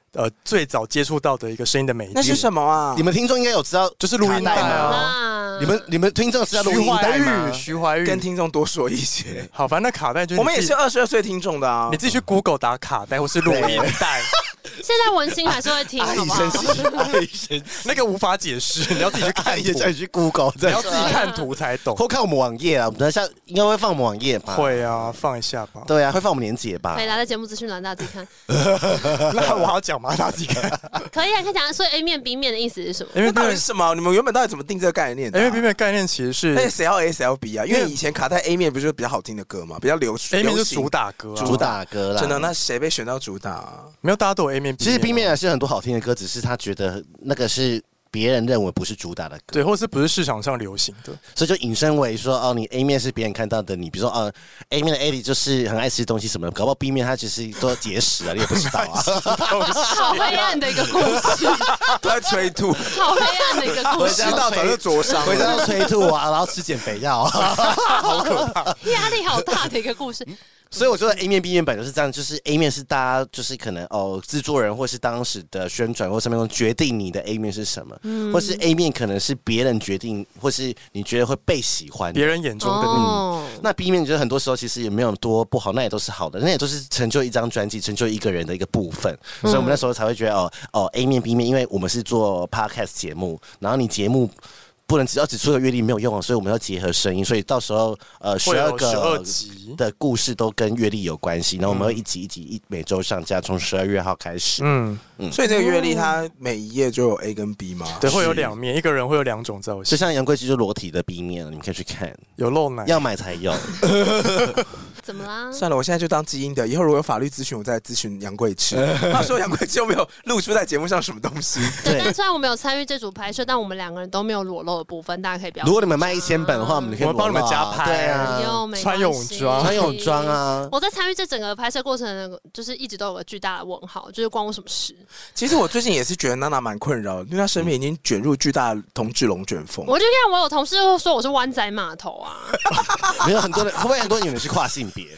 呃最早接触到的一个声音的媒介。 那是什么啊？ 你们听众应该有知道， 就是录音带吗？ 啊你们你们听众是要录音带吗？ 徐怀钰， 跟听众多说一些。 好，反正那卡带就是我们也是二十二岁听众的啊。 你自己去 Google 打卡带或是录音带。 现在文心还是会听，好不好？ 那个无法解释，你要自己去看图， 再去 Google， 你要自己看图才懂。 或看我们网页啊，我们等一下应该会放我们网页吧？ 会啊，放一下吧。 对啊，会放我们连结吧？ 可以啦，在节目资讯栏大家自己看。 那我还要讲吗？大家自己看。 可以啊，可以讲。所以 A 面 B 面的意思是什么？ 那到底是什么？你们原本到底怎么定这个概念的、啊、 ？A 面 B 面的概念其实是， 而且谁要 A 谁要 B 啊？因为以前卡带 A 面不是比较好听的歌嘛，比较流行。 A 面是主打歌、啊， 主打歌啦。 真的？那谁被选到主打、啊？ 没有，大家都有 A 面 B 面。 其实 B 面也是很多好听的歌，只是他觉得那个是别人认为不是主打的歌， 对，或是不是市场上流行的， 所以就引申为说，哦，你 A 面是别人看到的，你比如说，呃 ，A 面的 A 就是很爱吃东西什么的，搞不好 B 面他其实都节食啊，你也不知道啊。 好黑暗的一个故事， 都在催吐， 好黑暗的一个故事， 吃到早就灼伤， 回家要催吐啊，然后吃减肥药， 好可怕， 压力好大的一个故事。 所以我觉得 A 面 B 面本就是这样，就是 A 面是大家就是可能哦制作人或是当时的宣传或上面决定你的 A 面是什么，嗯、或是 A 面可能是别人决定，或是你觉得会被喜欢， 别人眼中的你。 哦、 嗯。那 B 面就是很多时候其实也没有多不好，那也都是好的，那也都是成就一张专辑、成就一个人的一个部分。所以我们那时候才会觉得哦哦 A 面 B 面，因为我们是做 Podcast 节目，然后你节目。不能只要只出个乐理没有用啊，所以我们要结合声音，所以到时候呃十二个的故事都跟乐理有关系，然后我们会一集一集一每周上架，从十二月号开始。嗯嗯，所以这个乐理它每一页就有 A 跟 B 吗？ 对，会有两面，一个人会有两种造型， 就像杨贵基就裸体的 B 面，你们可以去看， 有露奶， 要买才有。 怎么啦？ 算了，我现在就当基因的，以后如果有法律咨询，我再咨询杨贵吃。他说杨贵吃又没有露出在节目上什么东西。 对，但虽然我们有参与这组拍摄，但我们两个人都没有裸露的部分，大家可以不要。 如果你们卖一千本的话，我们可以我们帮你们加拍， 对啊， 穿泳装， 穿泳装啊。 我在参与这整个拍摄过程，就是一直都有个巨大的问号，就是关我什么事？ 其实我最近也是觉得娜娜蛮困扰，因为她身边已经卷入巨大的同志龙卷风。 我就看我有同事说我是湾仔码头啊， 没有很多人，会不会很多人以为是跨性别？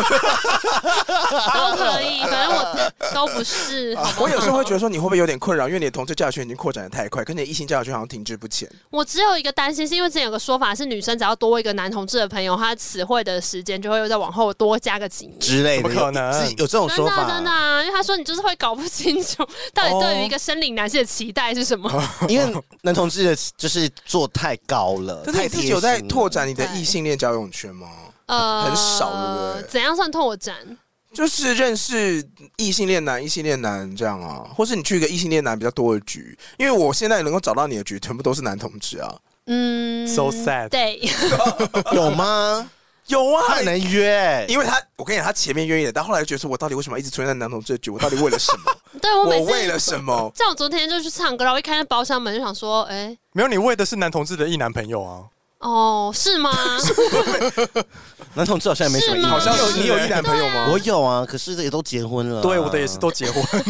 都可以，反正我都不是。好好我有时候会觉得说，你会不会有点困扰？因为你的同志交友圈已经扩展的太快，跟你的异性交友圈好像停滞不前。 我只有一个担心，是因为之前有个说法是，女生只要多一个男同志的朋友，她词汇的时间就会又再往后多加个几年之类的。 怎么可能？ 有这种说法？ 真的真的、啊，因为他说你就是会搞不清楚到底对于一个生理男性的期待是什么。哦、 因为男同志的就是做太高了， 但是你自己有在拓展你的异性恋交友圈吗？呃，很少，对不对？ 怎样算拓展？ 就是认识异性恋男、异性恋男这样啊，或是你去一个异性恋男比较多的局，因为我现在能够找到你的局，全部都是男同志啊。 嗯 ，so sad。 对， 有吗？ 有啊， 他很难约， 因为他，我跟你讲，他前面约一但后来觉得说，我到底为什么一直出现在男同志的局？我到底为了什么？ 对我每次我为了什么？ 像我昨天就去唱歌，然后一开那包厢门就想说，哎、欸， 没有，你为的是男同志的异男朋友啊。 哦，是吗？ 男同志好像也没什么异， 好像有你有异男朋友吗？ 啊、我有啊，可是也都结婚了、啊。 对，我的也是都结婚。 不是，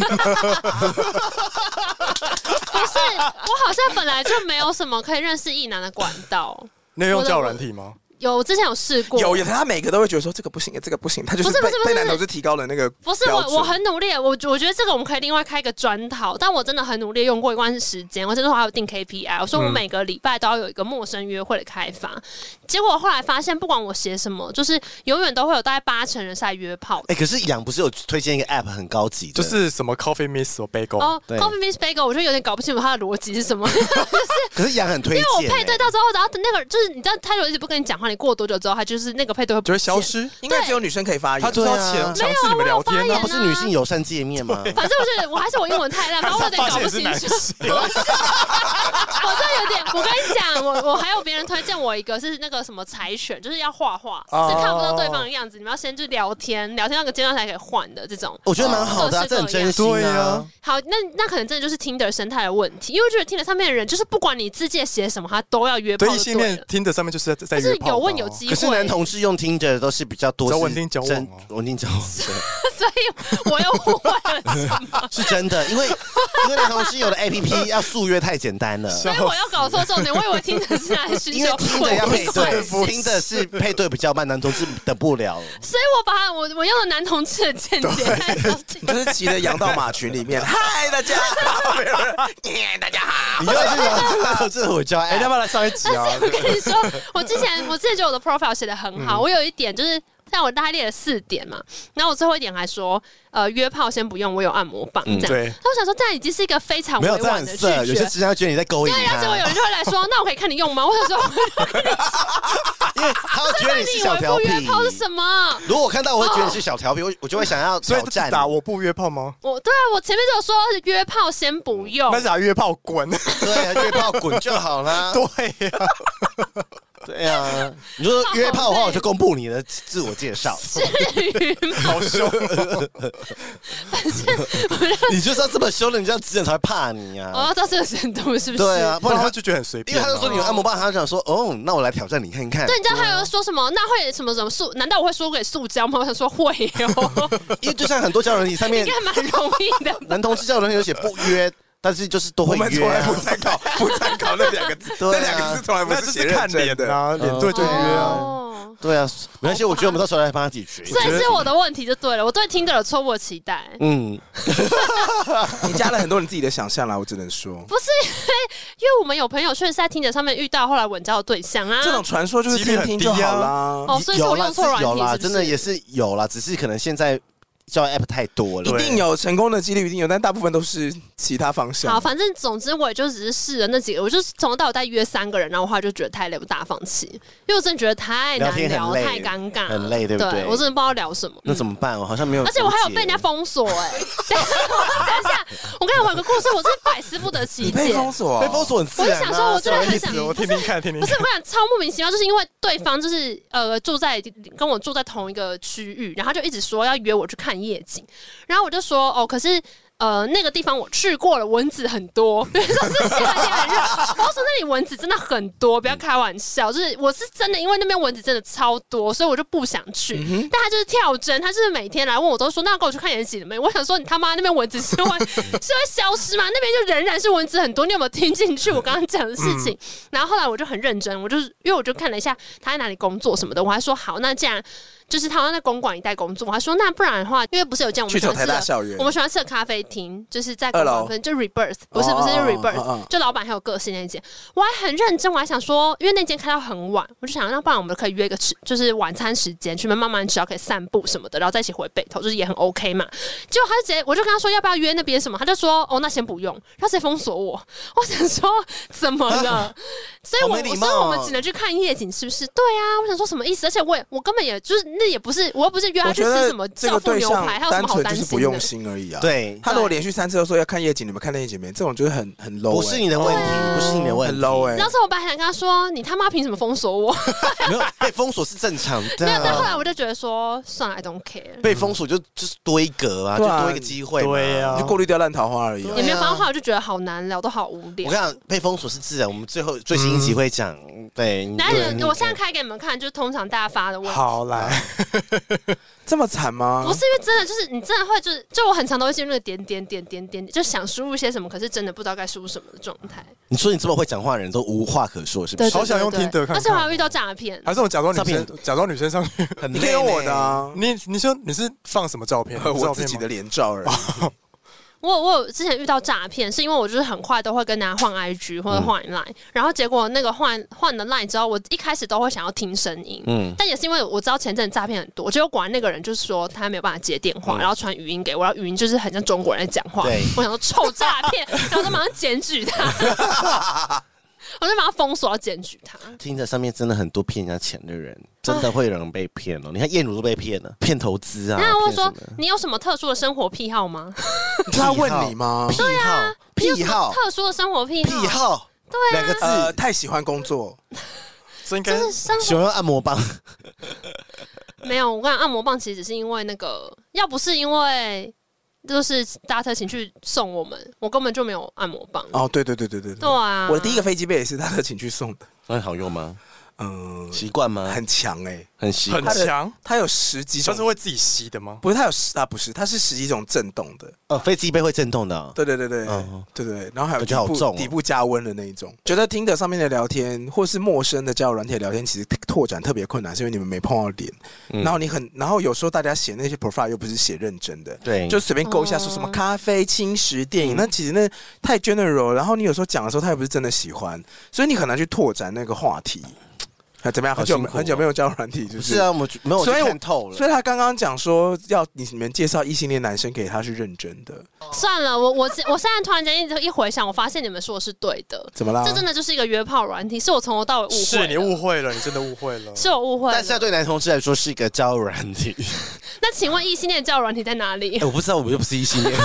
我好像本来就没有什么可以认识异男的管道。 你有用交友软体吗？ 有，之前有试过。 有，他每个都会觉得说这个不行，这个不行，他就是被被男同志提高了那个。 不是我，我很努力，我我觉得这个我们可以另外开一个专讨。但我真的很努力，用过一段时间，我这时候还有定 K P I， 我说我每个礼拜都要有一个陌生约会的开发。嗯、结果后来发现，不管我写什么，就是永远都会有大概八成人是来约炮。 哎、欸，可是杨不是有推荐一个 App 很高级的， 就是什么 Coffee Miss 或 Bagel 哦 ，Coffee Miss Bagel， 我就有点搞不清楚它的逻辑是什么。 可是杨很推荐、欸， 因为我配对到之后，然后那个就是你知道，他如果一直不跟你讲话，你过多久之后，他就是那个配对会就会消失。 应该只有女生可以发言， 他就是要强强势你们聊天啊， 不是女性友善界面吗？ 反正我觉得我还是我英文太烂，然后我有点搞不清楚。我真的有点，我跟你讲，我我还有别人推荐我一个是那个什么柴犬，就是要画画，是看不到对方的样子，你们要先去聊天，聊天那个阶段才可以换的这种。 我觉得蛮好的、啊，这很真心啊。 好，那那可能真的就是 Tinder 生态的问题，因为我觉得 Tinder 上面的人就是不管你字界写什么，他都要约炮。 对，异性恋 Tinder 上面就是在在约炮， 有问有机会。 可是男同志用 Tinder 都是比较多是稳定交往、哦， 稳定交往。 所以我又误会了什么？ 是真的，因为因为男同事有的 A P P 要速约太简单了， 所以我要搞错重点，我以为听的是来需求， 因为听的要配对，听的是配对比较慢，男同志等不了。 所以我把我我用了男同志的见解， 你就是骑着羊到马群里面，嗨大家好，大家好， 你要是男同志我教， 哎，要不要来上一集啊？ 我跟你说，我之前我之前觉得我的 profile 写的很好，嗯、我有一点就是像我大概列了四点嘛，然后我最后一点还说，呃，约炮先不用，我有按摩棒、嗯、这样。对。那我想说，这样已经是一个非常委婉的拒绝。 有些直男觉得你在勾引他。 对，然后结果有人就会来说，那我可以看你用吗？我想说， 因为他会觉得你是小调皮。 你以为不约炮是什么？ 如果我看到，我会觉得你是小调皮，我我就会想要挑战。 打我不约炮吗？ 我对啊，我前面就有说约炮先不用。 那啥约炮滚？ 对啊，约炮滚就好啦。 对呀、 啊。对啊，你说约炮的话，我就公布你的自我介绍。 至于吗？ 好凶！ 反正你就是要这么凶的，你这样直人才会怕你啊！ 我要到这个程度是不是？ 对啊， 不然他就觉得很随便。 因为他就说你有按摩棒，他就想说哦，那我来挑战你看看。 对，你知道他有说什么？那会什么什么塑？难道我会说给塑胶吗？我想说会哦。 因为就像很多交友软体上面， 应该蛮容易的。 男同志交友软体有写不约。但是就是都会约、啊， 我们从来不参考，不参考那两个字， 对啊、 那两个字从来不是写看脸的啊，脸对就约啊。 哦、 对啊，没关系，我觉得我们到时候来帮他解决。 所以是我的问题就对了，我对听的有错误的期待。 嗯， 你加了很多你自己的想象啦，我只能说， 不是因为因为我们有朋友确实在听的上面遇到后来稳交的对象啊， 这种传说就是听听就好啦。 哦，所以是我用错软体有啦， 是不是真的也是有啦，只是可能现在。交友 app 太多了， 一定有成功的几率，一定有，但大部分都是其他方向。 好，反正总之我也就只是试了那几个，我就从头到尾再约三个人，然后我后来就觉得太累，我大放弃，因为我真的觉得太难聊，太尴尬， 很累，对不对？ 对我真的不知道聊什么。 那怎么办？我好像没有， 而且我还有被人家封锁哎、欸。等一下，我跟你讲有个故事，我真的百思不得其解。 被封锁、啊， 被封锁很自然、啊。 我就想说，我真的很想， 我听听看，听听看。 不是，我跟你讲超莫名其妙，就是因为对方就是呃住在跟我住在同一个区域，然后就一直说要约我去看夜景。然后我就说哦，可是呃那个地方我去过了，蚊子很多。比如说是夏天很热，我说那里蚊子真的很多，不要开玩笑。就是我是真的，因为那边蚊子真的超多，所以我就不想去。嗯、但他就是跳针，他就是每天来问我，都说那要跟我去看夜景了没？我想说你他妈那边蚊子是会是会消失吗？那边就仍然是蚊子很多，你有没有听进去我刚刚讲的事情？嗯、然后后来我就很认真，我就是因为我就看了一下他在哪里工作什么的，我还说好，那既然。就是他在公馆一带工作，我还说那不然的话，因为不是有这样我们喜欢吃的，我们喜欢吃的咖啡厅，就是在公馆分，就 Rebirth， 不是不是就 Rebirth，、哦、就老板很有个性那间，我还很认真，我还想说，因为那间开到很晚，我就想那不然我们可以约一个吃，就是晚餐时间去那边慢慢吃，然后可以散步什么的，然后再一起回北投，就是也很 OK 嘛。结果他就直接，我就跟他说要不要约那边什么，他就说哦那先不用，他直接封锁我。我想说怎么了？所以我所以我们只能去看夜景，是不是？对啊，我想说什么意思？而且我也我根本也就是。那也不是，我又不是约他去吃什么教父牛排，还有什么好担心的？ 就是不用心而已啊。 对， 他如果连续三次都说要看夜景，你们看那夜景没？这种就是很很 low，、欸、 不是你的问题，啊、不是你的问题， 很 low 哎、欸。 当时我本来想跟他说，你他妈凭什么封锁我？ 没有被封锁是正常的、啊。 没有，但后来我就觉得说，算了 ，I don't care。 被封锁就就是多一格啊，啊就多一个机会， 对啊， 就过滤掉烂桃花而已、啊。 也没有封，后来我就觉得好难聊，都好无聊。 我跟你讲，被封锁是自然，我们最后最新一集会讲。嗯、对， 来，我现在开给你们看，就是通常大家发的问题。 好来。 这么惨吗？ 不是，因为真的就是你真的会就是就我很常都会进入那个点点点点点，就想输入一些什么，可是真的不知道该输入什么的状态。 你说你这么会讲话的人都无话可说，是不是？ 对对对对， 好想用听得看看， 而且我还遇到诈骗， 还是我假装女生，假装女生上去， 你可以用我的啊。 你你说你是放什么照片？ 我自己的脸照而已。 我我有之前遇到诈骗，是因为我就是很快都会跟大家换 I G 或者换 Line，、嗯、然后结果那个换换了 Line 之后，我一开始都会想要听声音，嗯，但也是因为我知道前阵诈骗很多，结果果然那个人就是说他没有办法接电话，嗯、然后传语音给我，然后语音就是很像中国人在讲话，我想说臭诈骗，然后就马上检举他。我就把他封锁，要检举他。 听着上面真的很多骗人家钱的人，真的会有人被骗哦。你看燕如都被骗了，骗投资啊。 那我说，你有什么特殊的生活癖好吗？ 他问你吗？ 癖好，癖好， 特殊的生活癖好， 癖好， 对啊， 两个字、呃，太喜欢工作。 所以应该喜欢用按摩棒。 没有，我跟你讲，按摩棒其实只是因为那个，要不是因为。就是搭特勤去送我们，我根本就没有按摩棒。 哦，对对对对对对啊！ 我的第一个飞机杯也是搭特勤去送的。 那好用吗？ 嗯， 习惯吗？ 很强哎、欸， 很习惯， 很强。 它有十几种， 它是会自己吸的吗？ 不是，它有十啊，不是，它是十几种震动的。 哦，飞机杯会震动的、哦。 对对对对， 嗯、 对对对，然后还有底部、 感觉好重、哦、 底部加温的那一种。觉得Tinder上面的聊天，或是陌生的交友软体的聊天，其实拓展特别困难，是因为你们没碰到脸。嗯、然后你很，然后有时候大家写那些 profile 又不是写认真的， 对， 就随便勾一下说什么咖啡、轻食、电影，嗯、那其实那太 general。然后你有时候讲的时候，他又不是真的喜欢，所以你很难去拓展那个话题。啊，怎么样？很久、哦、很久没有交友软体，就是是啊，我没有看透了。 所以他刚刚讲说要你们介绍异性恋男生给他是认真的。 算了，我我我现在突然间一一回想，我发现你们说的是对的。 怎么啦？ 这真的就是一个约炮软体，是我从头到尾误会。 是你误会了，你真的误会了， 是我误会了。 但是对男同志来说是一个交友软体。 那请问异性恋交友软体在哪里？ 欸、我不知道，我们又不是异性恋。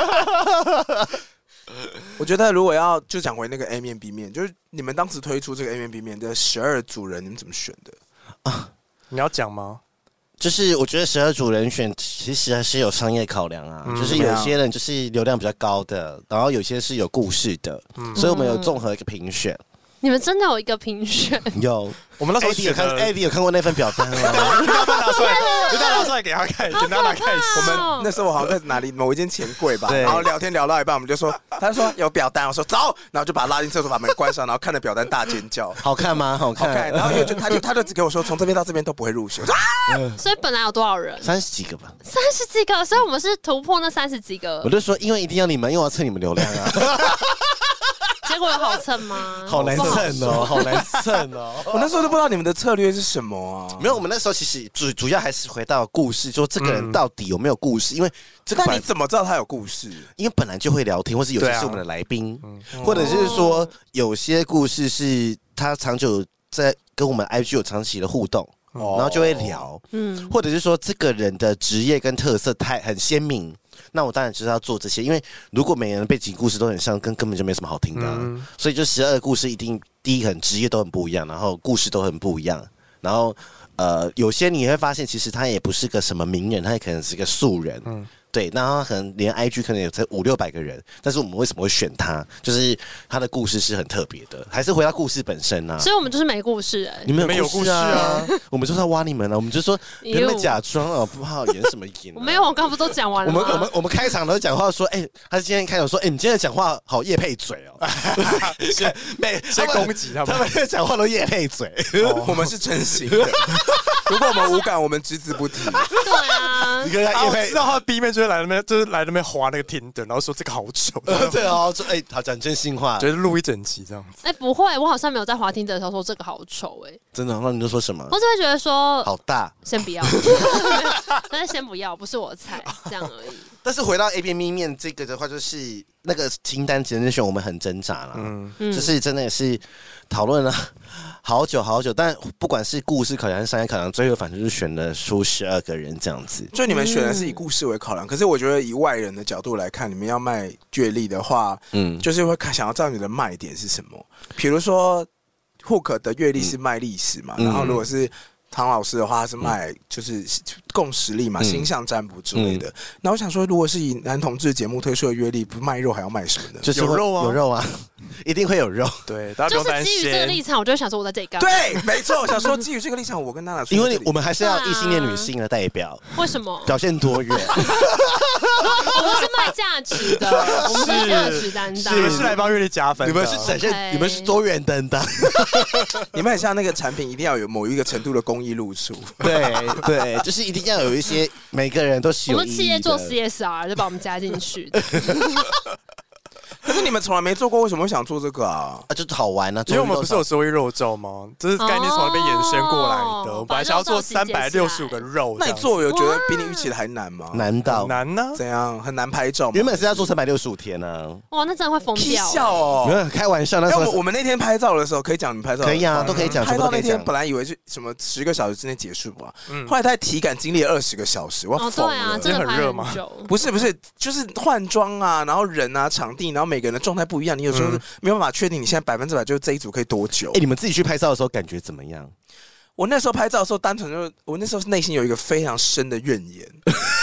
我觉得如果要就讲回那个 A 面 B 面，就是你们当时推出这个 A 面 B 面的十二组人，你们怎么选的啊？你要讲吗？ 就是我觉得十二组人选其实还是有商业考量啊，嗯、就是有些人就是流量比较高的，然后有些是有故事的，嗯、所以我们有综合一个评选。 你们真的有一个评选？ 有， 我们那时候 A D 有看 A D 有看过那份表单吗？ 就他拿出来，就他拿出来给他看，给他拿看一下。 我们那时候我好像在哪里某一间钱柜吧，然后聊天聊到一半，我们就说，他就说有表单，我说走，然后就把他拉进厕所，把门关上，然后看着表单大尖叫。 好看吗？好看。 好看。然后又就他就他就只给我说，从这边到这边都不会入选。啊！ 所以本来有多少人？ 三十几个吧。 三十几个，所以我们是突破那三十几个。 我就说，因为一定要你们，因为我要蹭你们流量啊。 结果有好蹭吗？ 好难蹭哦，好难蹭哦！ 我那时候都不知道你们的策略是什么啊。 没有，我们那时候其实主主要还是回到故事，说这个人到底有没有故事？因为这个， 但你怎么知道他有故事？ 因为本来就会聊天，或是有些是我们的来宾，啊、或者是说有些故事是他长久在跟我们 I G 有长期的互动。然后就会聊，嗯，或者是说这个人的职业跟特色太很鲜明，那我当然就是要做这些，因为如果每个人背景故事都很像，根根本就没什么好听的、啊，嗯、所以就十二个故事一定第一个很职业都很不一样，然后故事都很不一样，然后呃有些你会发现其实他也不是个什么名人，他也可能是个素人，嗯。对，那他可能连 I G 可能有才五六百个人，但是我们为什么会选他？就是他的故事是很特别的，还是回到故事本身啊？ 所以我们就是没故事哎、欸， 你们有故事啊？我们就是要挖你们了、啊，我们就说不要假装哦，不好演什么演、啊。 我没有，我刚刚不都讲完了吗？ 我们我们我们开场都讲话说，哎、欸，他今天开场说，哎、欸，你今天讲话好业配嘴哦，是没先攻击他们， 他们讲话都业配嘴， 哦、我们是真心的。如果我们无感，我们只字不提。 对啊， 你跟他业配， 我知道他的 B 面就会来那边，就是来那边滑那个 Tinder， 然后说这个好丑。 对哦，说哎，他讲真心话， 就是录一整集这样子。 哎、欸，不会，我好像没有在滑 Tinder 的时候说这个好丑哎、欸。 真的？那你都说什么？ 我只会觉得说好大， 先不要，但是先不要，不是我的菜，这样而已。 但是回到 A 片 B 面这个的话，就是那个清单只能选我们很挣扎了，嗯，就是真的也是讨论了好久好久，但不管是故事考量还是商业考量，最后反正就是选了出十二个人这样子。 就你们选的是以故事为考量，可是我觉得以外人的角度来看，你们要卖阅历的话，嗯，就是会想要知道你的卖点是什么。比如说 Hook 的阅历是卖历史嘛，嗯、然后如果是唐老师的话，他是卖就是共识力嘛，嗯、星象占卜之类的。那、嗯、我想说，如果是以男同志节目推出的阅历，不卖肉还要卖什么呢？ 就是有肉啊， 有肉啊，一定会有肉。 对，大家不用担心。 就是基于这个立场，我就想说我在这里干。 对，没错，我想说基于这个立场，我跟娜娜说， 因为我们还是要异性恋女性的代表。 为什么？ 表现多元。 我们是卖价值的，我们是价值担当。 你们是来帮阅历加分的， 你们是展现， okay. 你们是多元担当。 你们很像那个产品，一定要有某一个程度的公益露出。 对对，就是一定要有一些每个人都是有意义的。 我们企业做 C S R 就把我们加进去的。 可是你们从来没做过，为什么会想做这个啊？ 啊，就是好玩啊！ 因为我们不是有收益肉粽吗？这是概念从那边延伸过来的。哦、我本来想要做三百六十五个肉， 那你做有觉得比你预期的还难吗？ 难到难呢？ 怎样？很难拍照吗？ 原本是要做三百六十五天呢、啊。 哇，那真的会疯掉、欸！ 笑哦， 没有开玩笑。那时候、 欸、我, 我们那天拍照的时候，可以讲你们拍照可以啊，都可以讲。 拍照那天本来以为是什么十个小时之内结束嘛，嗯、后来他体感经历了二十个小时，我要疯了。 哦、对啊，真的很热吗？ 不是不是，就是换装啊，然后人啊，场地，然后每个人的状态不一样。你有时候没有办法确定你现在百分之百就是这一组可以多久。 哎、欸，你们自己去拍照的时候感觉怎么样？ 我那时候拍照的时候，单纯就我那时候内心有一个非常深的怨言，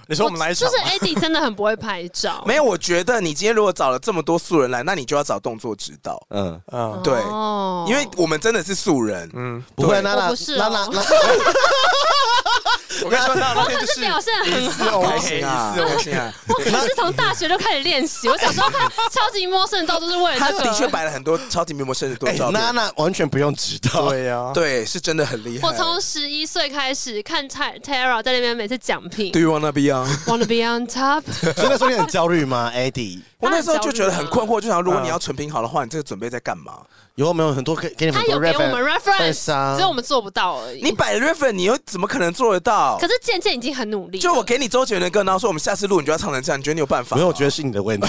你说我们来一场就是 A D 真的很不会拍照。 没有，我觉得你今天如果找了这么多素人来，那你就要找动作指导。 嗯嗯， 对， 哦因为我们真的是素人。 嗯， 不会， 对娜娜我不是哦娜娜娜我跟你说，那那天就是我可是表现很疑似好。 开 OK， 心啊， 疑似开 OK。 心啊！ 我可是从大学就开始练习，我小时候看超级魔圣照都是为了他这个。 的确摆了很多超级名模生日多哎， 照片， 娜娜完全不用知道。 对呀， 对，是真的很厉害。 我从十一岁开始看 Tara 在那边每次讲评 Do you wanna be on？ ，Wanna be on top。 所以那时候你很焦虑吗 ，Eddie？ 我那时候就觉得很困惑，就想如果嗯你要纯评好的话，你这个准备在干嘛？ 有没有很多给给你们他很多有给我们 reference reference， 啊只有我们做不到而已。 你摆了 reference，你又怎么可能做得到可？是渐渐已经很努力了。 就我给你周杰伦的歌，然后说我们下次录你就要唱成这样，你觉得你有办法吗？ 没有，我觉得是你的问题。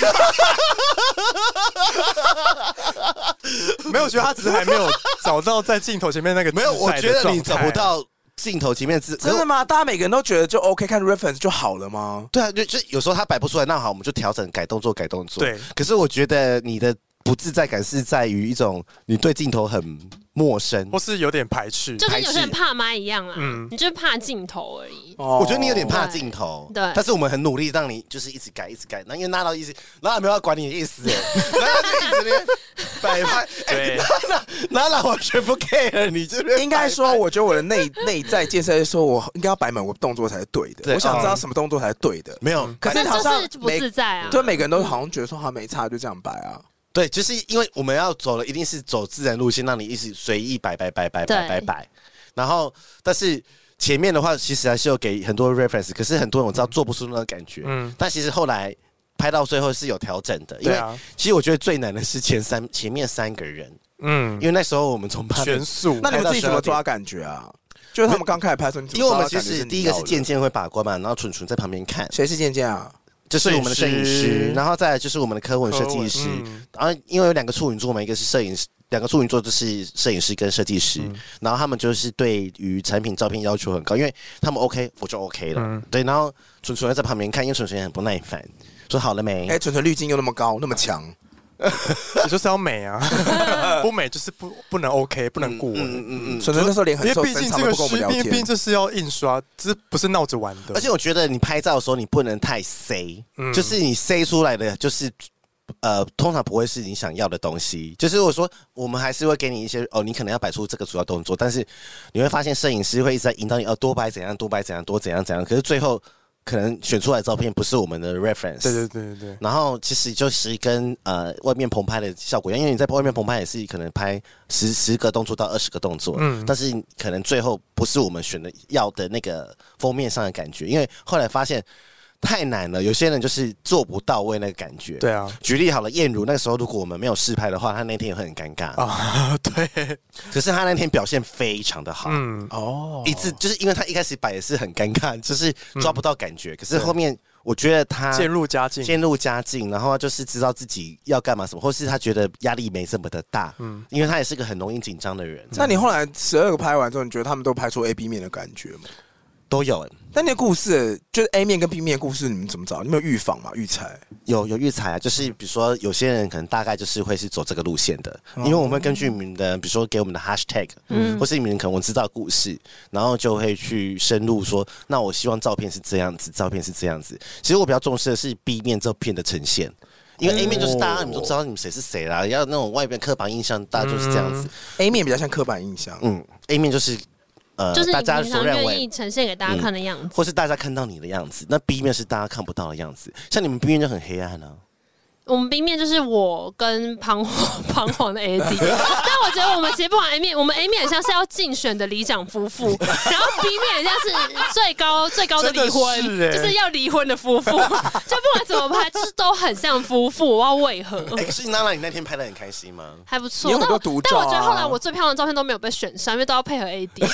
没有，我觉得他只是还没有找到在镜头前面那个没有，我自在的觉得你状态找不。到镜头前面自真的吗？大家每个人都觉得就 OK， 看 reference 就好了吗？ 对啊，就就有时候他摆不出来，那好，我们就调整改动作，改动作。 对， 可是我觉得你的不自在感是在于一种你对镜头很陌生或。是有点排斥。 就跟有些人怕麦一样啦， 嗯你就是怕镜头而已。 哦我觉得你有点怕镜头， 对对但是我们很努力让你就是一直改，一直改。那因为娜娜意思，娜娜没有要管你的意思，娜娜就一直连摆拍， 对， 娜娜完全不 care 你，就是应该说，我觉得我的内内在建设是说，我应该要摆满我动作才是对的。 对我想知道什么动作才是对的。 没有。 可是那好像就是不每自在啊。 对每个人都好像觉得说他没差，就这样摆啊。 对，就是因为我们要走的一定是走自然路线，让你一直随意摆摆摆摆摆摆摆。然后，但是前面的话，其实还是有给很多 reference， 可是很多人我知道做不出那个感觉。 嗯， 但其实后来拍到最后是有调整的，因为对啊， 其实我觉得最难的是前三前面三个人， 嗯因，为那时候我们从八全速。 那你们自己怎么抓感觉啊？就是他们刚开始拍的时候，你怎因为我们其么抓到感觉实第一个是你要的渐渐会把关嘛，然后蠢蠢在旁边看， 谁是健健啊？ 就是我们的摄影摄影师师， 然后再来就是我们的科文设计师， 嗯然后因为有两个处女座嘛，一个是摄影师，两个处女座就是摄影师跟设计师， 嗯然后他们就是对于产品照片要求很高，因为他们 OK 我就 OK 了， 嗯对，然后蠢蠢在旁边看，因为蠢蠢也很不耐烦，说好了没？ 哎，纯纯滤镜又那么高，那么强， 你就是要美啊，不美就是不不能 OK， 不能过。 嗯嗯嗯纯纯那时候脸因为很瘦， 毕竟这个整场都不跟我们是， 聊天。 毕竟这是要印刷，这不是闹着玩的。 而且我觉得你拍照的时候你不能太塞， 嗯就是你塞出来的就是。呃，通常不会是你想要的东西。就是我说，我们还是会给你一些哦，你可能要摆出这个主要动作，但是你会发现摄影师会一直在引导你，哦，多摆怎样，多摆怎样，多怎样怎样。可是最后可能选出来的照片不是我们的 reference。 对对对对对。 然后其实就是跟呃外面棚拍的效果一样，因为你在外面棚拍也是可能拍十十个动作到二十个动作， 嗯但是可能最后不是我们选的要的那个封面上的感觉，因为后来发现太难了，有些人就是做不到位那个感觉。 对啊， 举例好了，燕如那个时候如果我们没有试拍的话，她那天也会很尴尬。 啊，对， 可是她那天表现非常的好， 嗯， 哦一次就是因为她一开始摆也是很尴尬，就是抓不到感觉。可是后面我觉得她渐入佳境， 渐入佳境，然后就是知道自己要干嘛什么，或是他觉得压力没这么的大，嗯，因为他也是个很容易紧张的人。 那你后来十二个拍完之后，你觉得他们都拍出 A B 面的感觉吗？ 都有但那故事就是 A 面跟 B 面的故事，你们怎么找？你们有预防吗？预猜？ 有有预采啊，就是比如说有些人可能大概就是会是走这个路线的，因为我们会根据你们的，比如说给我们的 hashtag，嗯，或是你们可能我知道的故事，然后就会去深入说，那我希望照片是这样子，照片是这样子。其实我比较重视的是 B 面照片的呈现。因为 A 面就是大家你们都知道你们谁是谁啦，要那种外边刻板印象，大家就是这样子。 A 面比较像刻板印象， 嗯 ，A 面就是呃， 就是大家你平常所认为愿意呈现给大家看的样子。 或是大家看到你的样子，那 B 面是大家看不到的样子。像你们 B 面就很黑暗啊。 我们 B 面就是我跟彷徨彷徨的 A D， 但我觉得我们其实不管 A 面，我们 A 面很像是要竞选的里长夫妇，然后 B 面很像是最高最高的离婚， 真的是欸就是要离婚的夫妇，就不管怎么拍，就是都很像夫妇，我不知道为何。 哎、可是娜娜，你那天拍的很开心吗？ 还不错， 你有很多但我但独照啊我觉得后来我最漂亮的照片都没有被选上，因为都要配合 A D。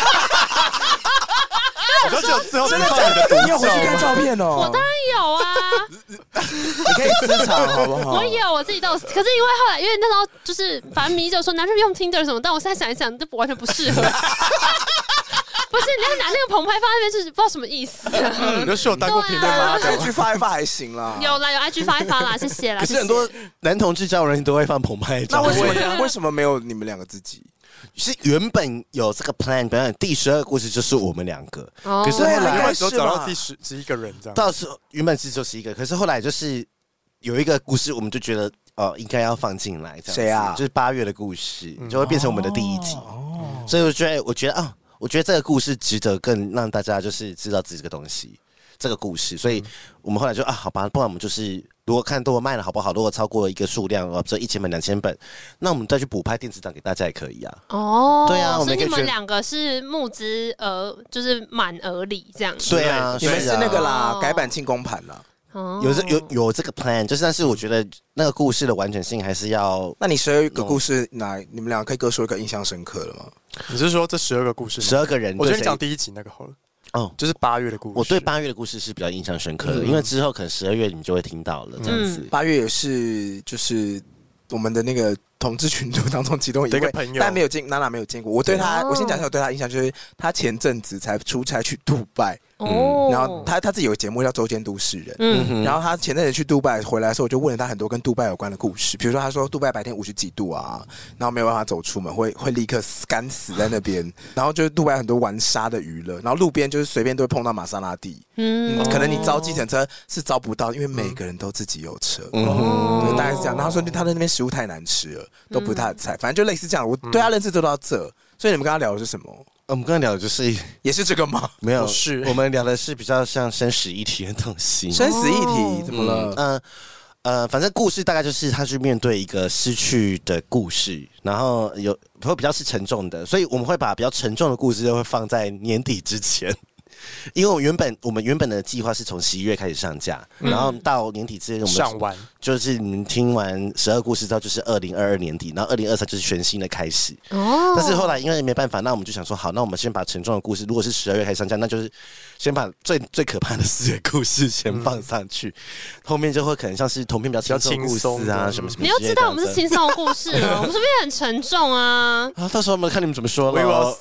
我就只有最后是靠你的独你有回去看照片哦？ 我当然有啊， 你可以私藏好不好？ 我有，我自己都有。可是因为后来，因为那时候就是反正迷就说拿去用 Tinder 什么，但我现在想一想，这完全不适合。不是，你要拿那个棚拍放在那边，就是不知道什么意思。 你就是有当过平面吗？ I G 发一发还行啦。 有啦，有 I G 发一发啦，谢谢啦。 可是很多男同志交友人都会放澎湃照， 那为什对啊么为什么没有你们两个自己？ 是原本有这个 plan， 表演第十二个故事就是我们两个， 哦、 可是后来原本只有找到第十十一个人这样， 到时候原本是就是一个，可是后来就是有一个故事，我们就觉得哦、呃、应该要放进来，这样子谁啊？就是八月的故事，就会变成我们的第一集。哦，所以我觉得，我觉得啊，我觉得这个故事值得更让大家就是知道这个东西，这个故事，所以我们后来就啊，好吧，不然我们就是。如果看多卖了好不好？如果超过一个数量，呃，这一千本、两千本，那我们再去补拍电子档给大家也可以啊。 哦， 对啊，我们所以你们两个是募资额，就是满额礼这样。 对啊， 你们是那个啦，改版庆功盘啦。 哦， 有这有有这个 plan， 就是但是我觉得那个故事的完整性还是要。 那你十二个故事，哪你们两个可以各说一个印象深刻的吗？ 你是说这十二个故事？ 十二个人， 我觉得你讲第一集那个好了。哦，就是八月的故事。 我对八月的故事是比较印象深刻的，嗯、因为之后可能十二月你们就会听到了这样子。 八、嗯、月也是就是我们的那个同志群组当中其中一位朋友， 但没有见娜娜没有见过。我对他，我先讲一下我对他印象，就是他前阵子才出差去杜拜。哦，然后他他自己有个节目叫《周间都市人》，嗯，然后他前阵子去杜拜回来的时候，我就问了他很多跟杜拜有关的故事，比如说他说杜拜白天五十几度啊，然后没有办法走出门，会会立刻干死在那边，然后就是杜拜很多玩沙的娱乐，然后路边就是随便都会碰到玛莎拉蒂，嗯，可能你招计程车是招不到，因为每个人都自己有车，哦、嗯，大概是这样。然后说他在那边食物太难吃了，都不是他的菜，反正就类似这样。我对他认识就到这，所以你们跟他聊的是什么？ 我们刚才聊的就是也是这个吗？ 没有，是我们聊的是比较像生死议题的东西。 生死议题怎么了？ 嗯呃，反正故事大概就是他去面对一个失去的故事，然后有会比较是沉重的，所以我们会把比较沉重的故事就会放在年底之前。因为我原本我们原本的计划是从十一月开始上架，嗯、然后到年底之前我们上完， 就是你们听完十二故事之后，就是二零二二年底，然后二零二三就是全新的开始。哦，但是后来因为没办法，那我们就想说，好，那我们先把沉重的故事，如果是十二月开始上架，那就是先把最最可怕的四个故事先放上去，嗯、后面就会可能像是同片比较轻松的故事啊，什么什么。 你要知道我们是轻松的故事哦，我们是不是很沉重啊？ 啊，到时候我们看你们怎么说了。 We will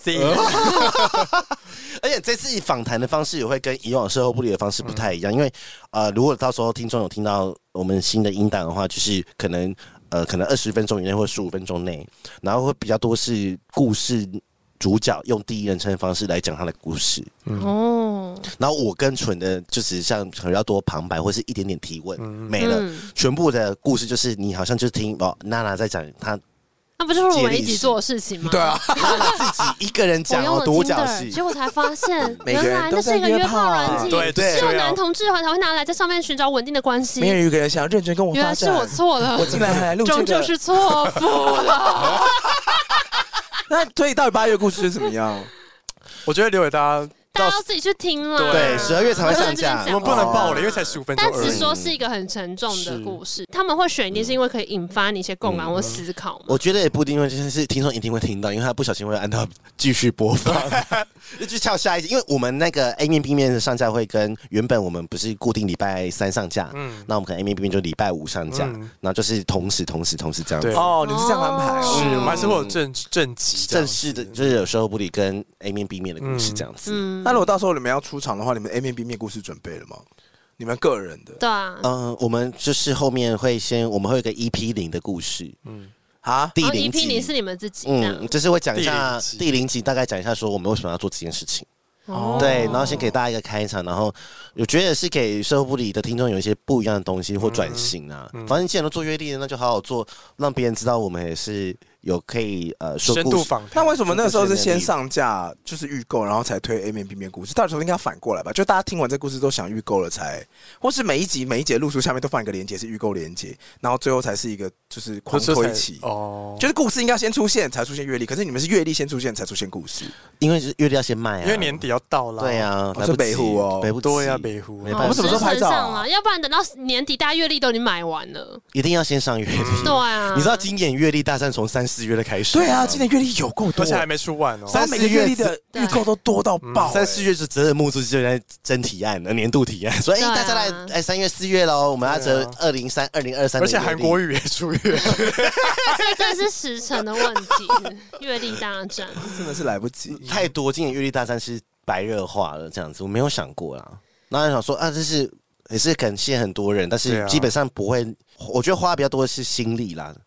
see 而且这次访谈的方式也会跟以往售后不理的方式不太一样，嗯、因为呃，如果到时候听众有听到我们新的音档的话，就是可能呃，可能二十分钟以内或十五分钟内，然后会比较多是故事主角用第一人称的方式来讲他的故事。嗯、哦，然后我跟纯的就是像比较多旁白或是一点点提问，嗯、没了，嗯、全部的故事就是你好像就听哦，娜娜在讲她。 那不就是我们一起做的事情吗？ 对啊， 自己一个人讲哦，独角戏， 结果才发现，原来那是一个约炮软体， 对对， 只有男同志才会拿来在上面寻找稳定的关系。 没有一个人想要认真跟我发展， 原来是我错了， 我进来还来录这个， 终究是错付了。 那所以到底八月故事是怎么样？ 我觉得留给大家。 大家要自己去听了， 对，十二月才会上架， 我们不能爆了，因为才十五分钟。 但只说是一个很沉重的故事，他们会选一定是因为可以引发你一些共感或思考嘛。 我觉得也不一定，因为就是听众一定会听到，因为他不小心会按到继续播放，就跳下一集。因为我们那个 A 面 B 面的上架会跟原本我们不是固定礼拜三上架，嗯，那我们可能 A 面 B 面就礼拜五上架，嗯、然后就是同时同时同时这样子。 哦，你们是这样安排、哦？ 是，我们还是会有正正集正式的，就是有售后不理跟 A 面 B 面的故事这样子。 嗯嗯、那如果到时候你们要出场的话，你们 A 面 B 面故事准备了吗？你们个人的？ 对啊， 嗯、呃，我们就是后面会先，我们会有个 E P 零的故事，嗯， 啊， 第零集 ，E P 零是你们自己， 嗯，就是会讲一下第零集，大概讲一下说我们为什么要做这件事情。哦、对，然后先给大家一个开场，然后我觉得是给售后不理的听众有一些不一样的东西或转型啊。嗯嗯、反正既然都做阅历了，那就好好做，让别人知道我们也是有可以呃说故事。 那为什么那时候是先上架就是预购，然后才推 A 面 B 面故事？到时候应该反过来吧？就大家听完这故事都想预购了才，或是每一集每一节录书下面都放一个连结是预购连结，然后最后才是一个就是狂推期哦。就是故事应该先出现才出现阅历，可是你们是阅历先出现才出现故事， 因为阅历要先卖啊， 因为年底要到了。 对啊， 是北湖哦， 北湖对啊，北湖。 我们什么时候拍照啊？要不然等到年底大家阅历都已经买完了， 一定要先上阅历。 对啊， 你知道今年阅历大战从三四月的开始。 对啊，今年阅历有够多， 而且还没出完哦。 三每个阅历的预购都多到爆。 三四月是责任木助就在征提案的年度提案，所以大家来哎三月四月喽，我们要折二零三二零二三。 而且韩国语也出月， 所以这是时程的问题。阅历大战真的是来不及， 太多。今年阅历大战是白热化了，这样子我没有想过啦。然后想说啊，这是也是感谢很多人，但是基本上不会。我觉得花比较多的是心力啦。嗯，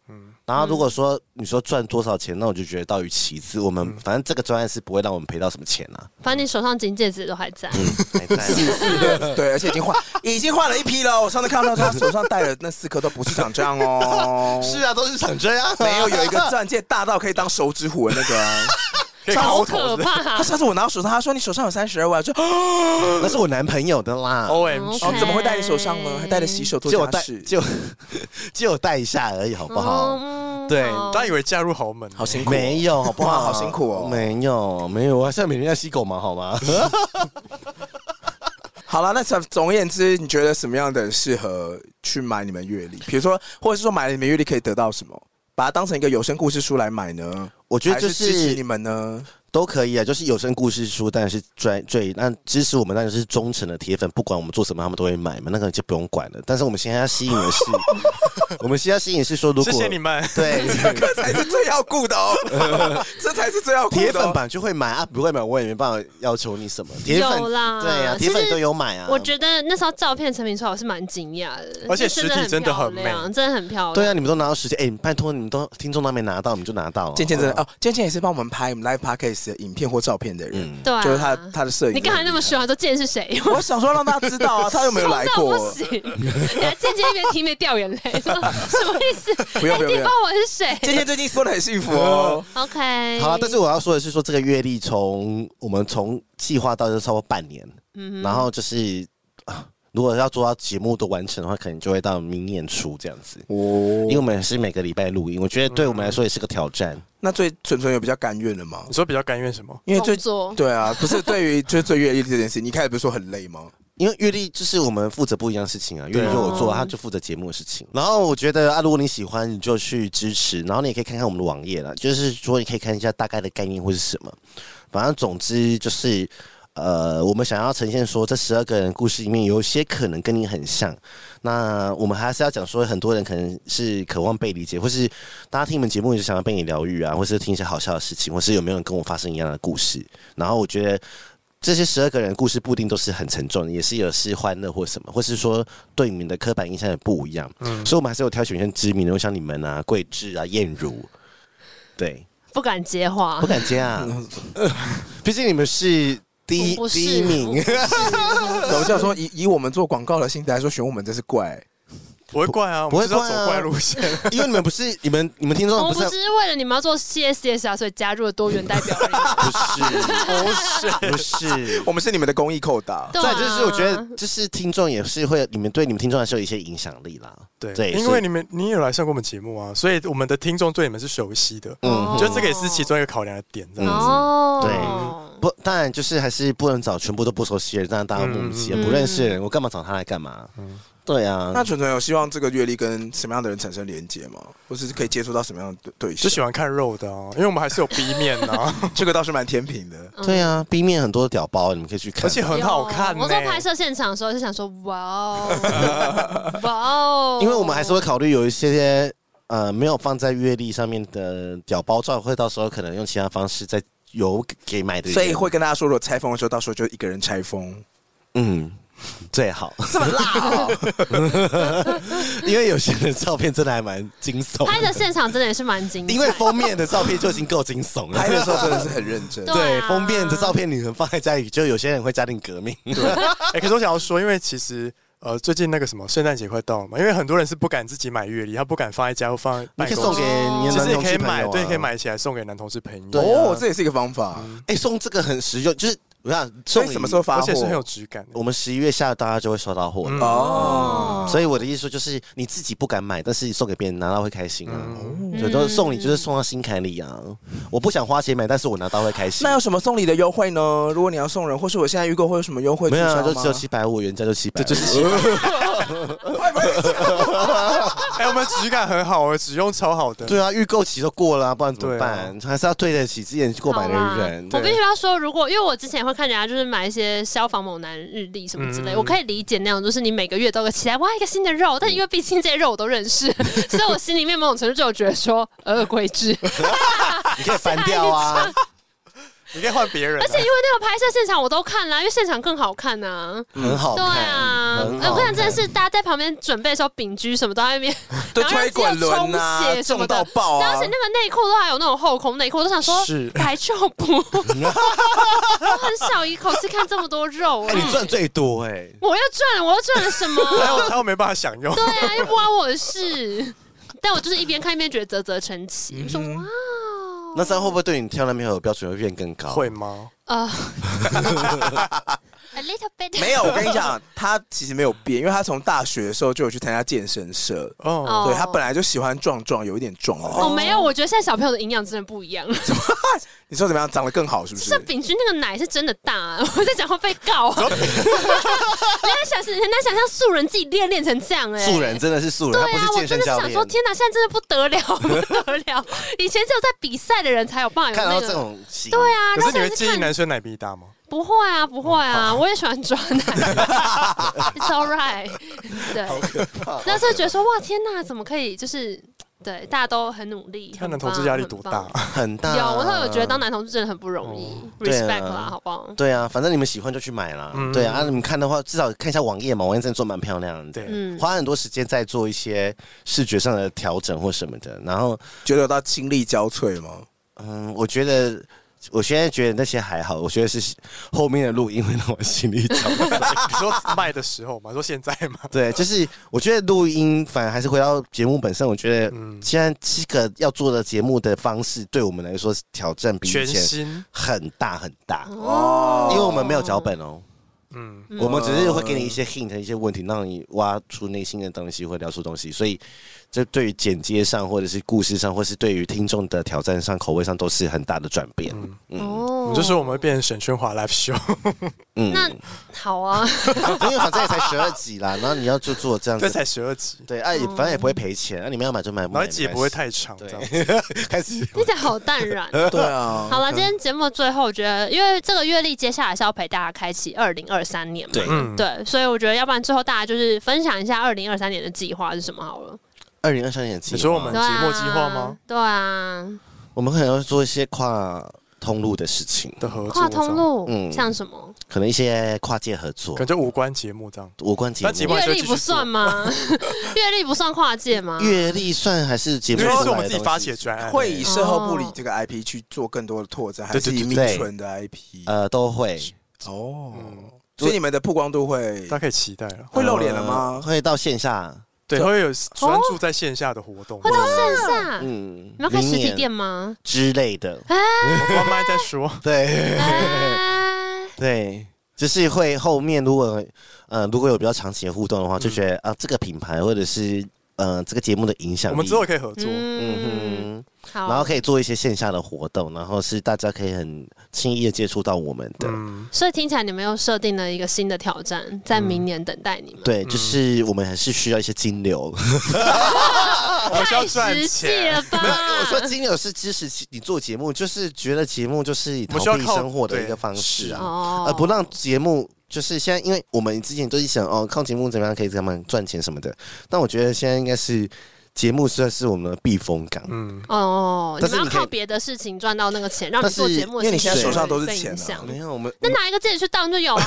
然后如果说你说赚多少钱，那我就觉得到于其次。我们反正这个专案是不会让我们赔到什么钱啊。 反正你手上金戒指都还在， 嗯，还在。 对，而且已经换，已经换了一批了。我上次看到他手上戴的那四颗都不是长这样哦。 是啊，都是长这样。 没有有一个钻戒大到可以当手指虎的那个、啊。 好可怕！ 他上次我拿到手上，他说你手上有三十二万，就那是我男朋友的啦。 O M G， 哦，怎么会戴你手上呢？还带着洗手做家事， 就就带一下而已，好不好？嗯、对， 大家以为嫁入豪门， 好辛苦、哦， 没有，好不好？ 好辛苦哦， 没有没有，我现在每天在吸狗毛，好吗？ 好了，那总而言之，你觉得什么样的人适合去买你们月历？比如说，或者是说买你们月历可以得到什么？把它当成一个有声故事书来买呢？ 我觉得就是支持你们呢， 都可以啊。就是有声故事书，当然是最最那支持我们，当然是忠诚的铁粉，不管我们做什么，他们都会买嘛，那个就不用管了。但是我们现在要吸引的是，我们现在吸引是说，如果谢谢你们， 对， 这个才是最要顾的哦，这才是最要顾的、哦。 铁粉版就会买啊，不会买我也没办法要求你什么。铁粉有啦， 对啊，铁粉都有买啊。 我觉得那时候照片成品出来，我是蛮惊讶的， 而且实体真的很美， 真的很漂亮。 对啊，你们都拿到实体，哎、欸，拜托你们都听众都没拿到，你们就拿到了。 健健真的哦，健健也是帮我们拍我们 live podcast 的影片或照片的人，嗯、 对、啊， 就是他他的摄影。 你刚才那么说，说健是谁？ 我想说让大家知道啊，他又没有来过。 不行，你还健健一边听一边掉眼泪，什么意思？ 不用不用， 你知道我是谁？ 健健最近说的很幸福哦。 OK， 好了，但是我要说的是，说这个月历从我们从计划到就差不多半年，嗯、然后就是啊。如果要做到节目都完成的话，可能就会到明年初这样子。哦，因为我们是每个礼拜录音，我觉得对我们来说也是个挑战。嗯、 那最纯纯有比较甘愿的吗？ 你说比较甘愿什么？ 因为最做对啊，不是对于就是做月历这件事，你一开始不是说很累吗？ 因为月历就是我们负责不一样的事情啊，月历就我做，他就负责节目的事情。然后我觉得啊，如果你喜欢，你就去支持，然后你也可以看看我们的网页啦，就是说你可以看一下大概的概念会是什么。反正总之就是。呃，我们想要呈现说，这十二个人故事里面有些可能跟你很像。那我们还是要讲说，很多人可能是渴望被理解，或是大家听你们节目就想要被你疗愈啊，或是听一些好笑的事情，或是有没有人跟我发生一样的故事。然后我觉得这些十二个人的故事不一定都是很沉重的，也是有是欢乐或什么，或是说对你们的刻板印象也不一样。嗯，所以我们还是有挑选一些知名的，像你们啊、桂枝啊、燕如，对， 不敢接话， 不敢接啊，毕竟你们是。第一第一名， 我就说以以我们做广告的心态来说，选我们真是怪。 不会怪啊， 不会怪啊，走怪路线， 因为你们不是你们你们听众不是，我们不是为了你们要做 C S S 啊，所以加入了多元代表而已。 不是，不是，不是， 我们是你们的公益扣打。 对、啊， 再就是我觉得，就是听众也是会，你们对你们听众还是有一些影响力啦。 对，对，因为你们你也有来上过我们节目啊，所以我们的听众对你们是熟悉的。嗯，就这个也是其中一个考量的点，这样子。 哦， 对。不，当然就是还是不能找全部都不熟悉的人，让大家莫名其妙不认识的人，我干嘛找他来干嘛？嗯，对啊。 那纯纯有希望这个月历跟什么样的人产生连接吗？或是可以接触到什么样的对象？ 就喜欢看肉的啊，因为我们还是有 B 面啊， 这个倒是蛮天平的。 对啊 ，B 面很多屌包，你们可以去看， 而且很好看、欸。 我在拍摄现场的时候就想说，哇哦，哇哦， 因为我们还是会考虑有一些呃没有放在月历上面的屌包照，会到时候可能用其他方式再。有给买的人， 所以会跟大家说，如果拆封的时候，到时候就一个人拆封。 嗯，最好这么辣、哦， 因为有些人照片真的还蛮惊悚， 拍的现场真的也是蛮惊悚， 因为封面的照片就已经够惊悚了， 拍的时候真的是很认真。 对,、啊、 对，封面的照片你们放在家里，就有些人会家庭革命。 对，哎、欸，可是我想要说，因为其实。呃，最近那个什么圣诞节快到了嘛，因为很多人是不敢自己买月历，他不敢放在家或放在办公室， 你可以送给你的男同事朋友、啊、 其实也可以买，对，可以买起来送给男同事朋友。 哦，这也是一个方法。 哎、嗯欸，送这个很实用，就是我想送什么时候发货， 而且是很有质感的。 我们十一月下大家就会收到货了、嗯、哦。所以我的意思说，就是你自己不敢买，但是送给别人拿到会开心啊。嗯、所以都送礼就是送到心坎里啊。我不想花钱买，但是我拿到会开心。 那有什么送礼的优惠呢？如果你要送人，或是我现在预购会有什么优惠？ 没有啊，就只有七百五，原价就七百， 这就是七百。哎，我们质感很好，使用超好的。 对啊，预购期都过了、啊，不然怎么办？还是要对得起之前购买的人。 我必须要说，如果因为我之前会看人家就是买一些消防猛男日历什么之类，嗯、我可以理解那种，就是你每个月都有个期待，哇，一个新的肉。但因为毕竟这些肉我都认识，所以我心里面某种程度就有觉得说，呃，桂枝， 你可以翻掉啊。 你可以换别人、啊， 而且因为那个拍摄现场我都看啦，因为现场更好看呐、啊， 很好看， 对啊， 呃，我想真的是大家在旁边准备的时候，饼居什么都在那边， 对，推滚轮啊，重到爆啊！ 而且那个内裤都还有那种后空内裤，我都想说来就补。我很少一口气看这么多肉， 哎，你赚最多哎！ 我又赚了，我又赚了什么？ 他又没办法享用。 对啊，又不关我的事。但我就是一边看一边觉得啧啧称奇，说哇。 那这样会不会对你挑男朋友的标准会变更高？ 会吗？ 呃。A little bit 没有，我跟你讲，他其实没有变，因为他从大学的时候就有去参加健身社。哦，对他本来就喜欢壮壮，有一点壮的。 哦，没有，我觉得现在小朋友的营养真的不一样。 怎么？你说怎么样？长得更好是不是？ 是秉均那个奶是真的大、啊，我在讲会被告、啊。你在想，很难想象素人自己练练成这样哎、欸。 素人真的是素人， 对啊， 他不是健身教练。 我真的想说，天哪，现在真的不得了，不得了！以前只有在比赛的人才有办法有、那个、 看到这种型。 对啊， 可是你会介意男生奶比你大吗？ 不会啊，不会啊，我也喜欢抓奶。It's alright。对，那时候觉得说，哇，天哪，怎么可以？就是对，大家都很努力。 看男同志压力多大？ 很大。 有，我那时候有觉得当男同志真的很不容易。Respect 啦，好不好？ 对啊，反正你们喜欢就去买啦。对啊，你们看的话，至少看一下网页嘛，网页真的做蛮漂亮的。对，花很多时间在做一些视觉上的调整或什么的，然后觉得有到心力交瘁吗？ 嗯，我觉得。我现在觉得那些还好，我觉得是后面的录音会让我心里交瘁。 你说卖的时候嘛，说现在嘛？ 对，就是我觉得录音反而还是回到节目本身。我觉得现在这个要做的节目的方式，对我们来说挑战比以前很大很大哦，因为我们没有脚本哦。嗯，我们只是会给你一些 hint 一些问题，让你挖出内心的东西，或聊出东西，所以这对于剪接上，或者是故事上，或是对于听众的挑战上、口味上，都是很大的转变。嗯， 嗯哦，就是我们会变成沈春华 live show。 嗯，那好啊， 因为反正也才十二集啦，然后你要就做这样子， 这才十二集， 对，啊，反正也不会赔钱，啊，你们要买就买， 然后集也不会太长，这样子开始， 听起来好淡然。 对啊， 好了，今天节目最后，我觉得因为这个月历接下来是要陪大家开启二零二三年嘛， 对。 对，所以我觉得，要不然最后大家就是分享一下二零二三年的计划是什么好了。 二零二三年的计划， 你说我们节目计划吗？ 对啊， 我们可能要做一些跨通路的事情的合作。 跨通路，嗯，像什么？ 可能一些跨界合作， 可能就无关节目这样。 无关节目， 阅历不算吗？阅历不算跨界吗？ 阅历算还是节目？ 阅历是我们自己发起的专案， 会以售后部里这个 I P 去做更多的拓展，还是以命纯的 I P？ 呃，都会。 哦。所以你们的曝光度会， 大家可以期待了。 会露脸了吗？ 会到线下， 对，会有专注在线下的活动。 会到线下，嗯，你要开实体店吗？ 之类的。 我慢慢再说。 对，对，就是会后面如果呃如果有比较长期的互动的话，就觉得啊这个品牌或者是呃这个节目的影响力， 我们之后可以合作。 嗯哼，然后可以做一些线下的活动，然后是大家可以很轻易的接触到我们的。嗯， 所以听起来你们又设定了一个新的挑战，在明年等待你们。 对，就是我们还是需要一些金流。 太实际了吧？ 没有，我说金流是支持你做节目，就是觉得节目就是以逃避生活的一个方式啊，而不让节目。就是现在，因为我们之前都是想哦，靠节目怎么样可以怎么样赚钱什么的，但我觉得现在应该是节目算是我们的避风港。嗯， 哦，你们要靠别的事情赚到那个钱，让你做节目的， 因为你现在手上都是钱啊。 没有我们， 那拿一个借去当就有啊。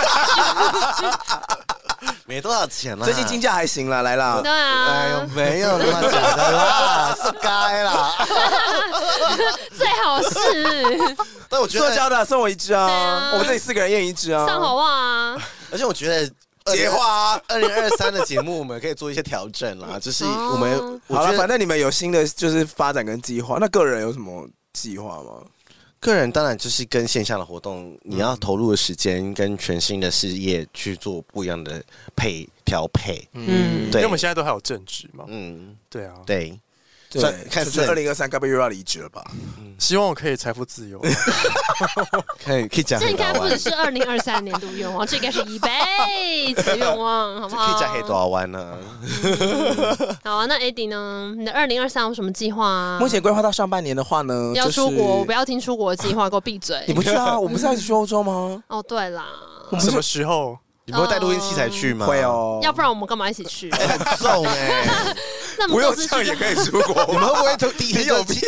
没多少钱啦， 最近金价还行啦，来啦。 对啊， 哎呦，没有那么讲的啦，是该啦。 最好是， 但我觉得塑胶的送我一支啊，我们这里四个人一人一支啊， 上好啊。 而且我觉得。 结话， 二零二三的节目我们可以做一些调整啦，就是我们好了，反正你们有新的就是发展跟计划。那个人有什么计划吗？ 个人当然就是跟线下的活动，你要投入的时间跟全新的事业去做不一样的配调配。 嗯，对，因为我们现在都还有正职嘛。嗯，对啊， 对。 对，看是二零二三该不会又要离职了吧？ 嗯，希望我可以财富自由。 可以可以讲， 这应该不只是二零二三年度愿望，这应该是一辈子的愿望，好不好？ 可以讲黑多少弯呢？ 好啊，那 Eddie 呢？你的二零二三有什么计划啊？ 目前规划到上半年的话呢， 要出国，我不要听出国的计划，给我闭嘴！ 你不去啊？我们是要一起去欧洲吗？ 哦，对啦， 我们什么时候？ 你不会带录音器材去吗？ 会哦， 要不然我们干嘛一起去？ 很重哎， 不用这样也可以出国。 你们会不会第一有必要？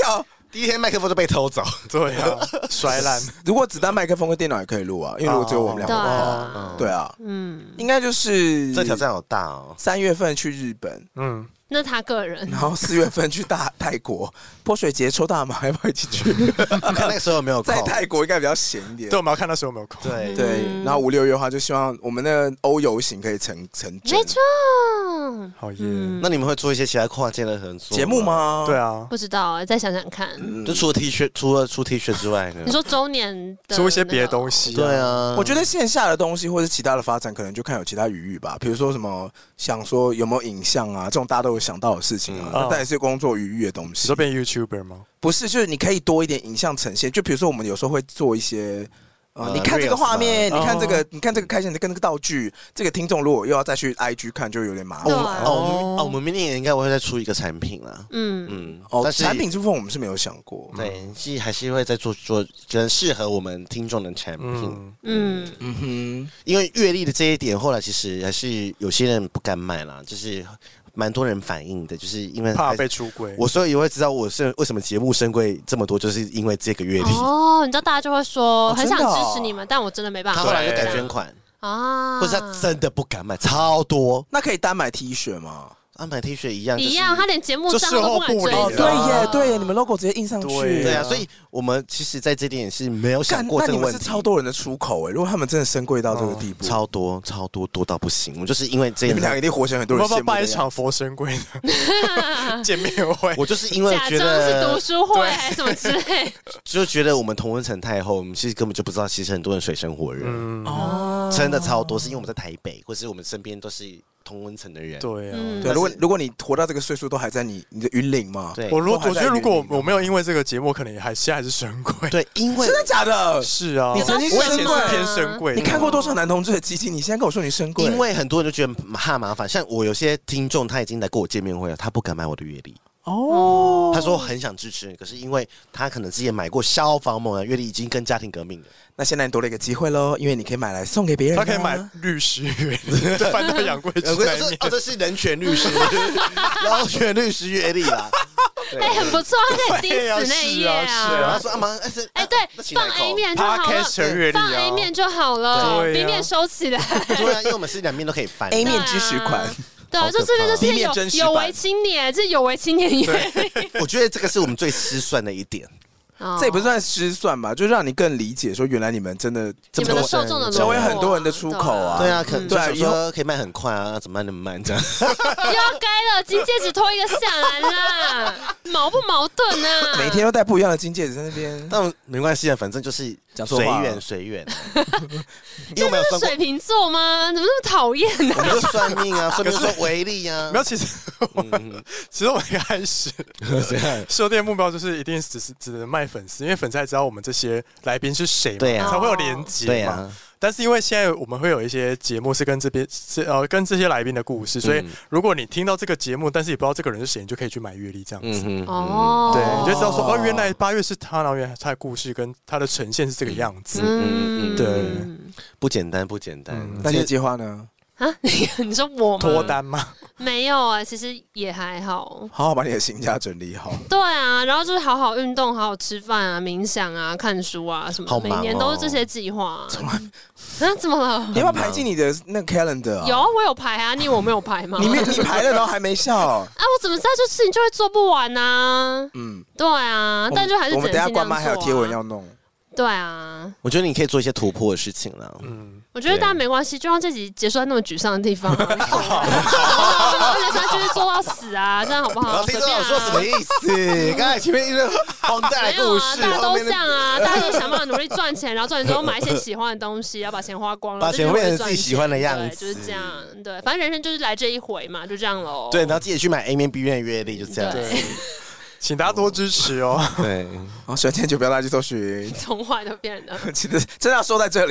第一天麦克风就被偷走， 对啊，摔烂。 如果只单麦克风跟电脑也可以录啊，因为如果只有我们两个的话，对啊，嗯，应该就是这挑战好大哦。 三月份去日本， 嗯。 那他个人， 然后四月份去大泰国泼水节抽大麻，要不要一起去？ 看那个时候有没有空？ 在泰国应该比较闲一点。 对，我们要看那时候有没有空。 对对，然后五六月的话，就希望我们的欧游行可以成成真。 没错。 好耶！ 嗯那你们会做一些其他跨界的合作节目吗？ 对啊， 不知道，再想想看。 就除了 T 恤，除了出 T 恤之外呢？ 你说周年的出一些别的东西？ 对啊， 我觉得线下的东西或者其他的发展，可能就看有其他余裕吧。比如说什么，想说有没有影像啊，这种大家都有想到的事情。那也是工作余裕的东西。 你说变 YouTuber 吗？ 不是，就是你可以多一点影像呈现。就比如说，我们有时候会做一些，呃， 呃你看这个画面， Reels 你看这个，你看这个开线的跟这个道具，这个听众如果又要再去 I G 看，就有点麻烦。 对啊哦，我们哦，我们明年应该会再出一个产品啦。 嗯嗯， 哦， 但是产品这部分我们是没有想过。 对，是还是会再做做，可能适合我们听众的产品。 嗯嗯嗯哼， 因为阅历的这一点，后来其实还是有些人不敢买啦，就是蛮多人反映的，就是因为怕被出柜。 我所以也会知道我是为什么节目深柜这么多，就是因为这个阅历。 哦，你知道大家就会说、 哦很想真的哦支持你们，但我真的没办法。 他后来就改捐款， 啊， 或者他真的不敢买，超多。 那可以单买 T 恤吗？ 啊，买 T 恤一样，就是一样，他连节目账号都不敢追就哦， 踪。 对耶，对耶，你们 logo 直接印上去。 对对啊，所以我们其实在这点是没有想干那你们是过这个问题。 超多人的出口哎，如果他们真的深贵到这个地步， 超多超多多到不行，我就是因为这你们俩一定活成很多我们要不要人羡慕的样子。 办一场佛神柜的见面会？ 我就是因为觉假装是得读书会还是什么之类， 就觉得我们同温层太厚，我们其实根本就不知道，其实很多人水深火热， 嗯， 哦， 真的超多，是因为我们在台北，或是我们身边都是同温层的人。 对啊。 嗯对，如果如果你活到这个岁数，都还在你你的云岭嘛， 对我如果都还在我觉得如果云林我没有因为这个节目，可能也还现在还是神柜。 对，因为真的假的？ 是啊， 你曾经我以前神柜是偏神柜。 你看过多少男同志的鸡鸡？你现在跟我说你深贵， 因为很多人就觉得怕麻烦，像我有些听众他已经来跟我见面会了，他不敢买我的阅历。 哦， 他说很想支持，可是因为他可能之前买过消防猛的阅历，已经跟家庭革命了。 那现在你多了一个机会喽，因为你可以买来送给别人啊。 他可以买律师阅历，就翻到杨贵呃， 枝那一面。 不是哦，这是人权律师，人权律师阅历啦。 哎、很不错，他可以钉死那一页对啊是啊是啊他。说啊，忙，哎， 哎、对，放 A 面就好了， Podcaster 阅历啊放 A 面就好了对啊 ，B 面收起来。 对啊，因为我们是两面都可以翻。 A 面支持款， 对啊， 好可怕就这边就 B 面是真实版有有为青年，这是有为青年阅历。 我觉得这个是我们最失算的一点。 哦这也不算失算吧，就让你更理解说，原来你们真的这你们的么多受众的落成为寞很多人的出口啊。 对啊，可能对啊就是说可以卖很快啊，怎么卖那么慢这样？ 又要该了，金戒指脱一个下来啦，矛不矛盾啊？ 每天都戴不一样的金戒指在那边， 但没关系啊，反正就是随讲错话了缘随缘。因为我们有算过这是水，瓶座吗？怎么那么讨厌呢？ 我们就算命啊，算命说为例啊没。有，其实我们其实我们一开始设定目标就是一定只是只能卖粉丝，因为粉丝才知道我们这些来宾是谁嘛， 对啊才会有连接嘛。 对啊， 但是因为现在我们会有一些节目是跟这边是呃跟这些来宾的故事，所以嗯如果你听到这个节目，但是也不知道这个人是谁，你就可以去买阅历这样子。 嗯哼， 哦， 对，你就知道说哦，原来八月是他，然后原来他的故事跟他的呈现是这个样子。 嗯嗯对不简单，不简单。 嗯那你的计划呢？ 啊，你你说我吗？ 脱单吗？ 没有啊，其实也还好。 好好把你的新家整理好。 对啊，然后就是好好运动，好好吃饭啊，冥想啊，看书啊什么的， 好忙哦每年都是这些计划、啊。啊，怎么了？ 你要不要排进你的那个 calendar 啊？ 有啊，我有排啊，你以为我没有排吗？ 你没你排了，然后还没笑。 啊，我怎么知道这事情就会做不完呢、啊？ 嗯， 对啊，但就还是我们等一下只能尽量关麦还有做啊贴文要弄。 对啊， 我觉得你可以做一些突破的事情了。 嗯， 我觉得大家没关系，就让这集结束在那么沮丧的地方、啊，而且他就是做到死啊，这样好不好？ 然后听众随便啊说什么意思？刚才前面一个荒诞的故没有啊， 事， 大家都后面的这样啊，大家都想办法努力赚钱，然后赚钱之后买一些喜欢的东西，要把钱花光了， 把钱这就是变成自己喜欢的样子对，就是这样。对，反正人生就是来这一回嘛，就这样喽。 对，然后记得去买 A 面 B 面的阅历，就这样。 对， 请大家多支持哦。 对， 好，喜欢今天就不要大家去搜寻。 从坏都变了。 其实真的要说在这里哦。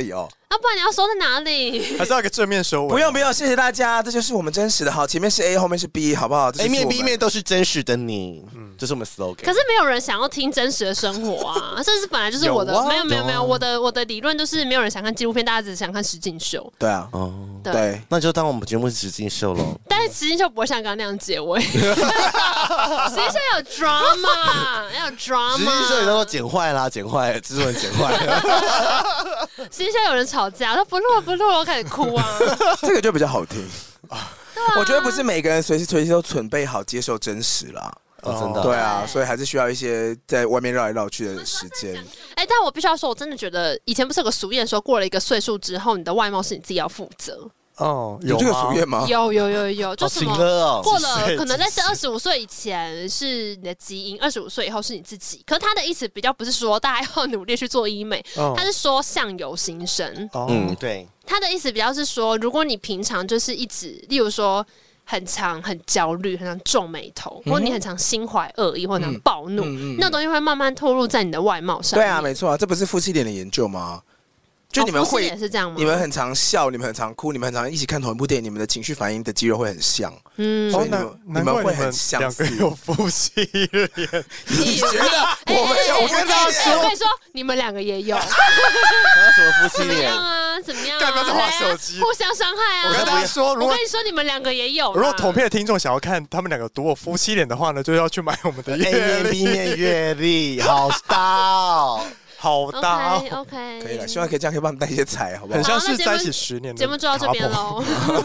啊，不然你要收在哪里？ 还是要有个正面收尾？ 不用不用，谢谢大家，这就是我们真实的。好，前面是 A， 后面是 B， 好不好 ？A 面 B 面都是真实的你，嗯，这是我们 slogan。 可是没有人想要听真实的生活啊，这是本来就是我的， 有啊、 没有没有没有，我的我的理论就是没有人想看纪录片，大家只想看实境秀。 对啊， 哦， 对， 对那就当我们节目是实境秀喽。 但是实境秀不会像刚刚那样结尾，实境秀有 drama， 要有 drama。 实境秀也都剪坏啦，剪坏，制作人剪坏了。 实境秀有人吵架，说不录了不录了，我开始哭啊。 这个就比较好听。我觉得不是每个人随时随地都准备好接受真实啦。 哦，真的， 对啊，所以还是需要一些在外面绕来绕去的时间。 哎、欸，但我必须要说，我真的觉得以前不是有个俗谚说，过了一个岁数之后，你的外貌是你自己要负责。 哦， 有这个俗谚吗？ 有有有有，就什么、 哦、 过了可能在二十五岁以前是你的基因，二十五岁以后是你自己。可是他的意思比较不是说大家要努力去做医美，哦、他是说相由心生。 哦、嗯，对。 他的意思比较是说，如果你平常就是一直，例如说。很常很焦虑，很常皱眉头，嗯、或者你很常心怀恶意，或者很常暴怒，嗯嗯嗯、那东西会慢慢透露在你的外貌上。 对啊，没错啊，这不是夫妻脸的研究吗？就你们会、 哦、也是这样吗？ 你们很常笑，你们很常哭，你们很常一起看同一部电影，你们的情绪反应的肌肉会很像。嗯，所以你们、哦、你们会很相似。 两个有夫妻脸， 你觉得我们有？我跟他说， 我跟你说，你们两个也有。 什么夫妻脸啊？怎么样、啊？ 干嘛在划手机？ 互相伤害啊！ 我跟大家说， 我跟你说，你们两个也有。 如果同片的听众想要看他们两个多夫妻脸的话呢，就要去买我们的月历。 A 面 B 面月历，好大哦。 好大、哦、 ，OK OK， 可以了，希望可以这样可以帮你带一些财，好不好？ 很像是在一起十年的。 节目就到这边喽，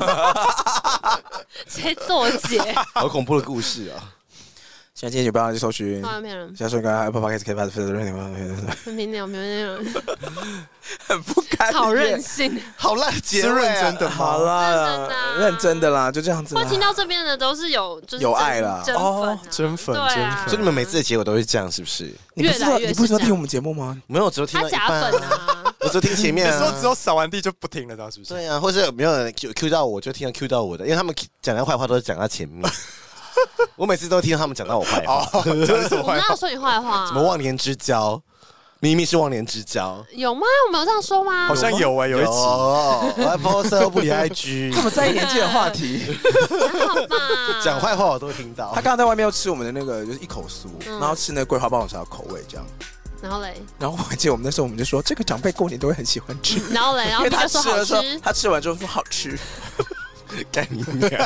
直接作结， 好恐怖的故事啊！ 现在今天就不要去搜寻，下收看 Apple Podcast、K P S、 很平常，平常， 很不甘， 好任性， 好烂结尾， 是认真的， 好啦，认真的啦，就这样子。 会听到这边的都是有，就是有爱啦， 真粉， 真粉，真粉。 所以你们每次的结果都是这样，是不是？ 你不是说你不是说听我们节目吗？ 没有，只有听到一半。 他假粉啊， 我只听前面。 你说只有扫完地就不听了，是不是？ 对啊，或者没有人 Q Q 到我，就听到 Q 到我的，因为他们讲的坏话都是讲到前面。我每次都听到他们讲到我坏话， 哦、 我哪有说你坏话？ 什么忘年之交，明明是忘年之交， 有吗？我们有这样说吗？ 好像有哎、欸，有一集， 我还 po 社不理 I G， 这么在意年纪的话题， 还好吧？ 讲坏话我都听到。 他刚刚在外面又吃我们的那个就是一口酥，嗯、然后吃那个桂花棒棒茶口味这样。 然后嘞， 然后我记得我们那时候我们就说，这个长辈过年都会很喜欢吃。 然后嘞，然后他吃了说好吃， 他吃完之后说好吃。 干你娘！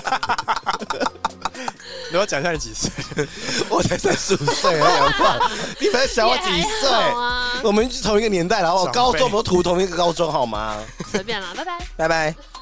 你要讲一下你几岁？ 我才三十五岁，杨胖，你们小我几岁？ 啊、 我们是同一个年代，然后高中不是读同一个高中好吗？ 随便啦，拜拜， 拜拜。